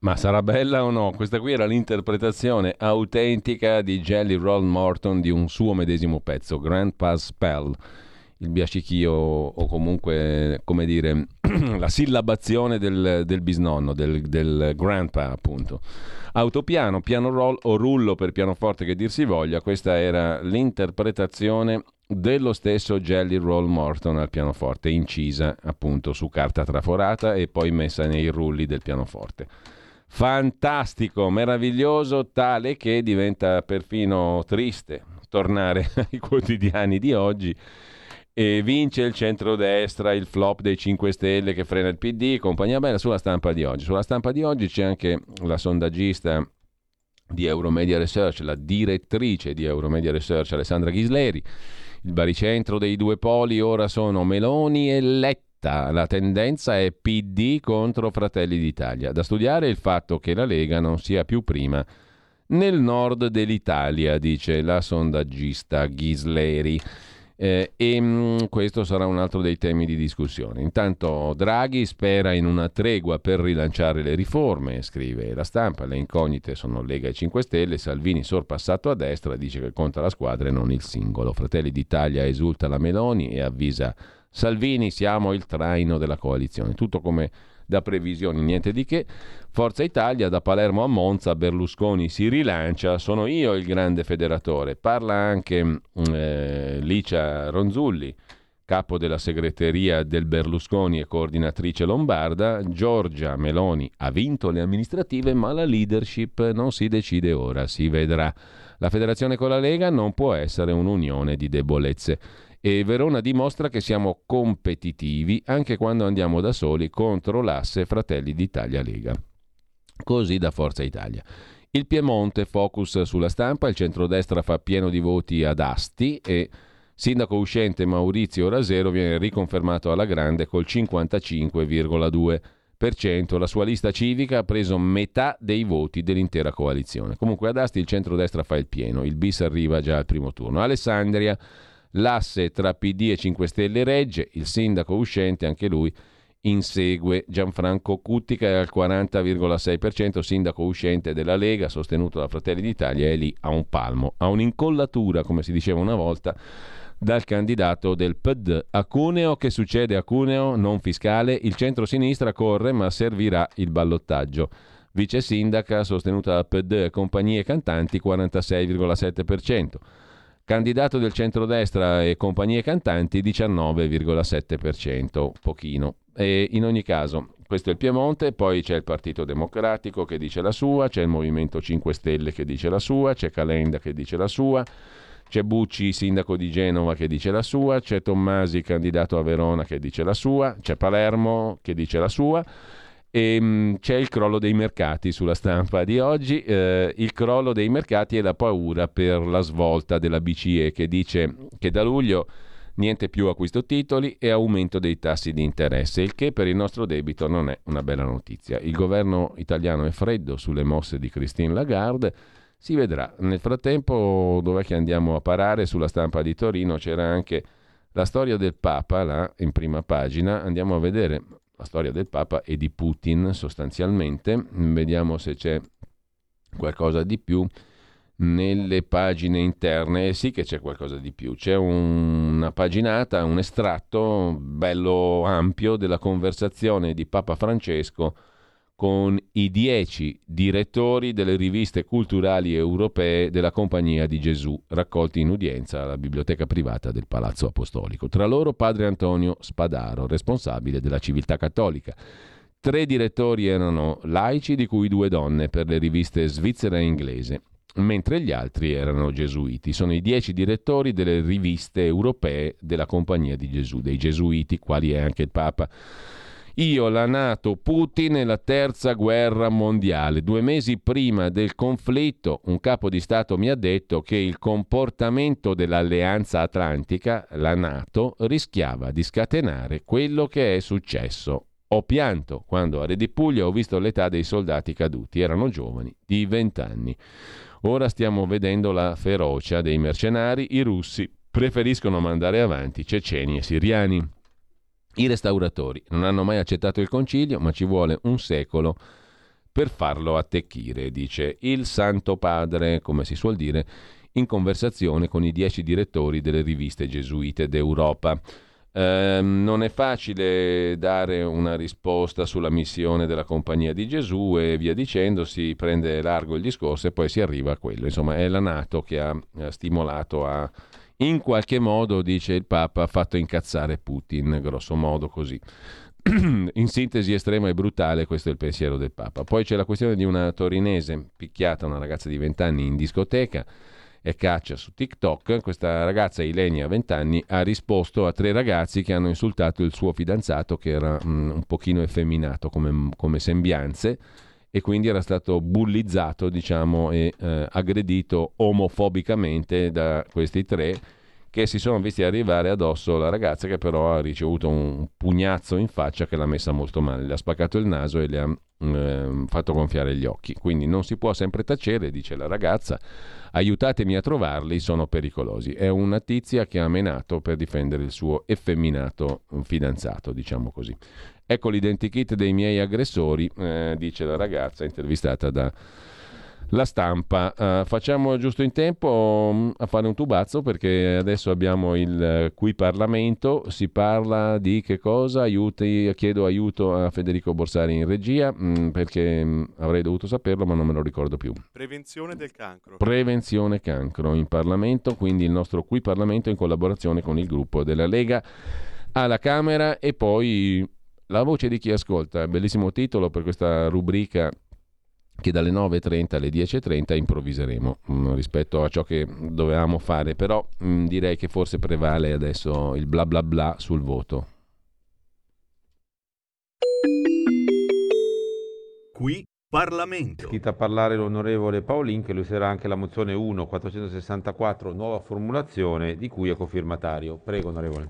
Ma sarà bella o no? Questa qui era l'interpretazione autentica di Jelly Roll Morton di un suo medesimo pezzo, Grandpa's Spell, il biascichio o comunque, come dire, la sillabazione del, del bisnonno, del, del grandpa appunto. Autopiano, piano roll o rullo per pianoforte che dir si voglia, questa era l'interpretazione dello stesso Jelly Roll Morton al pianoforte, incisa appunto su carta traforata e poi messa nei rulli del pianoforte. Fantastico, meraviglioso, tale che diventa perfino triste tornare ai quotidiani di oggi e vince il centrodestra, il flop dei cinque Stelle che frena il P D, compagnia bella. Sulla Stampa di oggi. Sulla Stampa di oggi c'è anche la sondaggista di Euromedia Research, la direttrice di Euromedia Research, Alessandra Ghisleri. Il baricentro dei due poli ora sono Meloni e Letta. La tendenza è P D contro Fratelli d'Italia. Da studiare il fatto che la Lega non sia più prima nel nord dell'Italia, dice la sondaggista Ghisleri. Eh, e mh, questo sarà un altro dei temi di discussione. Intanto Draghi spera in una tregua per rilanciare le riforme, scrive la Stampa. Le incognite sono Lega e cinque Stelle. Salvini sorpassato a destra, dice che conta la squadra e non il singolo. Fratelli d'Italia esulta la Meloni e avvisa Salvini: siamo il traino della coalizione. Tutto come da previsioni, niente di che. Forza Italia, da Palermo a Monza, Berlusconi si rilancia, sono io il grande federatore. Parla anche eh, Licia Ronzulli, capo della segreteria del Berlusconi e coordinatrice lombarda. Giorgia Meloni ha vinto le amministrative, ma la leadership non si decide ora, si vedrà. La federazione con la Lega non può essere un'unione di debolezze. E Verona dimostra che siamo competitivi anche quando andiamo da soli contro l'asse Fratelli d'Italia-Lega. Così da Forza Italia. Il Piemonte, focus sulla Stampa, il centrodestra fa pieno di voti ad Asti e sindaco uscente Maurizio Rasero viene riconfermato alla grande col cinquantacinque virgola due per cento. La sua lista civica ha preso metà dei voti dell'intera coalizione. Comunque ad Asti il centrodestra fa il pieno, il bis arriva già al primo turno. Alessandria, l'asse tra P D e cinque Stelle regge, il sindaco uscente, anche lui, insegue. Gianfranco Cuttica è al quaranta virgola sei per cento, sindaco uscente della Lega, sostenuto da Fratelli d'Italia, è lì a un palmo, a un'incollatura, come si diceva una volta, dal candidato del P D. A Cuneo, che succede a Cuneo? Non fiscale, il centro-sinistra corre ma servirà il ballottaggio. Vice sindaca, sostenuta da P D e compagnie cantanti, quarantasei virgola sette per cento. Candidato del centrodestra e compagnie cantanti, diciannove virgola sette per cento, pochino. E in ogni caso, questo è il Piemonte, poi c'è il Partito Democratico che dice la sua, c'è il Movimento cinque Stelle che dice la sua, c'è Calenda che dice la sua, c'è Bucci, sindaco di Genova, che dice la sua, c'è Tommasi, candidato a Verona, che dice la sua, c'è Palermo che dice la sua. E mh, c'è il crollo dei mercati sulla Stampa di oggi. Eh, il crollo dei mercati e la paura per la svolta della B C E, che dice che da luglio niente più acquisto titoli e aumento dei tassi di interesse, il che per il nostro debito non è una bella notizia. Il governo italiano è freddo sulle mosse di Christine Lagarde, si vedrà. Nel frattempo, dov'è che andiamo a parare? Sulla Stampa di Torino c'era anche la storia del Papa, là in prima pagina. Andiamo a vedere la storia del Papa e di Putin sostanzialmente, vediamo se c'è qualcosa di più nelle pagine interne. Sì che c'è qualcosa di più, c'è un, una paginata, un estratto bello ampio della conversazione di Papa Francesco con i dieci direttori delle riviste culturali europee della Compagnia di Gesù, raccolti in udienza alla biblioteca privata del Palazzo Apostolico. Tra loro padre Antonio Spadaro, responsabile della civiltà cattolica. Tre direttori erano laici, di cui due donne per le riviste svizzera e inglese, mentre gli altri erano gesuiti. Sono i dieci direttori delle riviste europee della Compagnia di Gesù, dei gesuiti, quali è anche il Papa. Io, la NATO, Putin e la terza guerra mondiale. Due mesi prima del conflitto, un capo di Stato mi ha detto che il comportamento dell'Alleanza Atlantica, la NATO, rischiava di scatenare quello che è successo. Ho pianto quando a Re di Puglia ho visto l'età dei soldati caduti. Erano giovani, di vent'anni. Ora stiamo vedendo la ferocia dei mercenari. I russi preferiscono mandare avanti ceceni e siriani. I restauratori non hanno mai accettato il concilio, ma ci vuole un secolo per farlo attecchire, dice il Santo Padre, come si suol dire, in conversazione con i dieci direttori delle riviste gesuite d'Europa. Eh, non è facile dare una risposta sulla missione della Compagnia di Gesù e via dicendo, si prende largo il discorso e poi si arriva a quello. Insomma, è la NATO che ha, ha stimolato a, in qualche modo, dice il Papa, ha fatto incazzare Putin, grosso modo così. In sintesi estrema e brutale, questo è il pensiero del Papa. Poi c'è la questione di una torinese picchiata, una ragazza di venti anni in discoteca e caccia su TikTok. Questa ragazza, Ilenia, venti anni, ha risposto a tre ragazzi che hanno insultato il suo fidanzato, che era mm, un pochino effeminato come, come sembianze, e quindi era stato bullizzato, diciamo, e eh, aggredito omofobicamente da questi tre, che si sono visti arrivare addosso la ragazza, che però ha ricevuto un pugnazzo in faccia che l'ha messa molto male, le ha spaccato il naso e le ha eh, fatto gonfiare gli occhi. Quindi non si può sempre tacere, dice la ragazza, aiutatemi a trovarli, sono pericolosi. È una tizia che ha menato per difendere il suo effeminato fidanzato, diciamo così. Ecco l'identikit dei miei aggressori, eh, dice la ragazza intervistata da La Stampa. Uh, facciamo giusto in tempo um, a fare un tubazzo, perché adesso abbiamo il uh, Qui Parlamento. Si parla di che cosa? Aiuti, chiedo aiuto a Federico Borsari in regia, mh, perché mh, avrei dovuto saperlo ma non me lo ricordo più. Prevenzione del cancro. Prevenzione cancro in Parlamento, quindi il nostro Qui Parlamento in collaborazione con il gruppo della Lega alla Camera. E poi La voce di chi ascolta, bellissimo titolo per questa rubrica che dalle nove e trenta alle dieci e trenta improvviseremo mh, rispetto a ciò che dovevamo fare, però mh, direi che forse prevale adesso il bla bla bla sul voto. Qui Parlamento. Scritta a parlare l'onorevole Paolin, che illustrerà anche la mozione uno quattrocentosessantaquattro, nuova formulazione, di cui è cofirmatario. Prego, onorevole.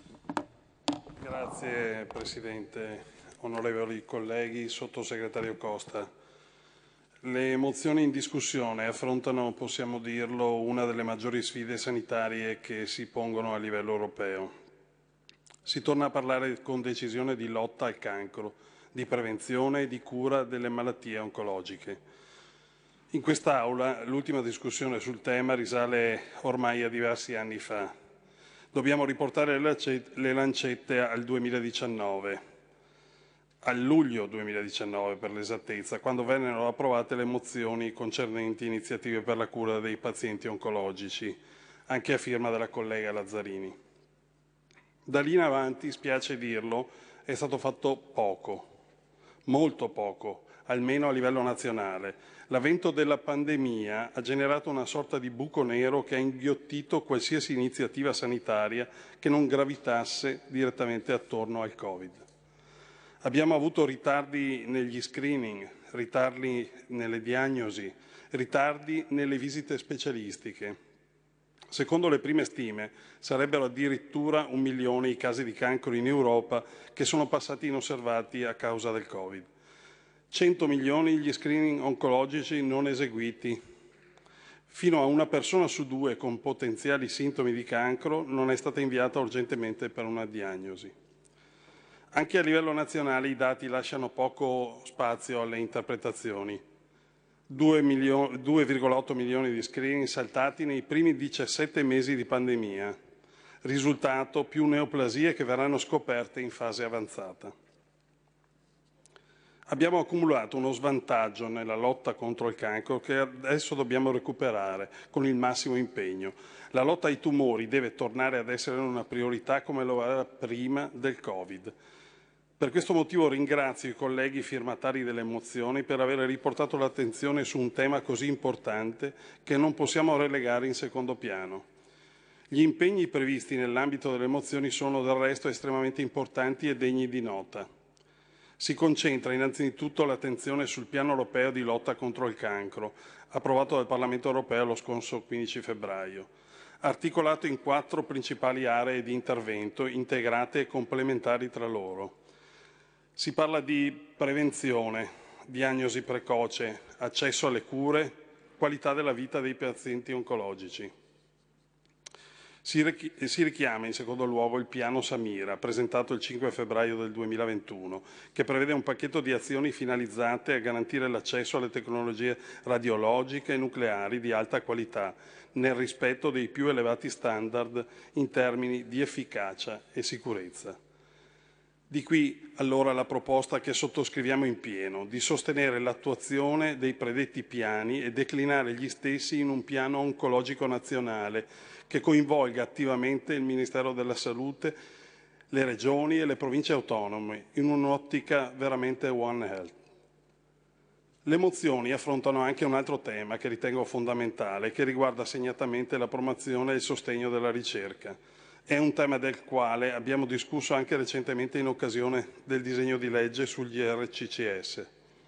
Grazie Presidente, onorevoli colleghi, sottosegretario Costa. Le mozioni in discussione affrontano, possiamo dirlo, una delle maggiori sfide sanitarie che si pongono a livello europeo. Si torna a parlare con decisione di lotta al cancro, di prevenzione e di cura delle malattie oncologiche. In quest'Aula l'ultima discussione sul tema risale ormai a diversi anni fa. Dobbiamo riportare le lancette al duemiladiciannove. A luglio duemiladiciannove per l'esattezza, quando vennero approvate le mozioni concernenti iniziative per la cura dei pazienti oncologici, anche a firma della collega Lazzarini. Da lì in avanti, spiace dirlo, è stato fatto poco, molto poco, almeno a livello nazionale. L'avvento della pandemia ha generato una sorta di buco nero che ha inghiottito qualsiasi iniziativa sanitaria che non gravitasse direttamente attorno al Covid. Abbiamo avuto ritardi negli screening, ritardi nelle diagnosi, ritardi nelle visite specialistiche. Secondo le prime stime sarebbero addirittura un milione i casi di cancro in Europa che sono passati inosservati a causa del Covid. cento milioni gli screening oncologici non eseguiti. Fino a una persona su due con potenziali sintomi di cancro non è stata inviata urgentemente per una diagnosi. Anche a livello nazionale i dati lasciano poco spazio alle interpretazioni. due virgola otto milioni di screening saltati nei primi diciassette mesi di pandemia. Risultato: più neoplasie che verranno scoperte in fase avanzata. Abbiamo accumulato uno svantaggio nella lotta contro il cancro che adesso dobbiamo recuperare con il massimo impegno. La lotta ai tumori deve tornare ad essere una priorità come lo era prima del Covid. Per questo motivo ringrazio i colleghi firmatari delle mozioni per aver riportato l'attenzione su un tema così importante che non possiamo relegare in secondo piano. Gli impegni previsti nell'ambito delle mozioni sono del resto estremamente importanti e degni di nota. Si concentra innanzitutto l'attenzione sul piano europeo di lotta contro il cancro, approvato dal Parlamento europeo lo scorso quindici febbraio, articolato in quattro principali aree di intervento integrate e complementari tra loro. Si parla di prevenzione, diagnosi precoce, accesso alle cure, qualità della vita dei pazienti oncologici. Si, richi- si richiama in secondo luogo il piano Samira, presentato il cinque febbraio del duemilaventuno, che prevede un pacchetto di azioni finalizzate a garantire l'accesso alle tecnologie radiologiche e nucleari di alta qualità, nel rispetto dei più elevati standard in termini di efficacia e sicurezza. Di qui allora la proposta che sottoscriviamo in pieno, di sostenere l'attuazione dei predetti piani e declinare gli stessi in un piano oncologico nazionale che coinvolga attivamente il Ministero della Salute, le regioni e le province autonome in un'ottica veramente One Health. Le mozioni affrontano anche un altro tema che ritengo fondamentale, che riguarda segnatamente la promozione e il sostegno della ricerca. È un tema del quale abbiamo discusso anche recentemente in occasione del disegno di legge sugli R C C S.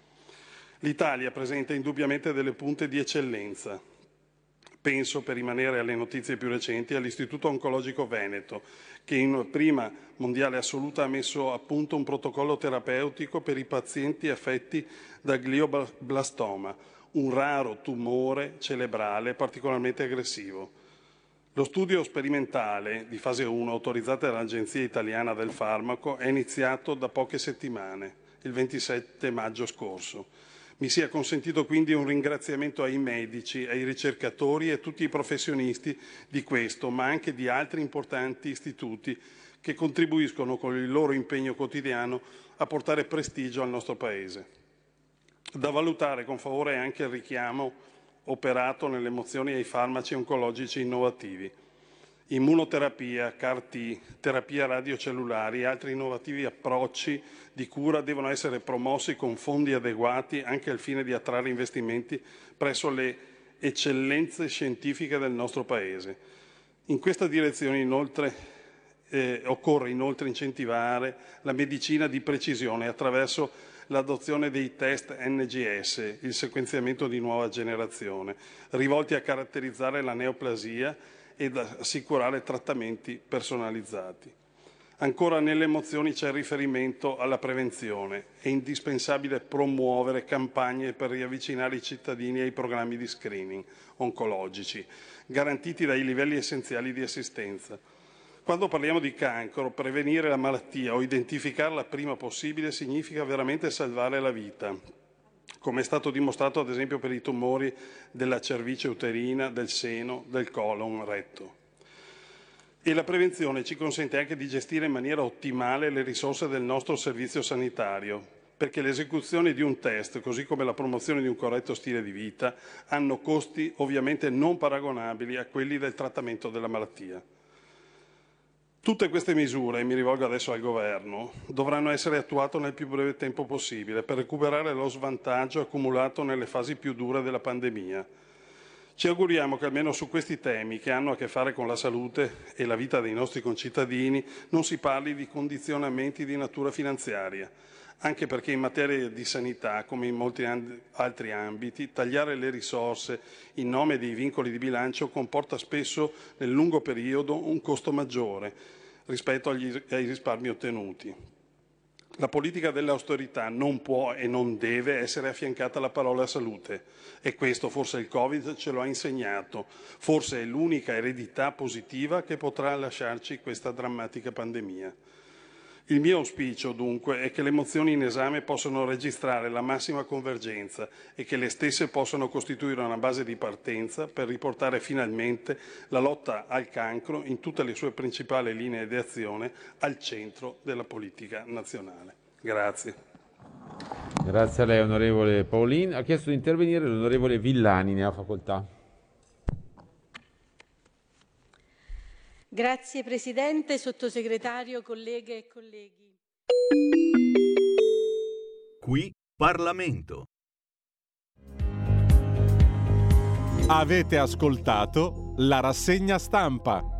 L'Italia presenta indubbiamente delle punte di eccellenza. Penso, per rimanere alle notizie più recenti, all'Istituto Oncologico Veneto, che in prima mondiale assoluta ha messo a punto un protocollo terapeutico per i pazienti affetti da glioblastoma, un raro tumore cerebrale particolarmente aggressivo. Lo studio sperimentale di fase uno, autorizzato dall'Agenzia Italiana del Farmaco, è iniziato da poche settimane, il ventisette maggio scorso. Mi sia consentito quindi un ringraziamento ai medici, ai ricercatori e a tutti i professionisti di questo, ma anche di altri importanti istituti che contribuiscono con il loro impegno quotidiano a portare prestigio al nostro Paese. Da valutare con favore è anche il richiamo operato nelle mozioni ai farmaci oncologici innovativi. Immunoterapia, C A R T, terapia radiocellulari e altri innovativi approcci di cura devono essere promossi con fondi adeguati anche al fine di attrarre investimenti presso le eccellenze scientifiche del nostro Paese. In questa direzione inoltre eh, occorre inoltre incentivare la medicina di precisione attraverso l'adozione dei test N G S, il sequenziamento di nuova generazione, rivolti a caratterizzare la neoplasia ed assicurare trattamenti personalizzati. Ancora nelle mozioni c'è riferimento alla prevenzione. È indispensabile promuovere campagne per riavvicinare i cittadini ai programmi di screening oncologici, garantiti dai livelli essenziali di assistenza. Quando parliamo di cancro, prevenire la malattia o identificarla prima possibile significa veramente salvare la vita, come è stato dimostrato ad esempio per i tumori della cervice uterina, del seno, del colon retto. E la prevenzione ci consente anche di gestire in maniera ottimale le risorse del nostro servizio sanitario, perché l'esecuzione di un test, così come la promozione di un corretto stile di vita, hanno costi ovviamente non paragonabili a quelli del trattamento della malattia. Tutte queste misure, e mi rivolgo adesso al Governo, dovranno essere attuate nel più breve tempo possibile per recuperare lo svantaggio accumulato nelle fasi più dure della pandemia. Ci auguriamo che almeno su questi temi che hanno a che fare con la salute e la vita dei nostri concittadini non si parli di condizionamenti di natura finanziaria, anche perché in materia di sanità, come in molti altri ambiti, tagliare le risorse in nome dei vincoli di bilancio comporta spesso nel lungo periodo un costo maggiore rispetto agli, ai risparmi ottenuti. La politica dell'austerità non può e non deve essere affiancata alla parola salute e questo forse il Covid ce lo ha insegnato, forse è l'unica eredità positiva che potrà lasciarci questa drammatica pandemia. Il mio auspicio, dunque, è che le mozioni in esame possano registrare la massima convergenza e che le stesse possano costituire una base di partenza per riportare finalmente la lotta al cancro in tutte le sue principali linee di azione al centro della politica nazionale. Grazie. Grazie a lei, onorevole Paolin. Ha chiesto di intervenire l'onorevole Villani, ne ha facoltà. Grazie Presidente, Sottosegretario, colleghe e colleghi. Qui Parlamento. Avete ascoltato la rassegna stampa.